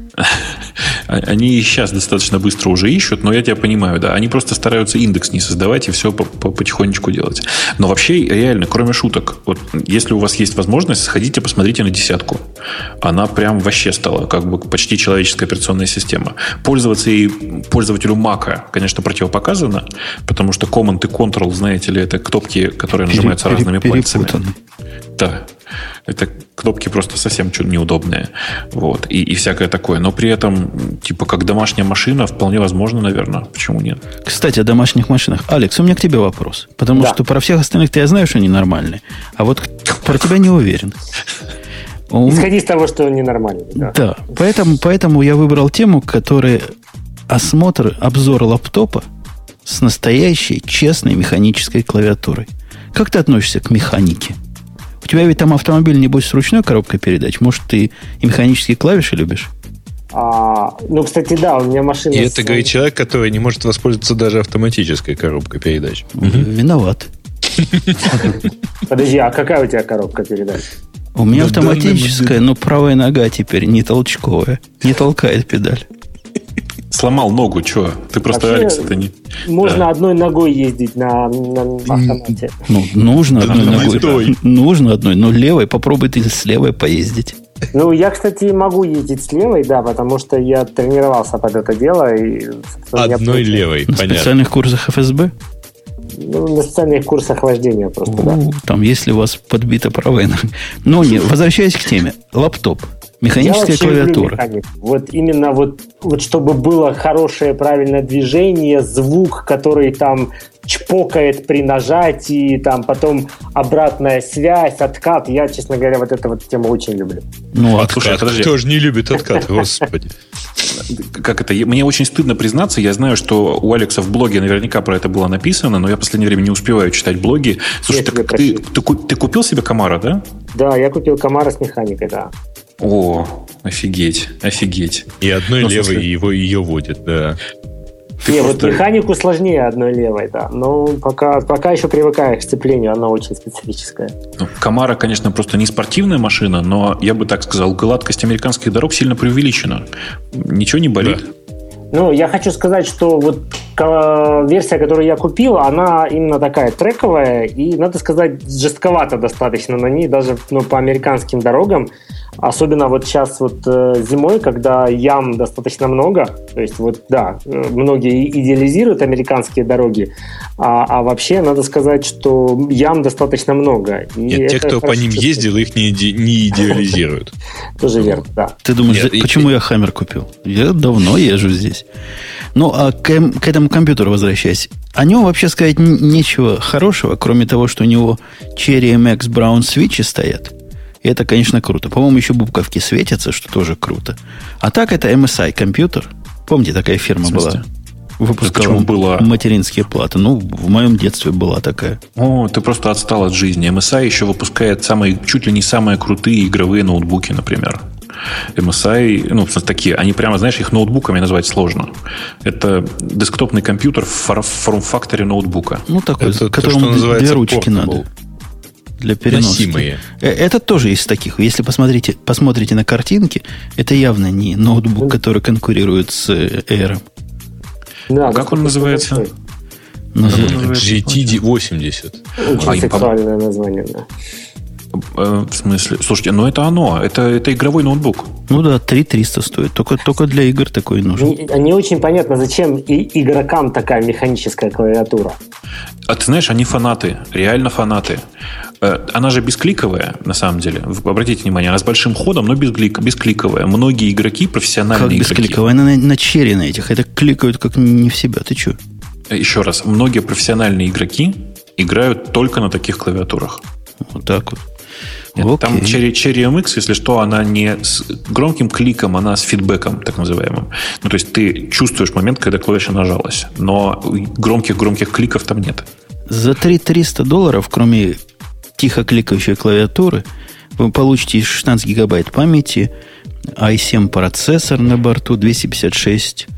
Они и сейчас достаточно быстро уже ищут, но я тебя понимаю, да. Они просто стараются индекс не создавать и все потихонечку делать. Но вообще, реально, кроме шуток, вот если у вас есть возможность, сходите, посмотрите на десятку. Она прям вообще стала как бы почти человеческая операционная система. Пользоваться и пользователю Mac, конечно, противопоказано, потому что Command и Control, знаете ли, это кнопки, которые нажимаются разными пальцами. Да. Это кнопки просто совсем неудобные. Вот. И всякое такое. Но при этом, типа, как домашняя машина, вполне возможно, наверное. Почему нет? Кстати, о домашних машинах. Алекс, у меня к тебе вопрос. Потому что про всех остальных-то я знаю, что они нормальные. А вот про тебя не уверен. Исходи из того, что ненормальный. Да. Поэтому я выбрал тему, которая обзор лаптопа с настоящей, честной механической клавиатурой. Как ты относишься к механике? У тебя ведь там автомобиль, небось, с ручной коробкой передач. Может, ты и механические клавиши любишь? Ну, кстати, да, у меня машина... И это говорит человек, который не может воспользоваться даже автоматической коробкой передач. Виноват. Подожди, а какая у тебя коробка передач? У меня автоматическая, но правая нога теперь не толчковая. Не толкает педаль. Сломал ногу, что? Ты просто, вообще, Алекс, это не... Можно одной ногой ездить на автомате. Ну, нужно одной ногой. Нужно одной, но левой попробуй ты с левой поездить. Ну, я, кстати, могу ездить с левой, да, потому что я тренировался под это дело. И, одной левой, на понятно. Специальных курсах ФСБ? Ну, на специальных курсах вождения просто, да. Там, если у вас подбита правая нога. Но не, возвращаясь к теме. Лаптоп. Механическая клавиатура. Вот именно вот чтобы было хорошее правильное движение, звук, который там чпокает при нажатии, там потом обратная связь, откат. Я, честно говоря, вот эту вот тему очень люблю. Ну, откат. Кто же не любит откат, господи. Как это? Мне очень стыдно признаться. Я знаю, что у Алекса в блоге наверняка про это было написано, но я в последнее время не успеваю читать блоги. Слушай, ты купил себе Камара, да? Да, я купил Камара с механикой, да. О, офигеть. И одной левой ее водит, да. Вот механику сложнее одной левой, да. Но пока еще привыкаю к сцеплению, она очень специфическая. Камара, конечно, просто не спортивная машина, но я бы так сказал, гладкость американских дорог сильно преувеличена. Ничего не болит? Да. Ну, я хочу сказать, что вот версия, которую я купил, она именно такая трековая и, надо сказать, жестковато достаточно на ней, даже по американским дорогам. Особенно вот сейчас вот зимой, когда ям достаточно много. То есть вот, да, многие идеализируют американские дороги, а вообще надо сказать, что ям достаточно много. И нет, те, кто по ним ездил, их не идеализируют. Тоже верно, да. Ты думаешь, почему я Хаммер купил? Я давно езжу здесь. Ну, а к этому компьютеру возвращаясь, о нем вообще сказать нечего хорошего, кроме того, что у него Cherry MX Brown свитчи стоят. И это, конечно, круто. По-моему, еще буковки светятся, что тоже круто. А так это MSI компьютер. Помните, такая фирма была? Выпускала материнские платы. Ну, в моем детстве была такая. О, ты просто отстал от жизни. MSI еще выпускает чуть ли не самые крутые игровые ноутбуки, например. MSI, в смысле, такие, они прямо, знаешь, их ноутбуками назвать сложно. Это десктопный компьютер в форм-факторе ноутбука. Ну, такой, которому две ручки надо. Для переноски. Носимые. Это тоже из таких. Если посмотрите на картинки, это явно не ноутбук, который конкурирует с Air. Да, как он называется? GT80. Очень сексуальное название, да. В смысле? Слушайте, это оно. Это игровой ноутбук. Ну да, 3300 стоит. Только для игр такой нужен. Не очень понятно, зачем игрокам такая механическая клавиатура. А ты знаешь, они фанаты. Реально фанаты. Она же бескликовая, на самом деле. Обратите внимание, она с большим ходом, но бескликовая. Многие игроки, профессиональные игроки... Как бескликовая? Она на черри на этих. Это кликают как не в себя. Ты что? Еще раз. Многие профессиональные игроки играют только на таких клавиатурах. Вот так вот. Нет, там Cherry MX, если что, она не с громким кликом, она с фидбэком, так называемым. Ну, то есть ты чувствуешь момент, когда клавиша нажалась, но громких кликов там нет. За $300, кроме тихо кликающей клавиатуры, вы получите 16 гигабайт памяти, i7 процессор на борту, 256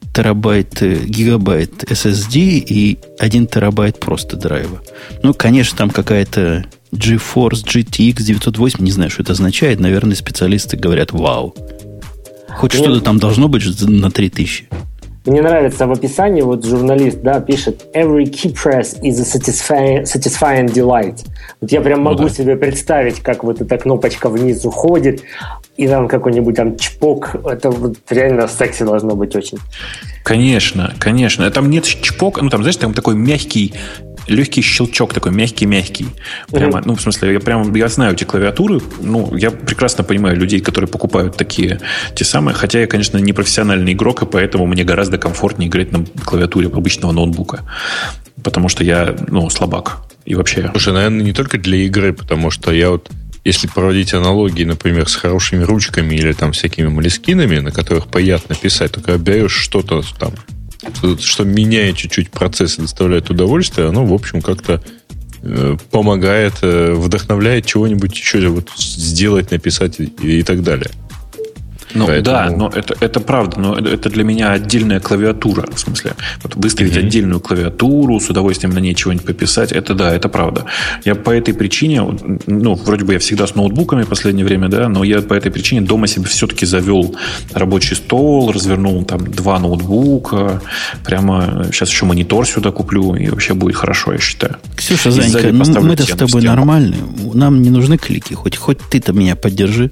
гигабайт SSD и 1 терабайт просто драйва. Ну, конечно, там какая-то GeForce GTX 908, не знаю, что это означает. Наверное, специалисты говорят «Вау». Хоть что-то там должно быть на 3000. Мне нравится в описании, вот журналист, пишет «Every key press is a satisfying delight». Вот я прям могу себе представить, как вот эта кнопочка вниз уходит, и там какой-нибудь там чпок. Это вот реально в сексе должно быть очень. Конечно. Там нет чпок, там, знаешь, там такой мягкий, легкий щелчок такой, мягкий. Прямо, в смысле, я знаю эти клавиатуры, я прекрасно понимаю людей, которые покупают те самые, хотя я, конечно, не профессиональный игрок, и поэтому мне гораздо комфортнее играть на клавиатуре обычного ноутбука, потому что я, слабак. И вообще... Слушай, наверное, не только для игры, потому что я вот, если проводить аналогии, например, с хорошими ручками или там всякими молескинами, на которых приятно писать, только берешь что-то там, что меняет чуть-чуть процесс и доставляет удовольствие, оно, в общем, как-то помогает, вдохновляет чего-нибудь еще сделать, написать и так далее. Поэтому... Да, но это правда, но это для меня отдельная клавиатура, в смысле, выставить отдельную клавиатуру, с удовольствием на ней чего-нибудь пописать, это правда. Я по этой причине, вроде бы я всегда с ноутбуками в последнее время, но я по этой причине дома себе все-таки завел рабочий стол, развернул там 2 ноутбука, прямо сейчас еще монитор сюда куплю, и вообще будет хорошо, я считаю. Ксюша, Занька, мы-то с тобой нормальные, нам не нужны клики, хоть ты-то меня поддержи.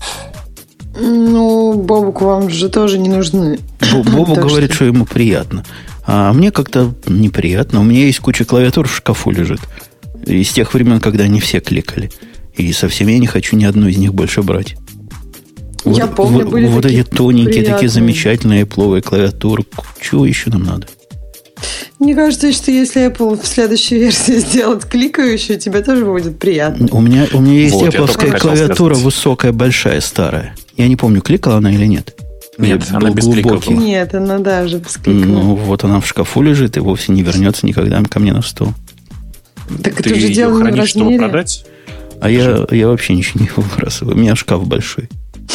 Бобук вам же тоже не нужны. Бобук говорит, что ему приятно. А мне как-то неприятно. У меня есть куча клавиатур в шкафу лежит. Из тех времен, когда они все кликали. И совсем я не хочу ни одну из них больше брать. Я помню, были вот такие эти тоненькие, приятные. такие замечательные Apple клавиатуры. Чего еще нам надо? Мне кажется, что если Apple в следующей версии сделает кликающую, тебе тоже будет приятно. У меня есть Вот, я Apple только хотел клавиатура сказать. высокая, большая, старая. Я не помню, кликала она или нет. Нет, Я она был без кликов глубокий. была. Нет, она даже без клика. Ну, вот она в шкафу лежит и вовсе не вернется никогда ко мне на стол. Так Ты это же ее дело не в хранишь, чтобы размере. продать? А я вообще ничего не выбрасываю. У меня шкаф большой.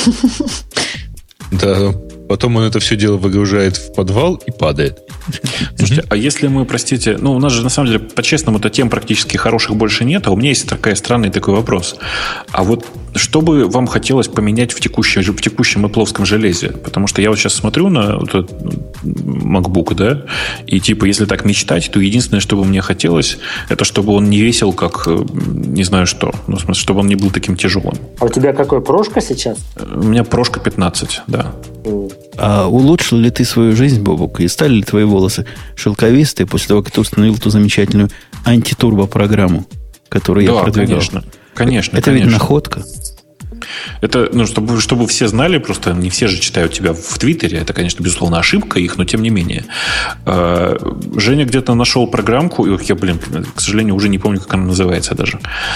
Да, потом он это все дело выгружает в подвал и падает. Слушайте, а если мы, простите, у нас же на самом деле, по-честному-то тем практически хороших больше нет, а у меня есть странный такой вопрос. А вот что бы вам хотелось поменять в текущем Apple'овском железе? Потому что я вот сейчас смотрю на вот этот MacBook, да, и типа, если так мечтать, то единственное, что бы мне хотелось, это чтобы он не весил как, не знаю что, ну, в смысле, чтобы он не был таким тяжелым. А у тебя какой, прошка сейчас? У меня прошка 15, да. А улучшил ли ты свою жизнь, Бобук, и стали ли твои волосы шелковистые после того, как ты установил ту замечательную антитурбо-программу, которую я продвигал? Конечно. Это ведь находка. Это, чтобы все знали, просто не все же читают тебя в Твиттере. Это, конечно, безусловно, ошибка их, но тем не менее. Женя где-то нашел программку, и я, к сожалению, уже не помню, как она называется даже,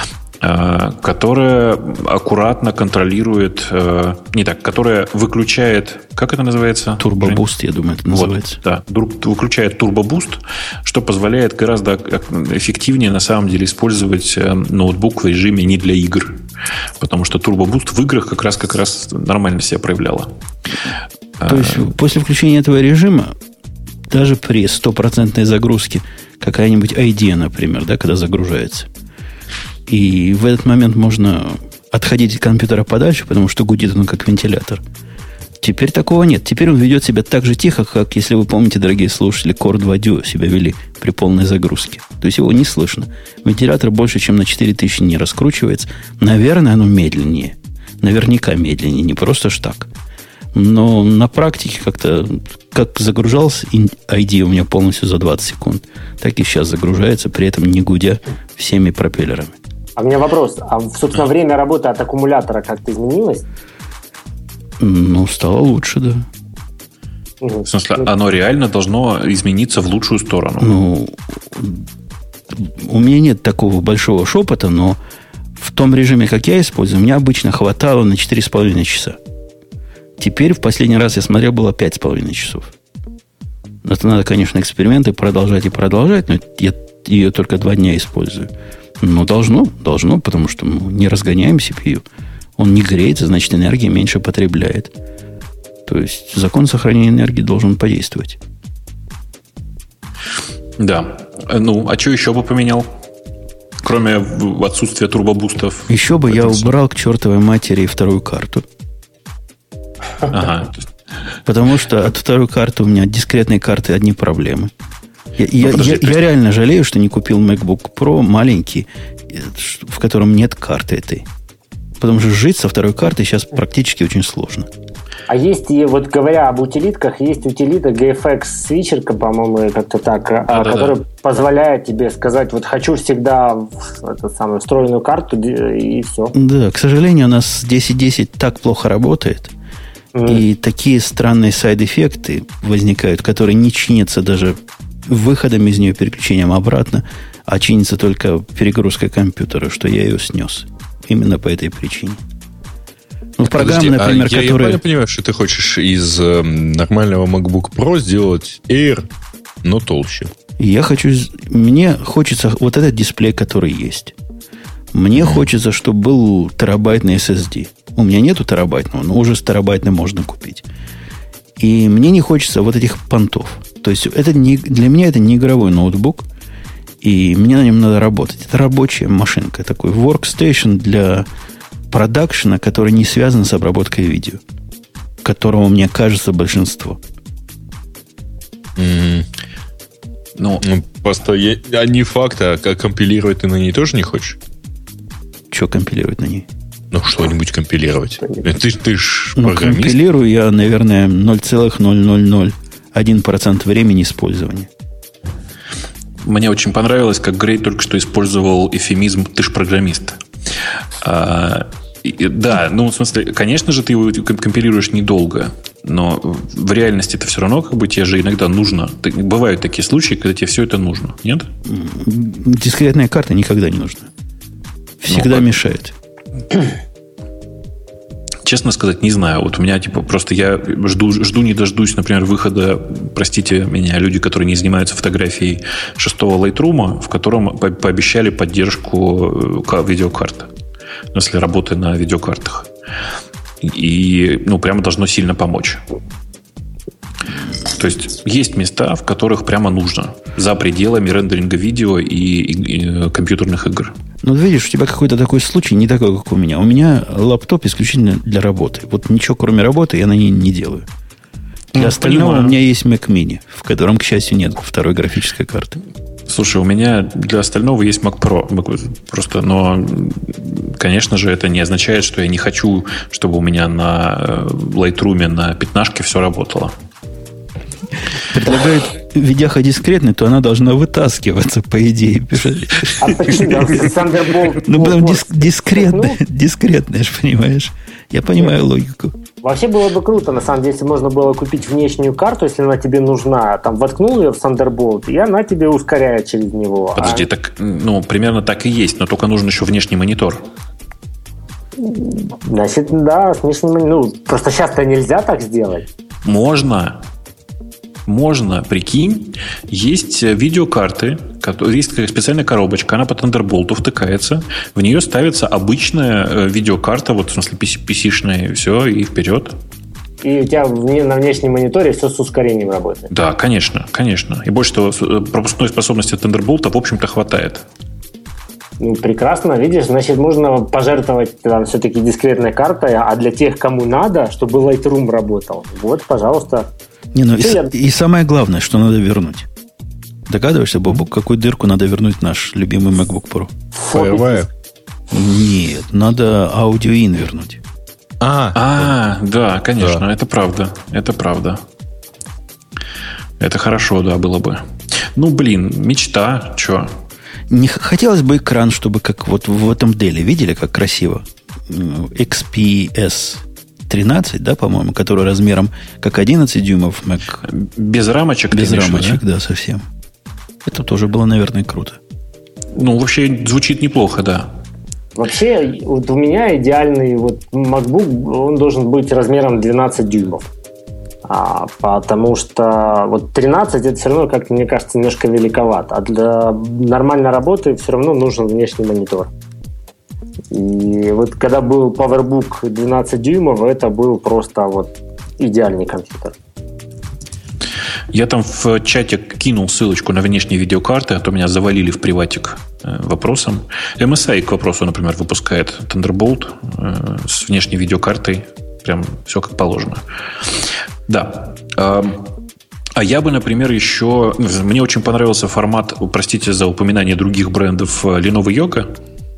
которая аккуратно контролирует, которая выключает, как это называется? Турбобуст, я думаю, это называется. Вот, да, выключает турбобуст, что позволяет гораздо эффективнее на самом деле использовать ноутбук в режиме не для игр. Потому что турбобуст в играх как раз нормально себя проявляла. То есть после включения этого режима даже при 100% загрузке какая-нибудь IDEA, например, да, когда загружается, и в этот момент можно отходить от компьютера подальше, потому что гудит он как вентилятор. Теперь такого нет. Теперь он ведет себя так же тихо, как, если вы помните, дорогие слушатели, Core 2 Duo себя вели при полной загрузке. То есть его не слышно. Вентилятор больше, чем на 4000 не раскручивается. Наверное, оно медленнее. Наверняка медленнее. Не просто ж так. Но на практике как загружался ID у меня полностью за 20 секунд, так и сейчас загружается, при этом не гудя всеми пропеллерами. А у меня вопрос. А, собственно, время работы от аккумулятора как-то изменилось? Ну, стало лучше, да. В смысле, оно реально должно измениться в лучшую сторону. Ну, у меня нет такого большого шепота, но в том режиме, как я использую, мне обычно хватало на 4,5 часа. Теперь в последний раз я смотрел, было 5,5 часов. Это надо, конечно, эксперименты продолжать и продолжать, но я ее только 2 дня использую. Но должно, потому что мы не разгоняем CPU. Он не греется, значит, энергии меньше потребляет. То есть закон сохранения энергии должен подействовать. Да. Ну, а что еще бы поменял? Кроме отсутствия турбобустов. Еще бы я убрал к чертовой матери вторую карту. Ага. Потому что от второй карты у меня от дискретной карты одни проблемы. Я реально жалею, что не купил MacBook Pro маленький, в котором нет карты этой. Потому что жить со второй картой сейчас практически очень сложно. А есть, вот говоря об утилитках, есть утилита GFX Switcher, по-моему, как-то так, которая позволяет тебе сказать, вот хочу всегда встроенную карту, и все. Да, к сожалению, у нас 10.10 так плохо работает, и такие странные сайд-эффекты возникают, которые не чинятся даже выходом из нее, переключением обратно, а чинится только перегрузкой компьютера, что я ее снес. Именно по этой причине. Ну, программы, например, я правильно понимаю, что ты хочешь из нормального MacBook Pro сделать Air, но толще? Мне хочется вот этот дисплей, который есть. Мне хочется, чтобы был терабайтный SSD. У меня нету терабайтного, но уже с терабайтным можно купить. И мне не хочется вот этих понтов. То есть для меня это не игровой ноутбук, и мне на нем надо работать. Это рабочая машинка, такой workstation для продакшена, который не связан с обработкой видео, которого, мне кажется, большинство. Ну, просто не факт, а компилировать ты на ней тоже не хочешь? Что компилировать на ней? Ну, что-нибудь компилировать. Ты ж программист. Компилирую я, наверное, 0,0001% времени использования. Мне очень понравилось, как Грей только что использовал эвфемизм «ты ж программист». Да, ну, в смысле, конечно же, ты его компилируешь недолго, но в реальности это все равно как бы тебе же иногда нужно. Бывают такие случаи, когда тебе все это нужно, нет? Дискретная карта никогда не нужна. Всегда мешает. Честно сказать, не знаю. Вот у меня, просто я жду не дождусь, например, выхода, простите меня, люди, которые не занимаются фотографией 6-го Lightroom, в котором пообещали поддержку видеокарт. Если работы на видеокартах. И, прямо должно сильно помочь. То есть, есть места, в которых прямо нужно. За пределами рендеринга видео и компьютерных игр. Ну, видишь, у тебя какой-то такой случай, не такой, как у меня. У меня лаптоп исключительно для работы. Вот ничего, кроме работы, я на ней не делаю. Для остального у меня есть Mac Mini, в котором, к счастью, нет второй графической карты. Слушай, у меня для остального есть Mac Pro. Просто, но, конечно же, это не означает, что я не хочу, чтобы у меня на Lightroom, на пятнашке все работало. Предлагают видяха дискретной, то она должна вытаскиваться, по идее. А почему? Thunderbolt. Ну, потому дискретная, же, понимаешь? Я понимаю логику. Вообще было бы круто, на самом деле, если можно было купить внешнюю карту, если она тебе нужна, там воткнул ее в Thunderbolt, и она тебе ускоряет через него. Подожди, так, примерно так и есть, но только нужен еще внешний монитор. Значит, да, с внешним монитором. Просто сейчас-то нельзя так сделать. Можно, прикинь, есть видеокарты, есть специальная коробочка, она по Thunderbolt втыкается, в нее ставится обычная видеокарта, вот в смысле PC-шная, и все, и вперед. И у тебя на внешнем мониторе все с ускорением работает. Да, конечно. И больше того, пропускной способности Thunderbolt, в общем-то, хватает. Ну, прекрасно, видишь, значит, можно пожертвовать там все-таки дискретной картой, а для тех, кому надо, чтобы Lightroom работал, вот, пожалуйста. И самое главное, что надо вернуть. Догадываешься, Бобук, какую дырку надо вернуть в наш любимый MacBook Pro? Firewire? Нет, надо аудио-ин вернуть. Да, конечно, да. Это правда. Это хорошо, да, было бы. Мечта, что? Не хотелось бы экран, чтобы как вот в этом Dell. Видели, как красиво? XPS 13, да, по-моему, который размером как 11 дюймов Mac. Без рамочек? Без рамочек, да, совсем. Это тоже было, наверное, круто. Вообще звучит неплохо, да. Вообще, вот у меня идеальный MacBook, он должен быть размером 12 дюймов. Потому что 13 это все равно, как мне кажется, немножко великовато. А для нормальной работы все равно нужен внешний монитор. И когда был PowerBook 12 дюймов, это был просто идеальный компьютер. Я там в чате кинул ссылочку на внешние видеокарты, а то меня завалили в приватик вопросом. MSI к вопросу, например, выпускает Thunderbolt с внешней видеокартой. Прям все как положено. Да. А я бы, например, еще... Мне очень понравился формат, простите за упоминание других брендов, Lenovo Yoga.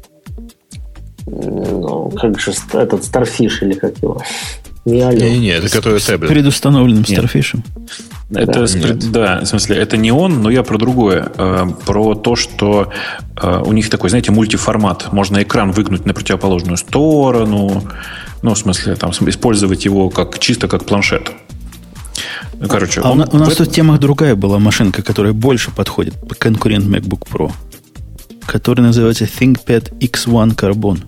Как же этот Starfish или как его? Не, это который таблет. С предустановленным Starfish. Это, в смысле, это не он, но я про другое. Про то, что у них такой, знаете, мультиформат. Можно экран выгнуть на противоположную сторону. В смысле, там, использовать его чисто как планшет. Короче, у нас тут тема другая была, машинка, которая больше подходит по конкурент MacBook Pro, который называется ThinkPad X1 Carbon.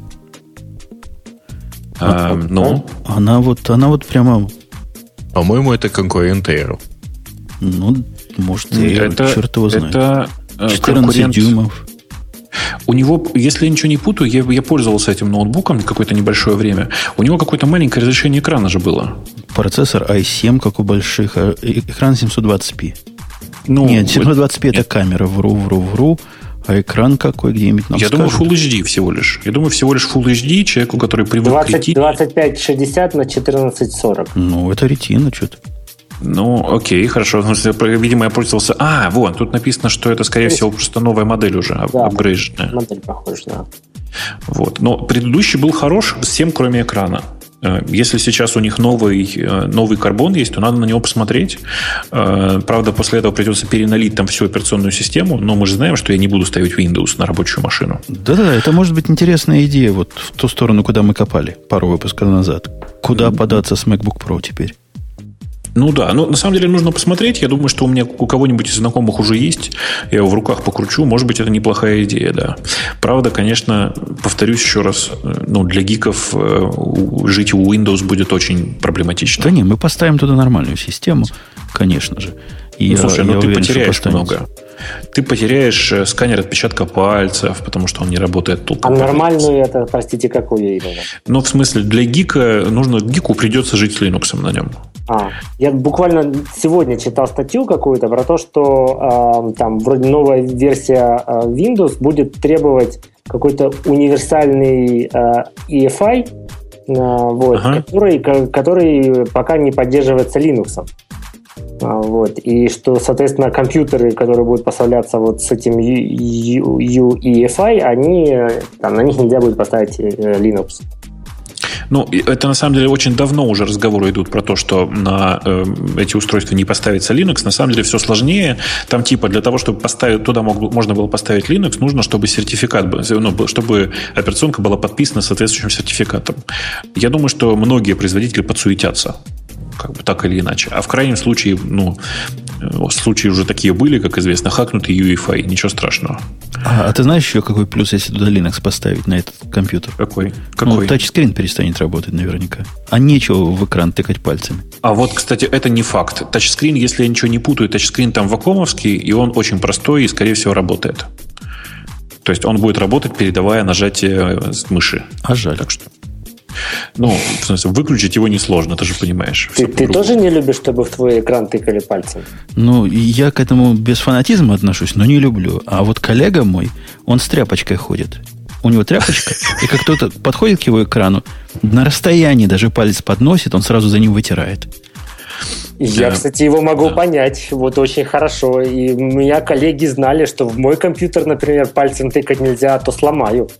Она прямо... По-моему, это конкурент Air. Может, Air, черт его знает. Это 14 дюймов. У него, если я ничего не путаю, я пользовался этим ноутбуком какое-то небольшое время. У него какое-то маленькое разрешение экрана же было. Процессор i7, как у больших, а экран 720p. Нет, 720p это камера, вру. А экран какой где-нибудь нам Я думаю, Full HD всего лишь. Я думаю, всего лишь Full HD, человеку, который привык к ретине. 2560 на 1440. Это ретина что-то. Окей, хорошо. Видимо, я пользовался... тут написано, что это, скорее всего, просто новая модель уже, апгрейдженная. Модель похожа, да. Но предыдущий был хорош всем, кроме экрана. Если сейчас у них новый карбон есть, то надо на него посмотреть. Правда, после этого придется переналить там всю операционную систему, но мы же знаем, что я не буду ставить Windows на рабочую машину. Да-да, это может быть интересная идея вот в ту сторону, куда мы копали пару выпусков назад. Куда податься с MacBook Pro теперь? Ну да, но на самом деле нужно посмотреть. Я думаю, что у кого-нибудь из знакомых уже есть. Я его в руках покручу. Может быть, это неплохая идея, да. Правда, конечно, повторюсь еще раз, для гиков жить у Windows будет очень проблематично. Да не, мы поставим туда нормальную систему, конечно же. И слушай, я ты уверен, потеряешь много. Ты потеряешь сканер отпечатка пальцев, потому что он не работает толком. А нормальную это, простите, какую именно? Ну, в смысле, для гика гику придется жить с Linux на нем. Я буквально сегодня читал статью какую-то про то, что там вроде новая версия Windows будет требовать какой-то универсальный EFI, который пока не поддерживается Linux. И что, соответственно, компьютеры, которые будут поставляться вот с этим UEFI, на них нельзя будет поставить Linux. Это на самом деле очень давно уже разговоры идут про то, что на эти устройства не поставится Linux. На самом деле все сложнее. Там для того, чтобы туда можно было поставить Linux, нужно, чтобы сертификат был, чтобы операционка была подписана соответствующим сертификатом. Я думаю, что многие производители подсуетятся. Так или иначе. А в крайнем случае, случаи уже такие были, как известно, хакнутый UEFI. Ничего страшного. А ты знаешь еще какой плюс, если туда Linux поставить на этот компьютер? Какой? Тачскрин перестанет работать наверняка. А нечего в экран тыкать пальцами. А вот, кстати, это не факт. Тачскрин, если я ничего не путаю, тачскрин там вакуумовский, и он очень простой и, скорее всего, работает. То есть он будет работать, передавая нажатие с мыши. А жаль. Так что... в смысле, выключить его несложно, ты же понимаешь. Ты тоже не любишь, чтобы в твой экран тыкали пальцем? Я к этому без фанатизма отношусь, но не люблю. А вот коллега мой, он с тряпочкой ходит. У него тряпочка, и как кто-то подходит к его экрану, на расстоянии даже палец подносит, он сразу за ним вытирает. Я, кстати, его могу понять. Вот очень хорошо. И у меня коллеги знали, что в мой компьютер, например, пальцем тыкать нельзя, а то сломаю.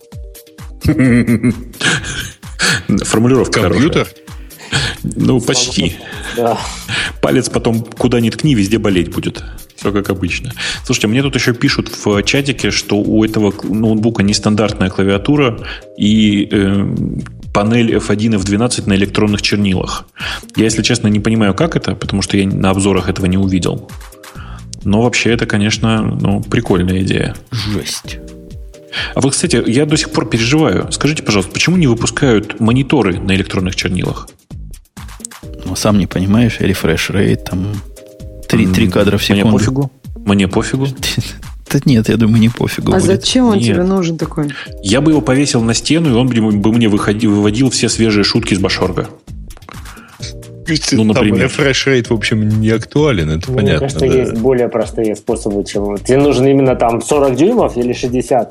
Формулировка компьютер? Хорошая. Почти. Да. Палец потом куда ни ткни, везде болеть будет. Все как обычно. Слушайте, мне тут еще пишут в чатике, что у этого ноутбука нестандартная клавиатура и панель F1 и F12 на электронных чернилах. Я, если честно, не понимаю, как это, потому что я на обзорах этого не увидел. Но вообще это, конечно, прикольная идея. Жесть. А вот, кстати, я до сих пор переживаю. Скажите, пожалуйста, почему не выпускают мониторы на электронных чернилах? Сам не понимаешь, refresh rate, там 3 кадра в секунду. Мне пофигу. Да нет, я думаю, не пофигу. А зачем он тебе нужен такой? Я бы его повесил на стену, и он бы мне выводил все свежие шутки с Башорга. Например. Refresh rate, в общем, не актуален, это понятно. Мне кажется, есть более простые способы, чем... Тебе нужно именно там 40 дюймов или 60?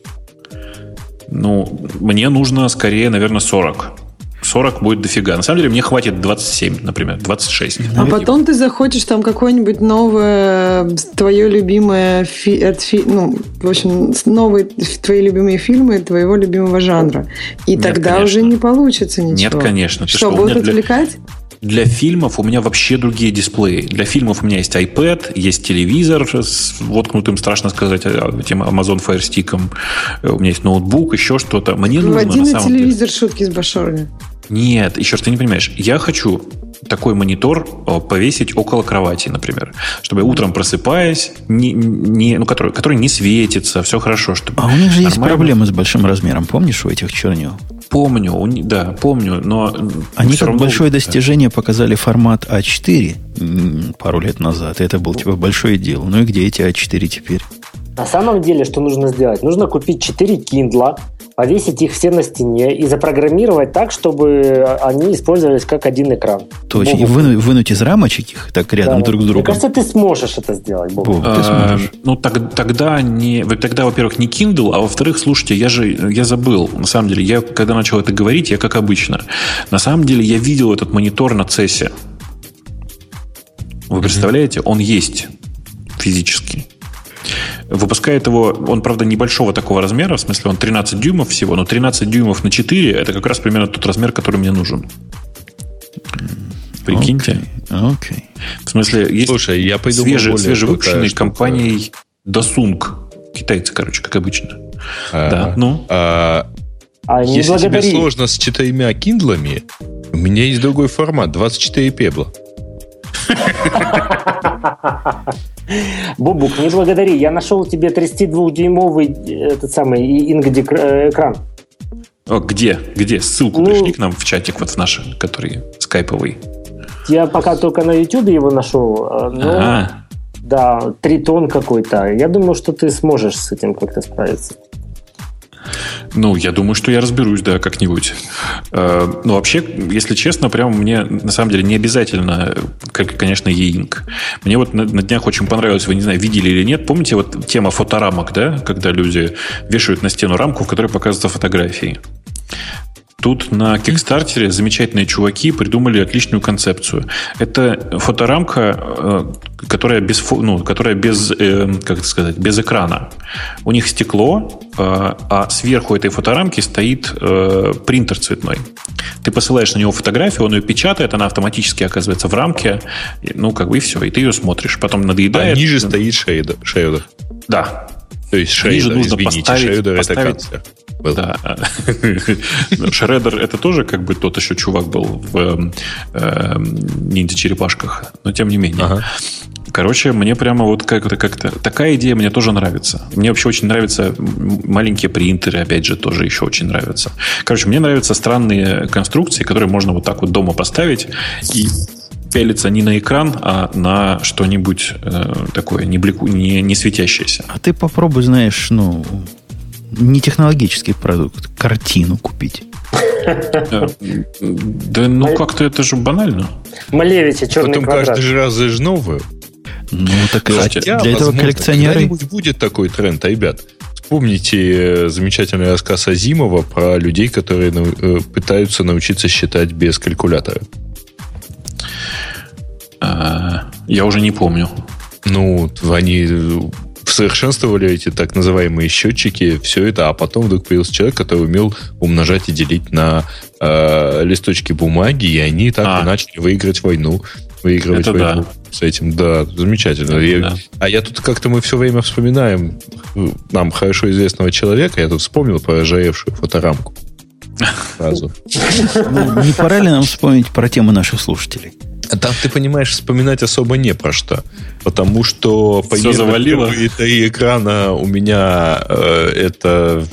Мне нужно скорее, наверное, 40. 40 будет дофига. На самом деле, мне хватит 27, например, 26. А потом ты захочешь там какое-нибудь новое, твое любимое, в общем, новые твои любимые фильмы твоего любимого жанра. И Нет, тогда конечно. уже не получится ничего. Нет, конечно. Что, будут отвлекать? Для фильмов у меня вообще другие дисплеи. Для фильмов у меня есть iPad, есть телевизор с воткнутым, страшно сказать, этим Amazon Fire Stick. У меня есть ноутбук, еще что-то. Мне нужно, Вводи на на самом телевизор шутки с Башорга. Нет, еще раз, ты не понимаешь. Я хочу такой монитор повесить около кровати, например. Чтобы я утром просыпаясь, который не светится, все хорошо. Чтобы у них же есть проблемы с большим размером, помнишь, у этих чернил? Помню, но... Они как большое достижение показали формат А4 пару лет назад. Это был большое дело. Ну и где эти А4 теперь? На самом деле, что нужно сделать? Нужно купить 4 Kindle, повесить их все на стене и запрограммировать так, чтобы они использовались как один экран. Точно. И вынуть из рамочек их так рядом друг с другом. Мне кажется, ты сможешь это сделать, Бог. Ты сможешь. Тогда, во-первых, не Kindle, а во-вторых, слушайте, я забыл. На самом деле, когда начал это говорить, я как обычно. На самом деле, я видел этот монитор на CES. Вы представляете? Он есть физически. выпускает его, он, правда, небольшого такого размера, в смысле, он 13 дюймов всего, но 13 дюймов на 4 это как раз примерно тот размер, который мне нужен. Прикиньте. Окей. В смысле, есть Слушай, я придумал свежевыпущенный компанией Dasung. Китайцы, короче, как обычно. Да, ну. Если тебе сложно с 4 киндлами, у меня есть другой формат, 24 пебла. Бобук, не благодари. Я нашел тебе 32-дюймовый этот самый экран. Где? Ссылку пришли к нам в чатик, вот в наш, который скайповый. Я пока только на YouTube его нашел. Да, тритон какой-то. Я думаю, что ты сможешь с этим как-то справиться. Ну, я думаю, что я разберусь, да, как-нибудь. Но вообще, если честно, прямо мне, на самом деле, не обязательно, конечно, e-ink. Мне вот на днях очень понравилось, вы, не знаю, видели или нет, помните вот тема фоторамок, да, когда люди вешают на стену рамку, в которой показываются фотографии. Тут на Кикстартере замечательные чуваки придумали отличную концепцию. Это фоторамка, которая без экрана. У них стекло, а сверху этой фоторамки стоит принтер цветной. Ты посылаешь на него фотографию, он ее печатает, она автоматически оказывается в рамке, ну, как бы и все, и ты ее смотришь. Потом надоедает. А ниже стоит шейдер. Да. То есть шейдер, нужно шейдер это канцлер. Да. Шреддер это тоже как бы тот еще чувак был в ниндзя-черепашках, но тем не менее. Ага. Короче, мне прямо вот как-то такая идея мне тоже нравится. Мне вообще очень нравятся маленькие принтеры, опять же, тоже еще очень нравятся. Короче, мне нравятся странные конструкции, которые можно вот так вот дома поставить и пялиться не на экран, а на что-нибудь такое, не светящееся. А ты попробуй, знаешь, не технологический продукт, картину купить. Да, как-то это же банально. Малевича, черный потом квадрат. Каждый раз же новую. Ну, так для этого коллекционеры... Когда-нибудь будет такой тренд, ребят. Вспомните замечательный рассказ Азимова про людей, которые пытаются научиться считать без калькулятора. Я уже не помню. Они совершенствовали эти так называемые счетчики, все это, а потом вдруг появился человек, который умел умножать и делить на листочки бумаги, и они так и начали выигрывать войну с этим. Да, замечательно. Я тут как-то мы все время вспоминаем нам хорошо известного человека, я тут вспомнил про ржавевшую фоторамку. Сразу. Не пора ли нам вспомнить про тему наших слушателей? Там, ты понимаешь, вспоминать особо не про что. Потому что первые 3 экрана у меня это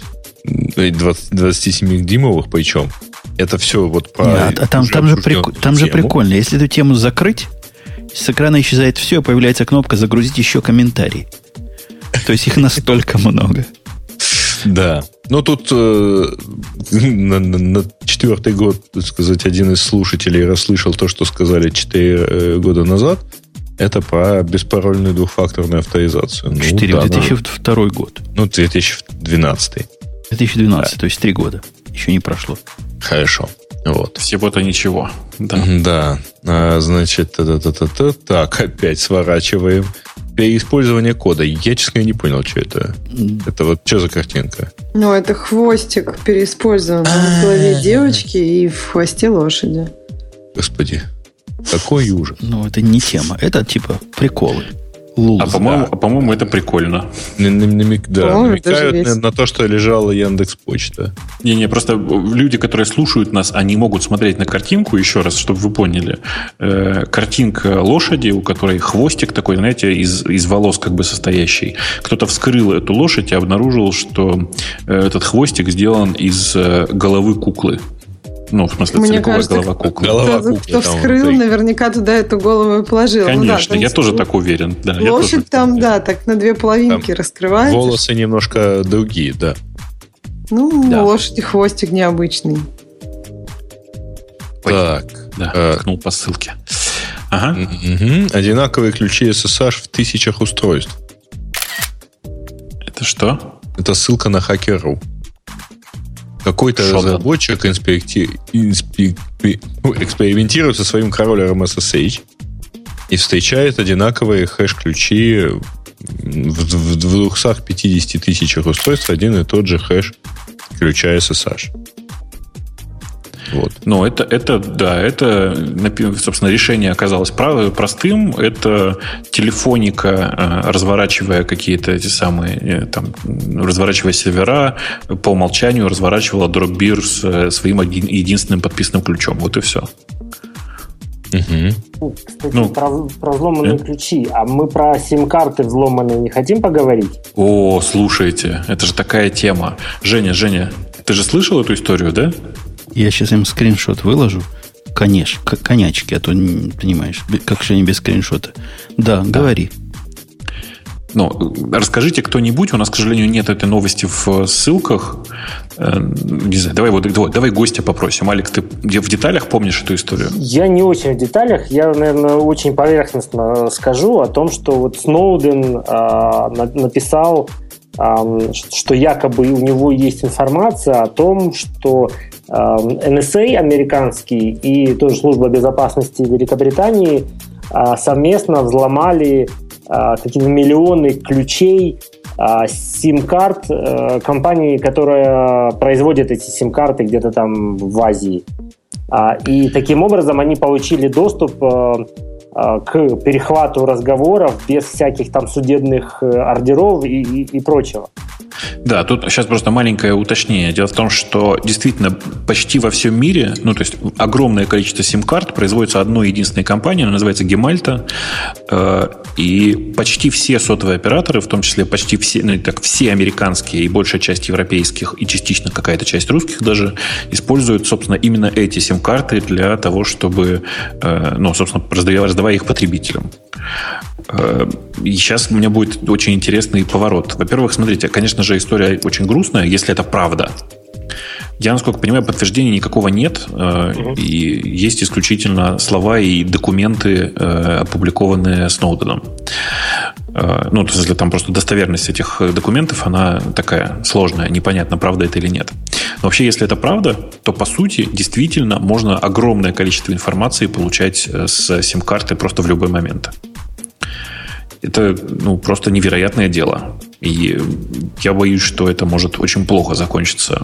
27-дюймовых, причем. Это все вот про... Там же прикольно. Если эту тему закрыть, с экрана исчезает все, появляется кнопка «Загрузить еще комментарии». То есть их настолько много. Да. Но тут на 4-й год, так сказать, один из слушателей расслышал то, что сказали 4 года назад. Это про беспарольную двухфакторную авторизацию. 2002 год. 2012. 2012, то есть 3 года. Еще не прошло. Хорошо. Вот. Всего-то ничего. Да. Значит, так, опять сворачиваем. Переиспользование кода. Я, честно, не понял, что это. Это вот что за картинка? Это хвостик переиспользован в голове девочки и в хвосте лошади. Господи, какой ужас. Это не тема. Это типа приколы. По-моему, это прикольно. Намекают на то, что лежала Яндекс.Почта. Не, просто люди, которые слушают нас, они могут смотреть на картинку, еще раз, чтобы вы поняли. Картинка лошади, у которой хвостик такой, знаете, из волос как бы состоящий. Кто-то вскрыл эту лошадь и обнаружил, что этот хвостик сделан из головы куклы. В смысле, целиковая голова куклы. Кто вскрыл, наверняка туда эту голову и положил. Конечно, я тоже так уверен. Лошадь там, так на 2 половинки раскрывается. Волосы немножко другие, да. У лошади хвостик необычный. Так. Ткнул по ссылке. Ага. Одинаковые ключи SSH в 1000 устройств. Это что? Это ссылка на Hacker.ru. Какой-то разработчик экспериментирует со своим кроллером SSH и встречает одинаковые хэш-ключи в 250 тысячах устройств один и тот же хэш ключа SSH. Вот. Ну, это, собственно, решение оказалось простым. Это Телефоника, разворачивая какие-то эти самые, там, разворачивая сервера, по умолчанию разворачивала Dropbeer с своим единственным подписанным ключом. Вот и все. Кстати, про взломанные ключи. А мы про сим-карты взломанные не хотим поговорить? О, слушайте, это же такая тема. Женя, ты же слышал эту историю, да? Я сейчас им скриншот выложу. Конечно, конячки, а то, понимаешь, как же они без скриншота. Да, говори. Ну, расскажите кто-нибудь, у нас, к сожалению, нет этой новости в ссылках. Не знаю, давай гостя попросим. Алекс, ты в деталях помнишь эту историю? Я не очень в деталях. Я, наверное, очень поверхностно скажу о том, что вот Сноуден написал, что якобы у него есть информация о том, что NSA американский и тоже служба безопасности Великобритании совместно взломали какие-то миллионы ключей сим-карт компании, которая производит эти сим-карты где-то там в Азии. И таким образом они получили доступ к перехвату разговоров без всяких там судебных ордеров и прочего. Да, тут сейчас просто маленькое уточнение. Дело в том, что действительно почти во всем мире, ну, то есть огромное количество сим-карт производится одной единственной компанией, она называется Gemalto, и почти все сотовые операторы, в том числе почти все, ну, так, все американские и большая часть европейских, и частично какая-то часть русских даже, используют, собственно, именно эти сим-карты для того, чтобы, ну, собственно, раздавая их потребителям. И сейчас у меня будет очень интересный поворот. Во-первых, смотрите, конечно же, история очень грустная, если это правда. Я, насколько понимаю, подтверждения никакого нет, и есть исключительно слова и документы, опубликованные Сноуденом. Ну, то есть, там просто достоверность этих документов, она такая сложная, непонятно, правда это или нет. Но вообще, если это правда, то, по сути, действительно можно огромное количество информации получать с сим-карты просто в любой момент. Это, ну, просто невероятное дело. И я боюсь, что это может очень плохо закончиться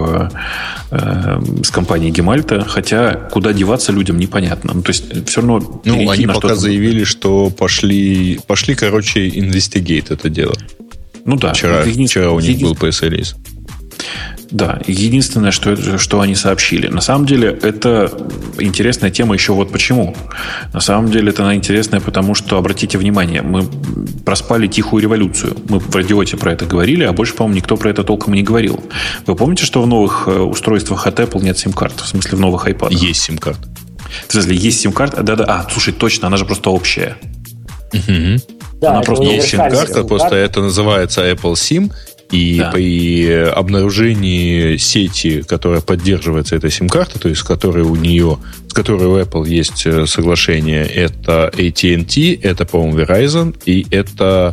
с компанией Gemalto. Хотя куда деваться людям непонятно. Ну, то есть все равно... Ну, они пока заявили, что пошли, короче, инвестигейт это дело. Ну да. Вчера у них был пресс-релиз. Да, единственное, что они сообщили. На самом деле, это интересная тема еще вот почему. На самом деле, это она интересная, потому что, обратите внимание, мы проспали тихую революцию. Мы в радиоте про это говорили, а больше, по-моему, никто про это толком не говорил. Вы помните, что в новых устройствах от Apple нет сим-карт? В смысле, в новых iPad? Есть сим-карта. В смысле, есть сим-карта? Да. Слушай, точно, она же просто общая. Угу. Да, она просто есть сим-карта, просто это называется Apple SIM. И при обнаружении сети, которая поддерживается этой сим-картой, то есть с которой у Apple есть соглашение, это AT&T, это, по-моему, Verizon, и это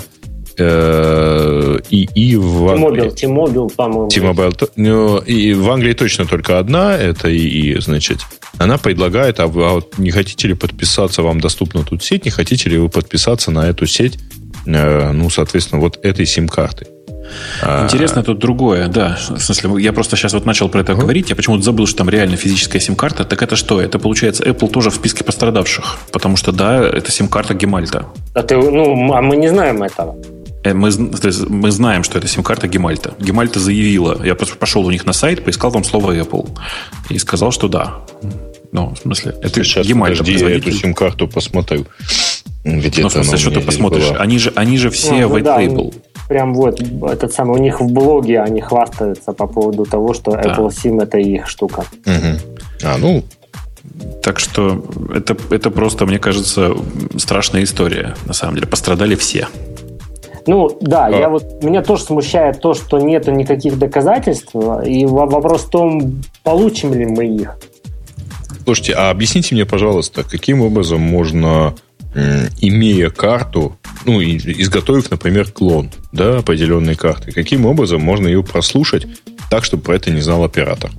T-Mobile, по-моему. T-Mobile. И в Англии точно только одна, это ИИ, значит. Она предлагает, а вот не хотите ли подписаться, вам доступна тут сеть, не хотите ли вы подписаться на эту сеть, ну, соответственно, вот этой сим-карты. Интересно тут другое, да. В смысле, я просто сейчас вот начал про это говорить, я почему-то забыл, что там реально физическая сим-карта. Так это что? Это, получается, Apple тоже в списке пострадавших. Потому что, да, это сим-карта Gemalto. А мы не знаем этого. Мы знаем, что это сим-карта Gemalto. Gemalto заявила, я просто пошел у них на сайт, поискал там слово Apple. И сказал, что да. Ну, в смыслле, это сейчас Gemalto. Я эту сим-карту посмотрю. Где-то ну, в смысле, что ты посмотришь? Они же все white label. Прям вот этот самый, у них в блоге они хвастаются по поводу того, что Apple SIM это их штука. Ну. Так что это просто, мне кажется, страшная история. На самом деле, пострадали все. Ну, да, меня тоже смущает то, что нету никаких доказательств. И вопрос в том, получим ли мы их. Слушайте, а объясните мне, пожалуйста, каким образом можно, имея карту, ну, изготовив, например, клон, да, определенной карты, каким образом можно ее прослушать так, чтобы про это не знал оператор?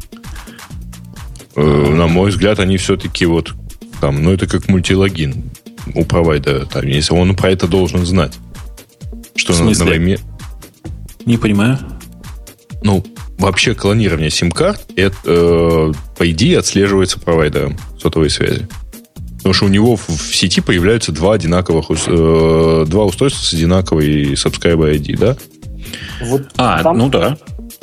На мой взгляд, они все-таки вот там, ну, это как мультилогин у провайдера, там, если он про это должен знать. Что в смысле? Не понимаю. Ну, вообще клонирование сим-карт, это, по идее, отслеживается провайдером сотовой связи. Потому что у него в сети появляются два устройства с одинаковой subscriber ID, да? Вот там... ну да.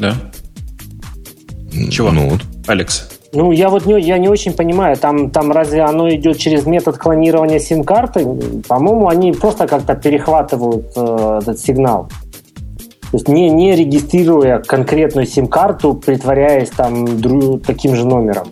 Чего? Ну, вот. Алекс? Ну, я не очень понимаю, там разве оно идет через метод клонирования сим-карты? По-моему, они просто как-то перехватывают этот сигнал. То есть не регистрируя конкретную сим-карту, притворяясь там таким же номером.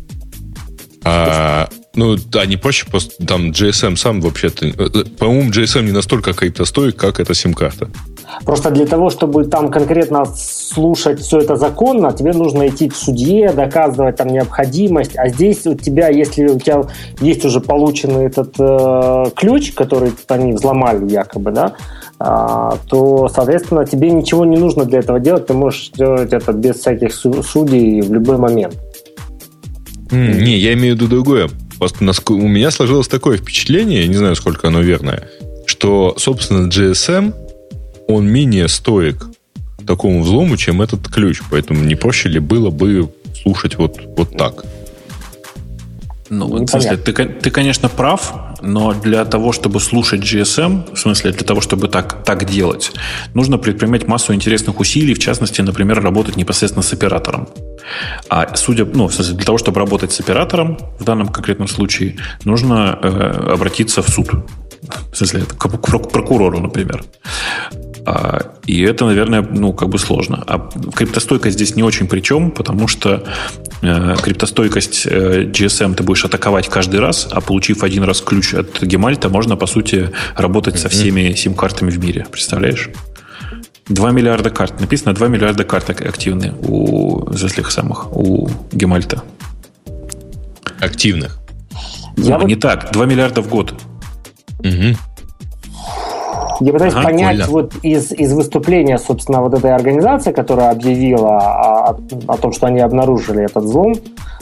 Ну, да, не проще, просто там GSM сам вообще-то... По-моему, GSM не настолько криптостоек, как эта сим-карта. Просто для того, чтобы там конкретно слушать все это законно, тебе нужно идти к судье, доказывать там необходимость. А здесь у тебя, если у тебя есть уже полученный этот ключ, который они взломали якобы, да, то, соответственно, тебе ничего не нужно для этого делать. Ты можешь сделать это без всяких судей в любой момент. Не, я имею в виду другое. Просто у меня сложилось такое впечатление, я не знаю, сколько оно верное, что, собственно, GSM, он менее стоек такому взлому, чем этот ключ. Поэтому не проще ли было бы слушать вот так? Ну, в смысле, ты, конечно, прав, но для того, чтобы слушать GSM, в смысле, для того, чтобы так делать, нужно предпринимать массу интересных усилий, в частности, например, работать непосредственно с оператором. А в смысле, для того, чтобы работать с оператором, в данном конкретном случае, нужно обратиться в суд. В смысле, к прокурору, например. И это, наверное, сложно. А криптостойкость здесь не очень при чем, потому что криптостойкость GSM ты будешь атаковать каждый раз, а получив один раз ключ от Гемальта, можно, по сути, работать со всеми сим-картами в мире. Представляешь? 2 миллиарда карт. Написано 2 миллиарда карт активны у Гемальта. Активных? Не так. 2 миллиарда в год. Угу. Я пытаюсь понять вот из выступления, собственно, вот этой организации, которая объявила о том, что они обнаружили этот взлом,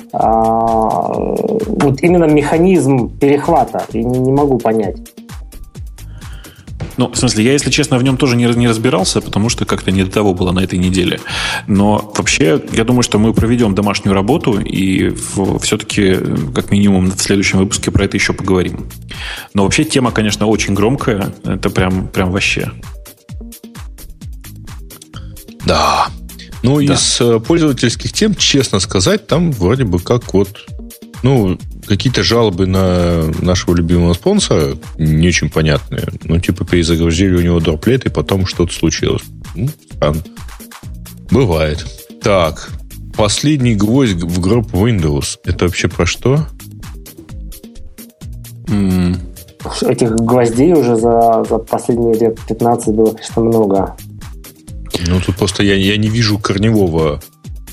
вот именно механизм перехвата. И не могу понять. Ну, в смысле, я, если честно, в нем тоже не разбирался, потому что как-то не до того было на этой неделе. Но вообще, я думаю, что мы проведем домашнюю работу и все-таки, как минимум, в следующем выпуске про это еще поговорим. Но вообще тема, конечно, очень громкая. Это прям вообще. Да. Ну, да. Из пользовательских тем, честно сказать, там вроде бы как вот... какие-то жалобы на нашего любимого спонсора не очень понятные. Типа перезагрузили у него дроплет, и потом что-то случилось. Странно. Бывает. Так. Последний гвоздь в гроб Windows. Это вообще про что? Этих гвоздей уже за последние лет 15 было, конечно, много. Тут просто я не вижу корневого...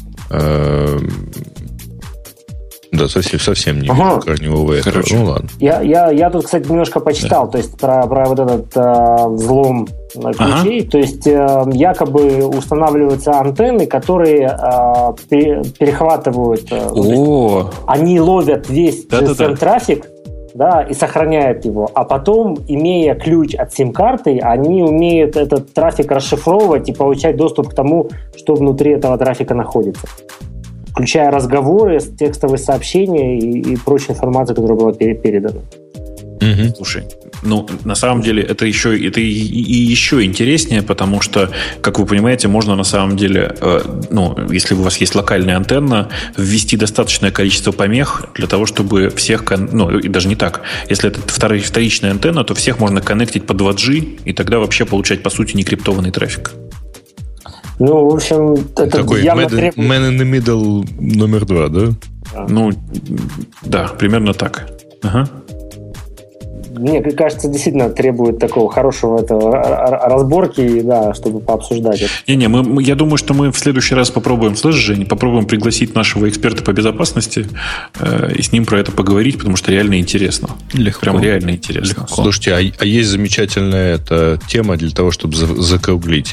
Да, совсем не вижу корневого этого. Ну ладно. Я тут, кстати, немножко почитал, да. То есть про вот этот взлом ключей. То есть якобы устанавливаются антенны, которые перехватывают. Они ловят весь GSM-трафик, да, и сохраняют его. А потом, имея ключ от сим-карты, они умеют этот трафик расшифровывать и получать доступ к тому, что внутри этого трафика находится. Включая разговоры, текстовые сообщения и прочую информацию, которая была передана. Угу. Слушай, на самом деле это еще интереснее, потому что, как вы понимаете, можно на самом деле, если у вас есть локальная антенна, ввести достаточное количество помех для того, чтобы всех, и даже не так, если это вторичная антенна, то всех можно коннектить по 2G, и тогда вообще получать, по сути, некриптованный трафик. В общем, это такой явно man in the middle номер 2, да? Да, примерно так. Ага. Мне кажется, действительно требует такого хорошего разборки, да, чтобы пообсуждать это. Я думаю, что мы в следующий раз попробуем, слышишь, Жень, пригласить нашего эксперта по безопасности и с ним про это поговорить, потому что реально интересно. Легко. Прям реально интересно. Легко. Слушайте, а есть замечательная эта тема для того, чтобы закруглить.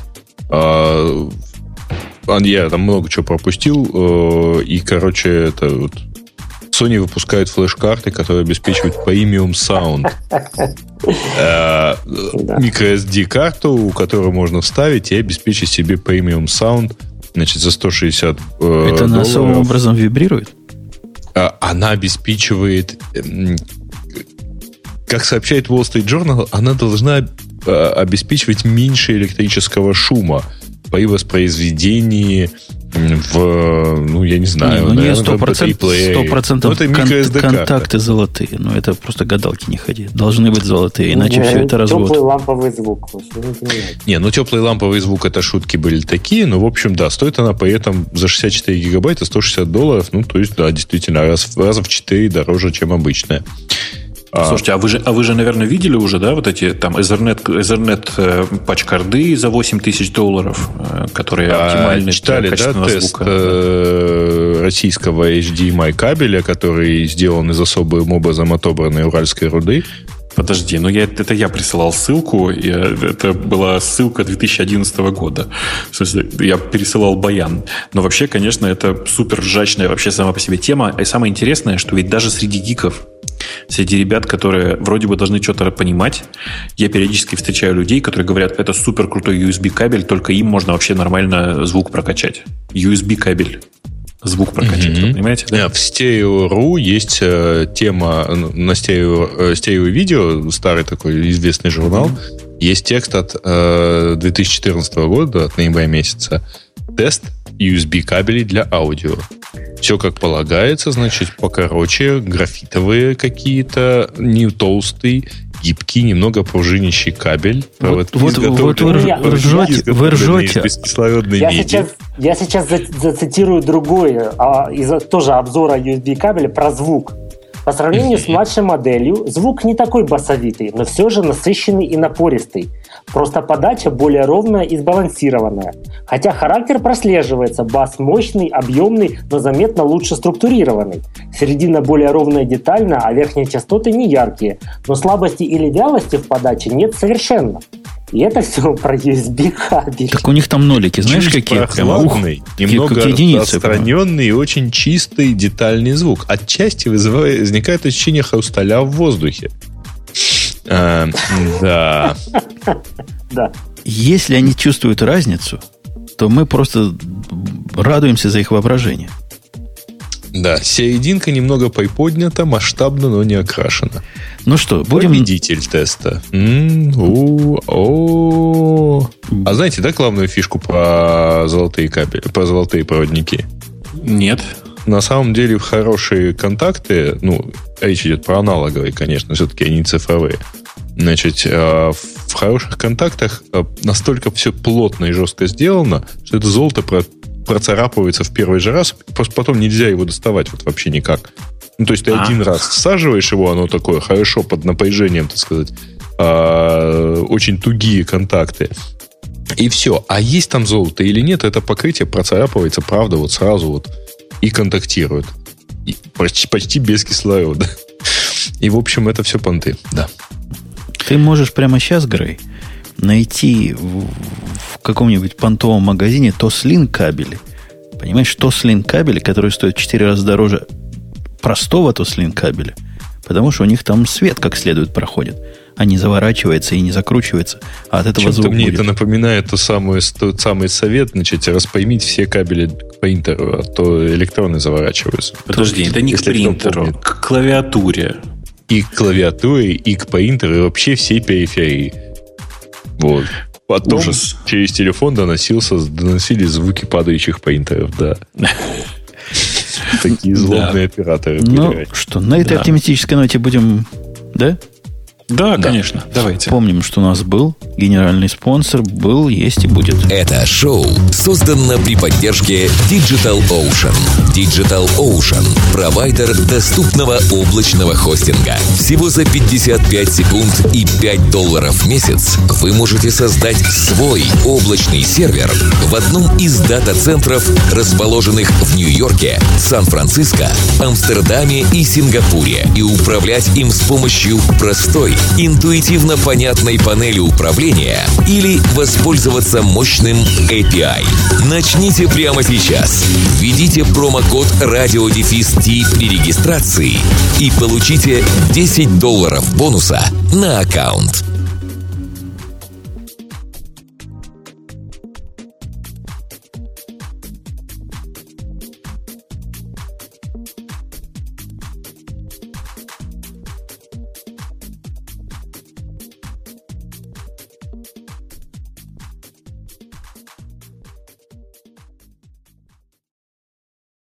Я там много чего пропустил, и, это вот Sony выпускает флеш-карты, которые обеспечивают премиум саунд. microSD-карту, которую можно вставить и обеспечить себе премиум саунд, значит, за $160. Это она особым образом вибрирует? Она обеспечивает, как сообщает Wall Street Journal, она должна обеспечивать меньше электрического шума при воспроизведении я не знаю. Не 100% контакты золотые. Но это просто гадалки не ходи. Должны быть золотые, иначе все это развод. Теплый ламповый звук. Теплый ламповый звук, это шутки были такие, но, в общем, да, стоит она при этом за 64 гигабайта $160. То есть, да, действительно, раза в 4 дороже, чем обычная. Слушайте, а вы же, наверное, видели уже, да, вот эти там Ethernet патч-карды за $8000, которые оптимальны для качественного звука? Тест российского HDMI кабеля, который сделан из особым образом отобранной уральской руды. Подожди, это я присылал ссылку, и это была ссылка 2011 года. В смысле, я пересылал баян. Но вообще, конечно, это супер ржачная вообще сама по себе тема. И самое интересное, что ведь даже среди гиков, среди ребят, которые вроде бы должны что-то понимать, я периодически встречаю людей, которые говорят, это супер крутой USB кабель, только им можно вообще нормально звук прокачать. USB кабель. Звук прокачать, вы понимаете? Да? В Stereo.ru есть тема на стерео-видео, старый такой известный журнал. Есть текст от 2014 года, от ноября месяца. Тест USB кабелей для аудио. Все как полагается, значит, покороче, графитовые какие-то, не толстый, гибкий, немного пружинящий кабель. Вы ржете. Я сейчас зацитирую другое, тоже обзора USB кабеля про звук. По сравнению с младшей моделью, звук не такой басовитый, но все же насыщенный и напористый. Просто подача более ровная и сбалансированная. Хотя характер прослеживается, бас мощный, объемный, но заметно лучше структурированный. Середина более ровная и детальная, а верхние частоты не яркие. Но слабости или вялости в подаче нет совершенно. И это все про USB кабель. Так у них там нолики, знаешь, какие? Прохладный, немного отстраненный и очень чистый детальный звук. Отчасти возникает ощущение хрусталя в воздухе. Да. Если они чувствуют разницу, то мы просто радуемся за их воображение. Да, серединка немного приподнята, масштабно, но не окрашена. Ну что, будем... Победитель теста. А знаете, да, главную фишку про золотые кабели, про золотые проводники? Нет. На самом деле, хорошие контакты, речь идет про аналоговые, конечно, все-таки они цифровые. Значит, в хороших контактах настолько все плотно и жестко сделано, что это золото процарапывается в первый же раз, просто потом нельзя его доставать вообще никак. То есть ты один раз всаживаешь его, оно такое хорошо под напряжением, так сказать, очень тугие контакты. И все. А есть там золото или нет, это покрытие процарапывается, правда, вот сразу вот и контактирует. И почти без кислорода. И, в общем, это все понты, да. Ты можешь прямо сейчас, Грей, найти в каком-нибудь понтовом магазине Toslink кабели. Понимаешь, Toslink кабели, которые стоят в 4 раза дороже простого Toslink кабеля, потому что у них там свет как следует проходит, а не заворачивается и не закручивается, а от этого звук мне будет. Это напоминает тот самый совет, значит, распоймить все кабели к принтеру, а то электроны заворачиваются. Подожди, это не к принтеру, к клавиатуре. И к клавиатуре, и к принтеру, и вообще всей периферии. Вот. Потом через телефон доносились звуки падающих принтеров, да. Такие злобные операторы. Ну что, на этой оптимистической ноте будем, да? Да, конечно. Давайте. Помним, что у нас был генеральный спонсор, был, есть и будет. Это шоу создано при поддержке Digital Ocean. Digital Ocean – провайдер доступного облачного хостинга. Всего за 55 секунд и $5 в месяц вы можете создать свой облачный сервер в одном из дата-центров, расположенных в Нью-Йорке, Сан-Франциско, Амстердаме и Сингапуре, и управлять им с помощью простой, интуитивно понятной панели управления или воспользоваться мощным API. Начните прямо сейчас. Введите промокод RadioDefist при регистрации и получите $10 бонуса на аккаунт.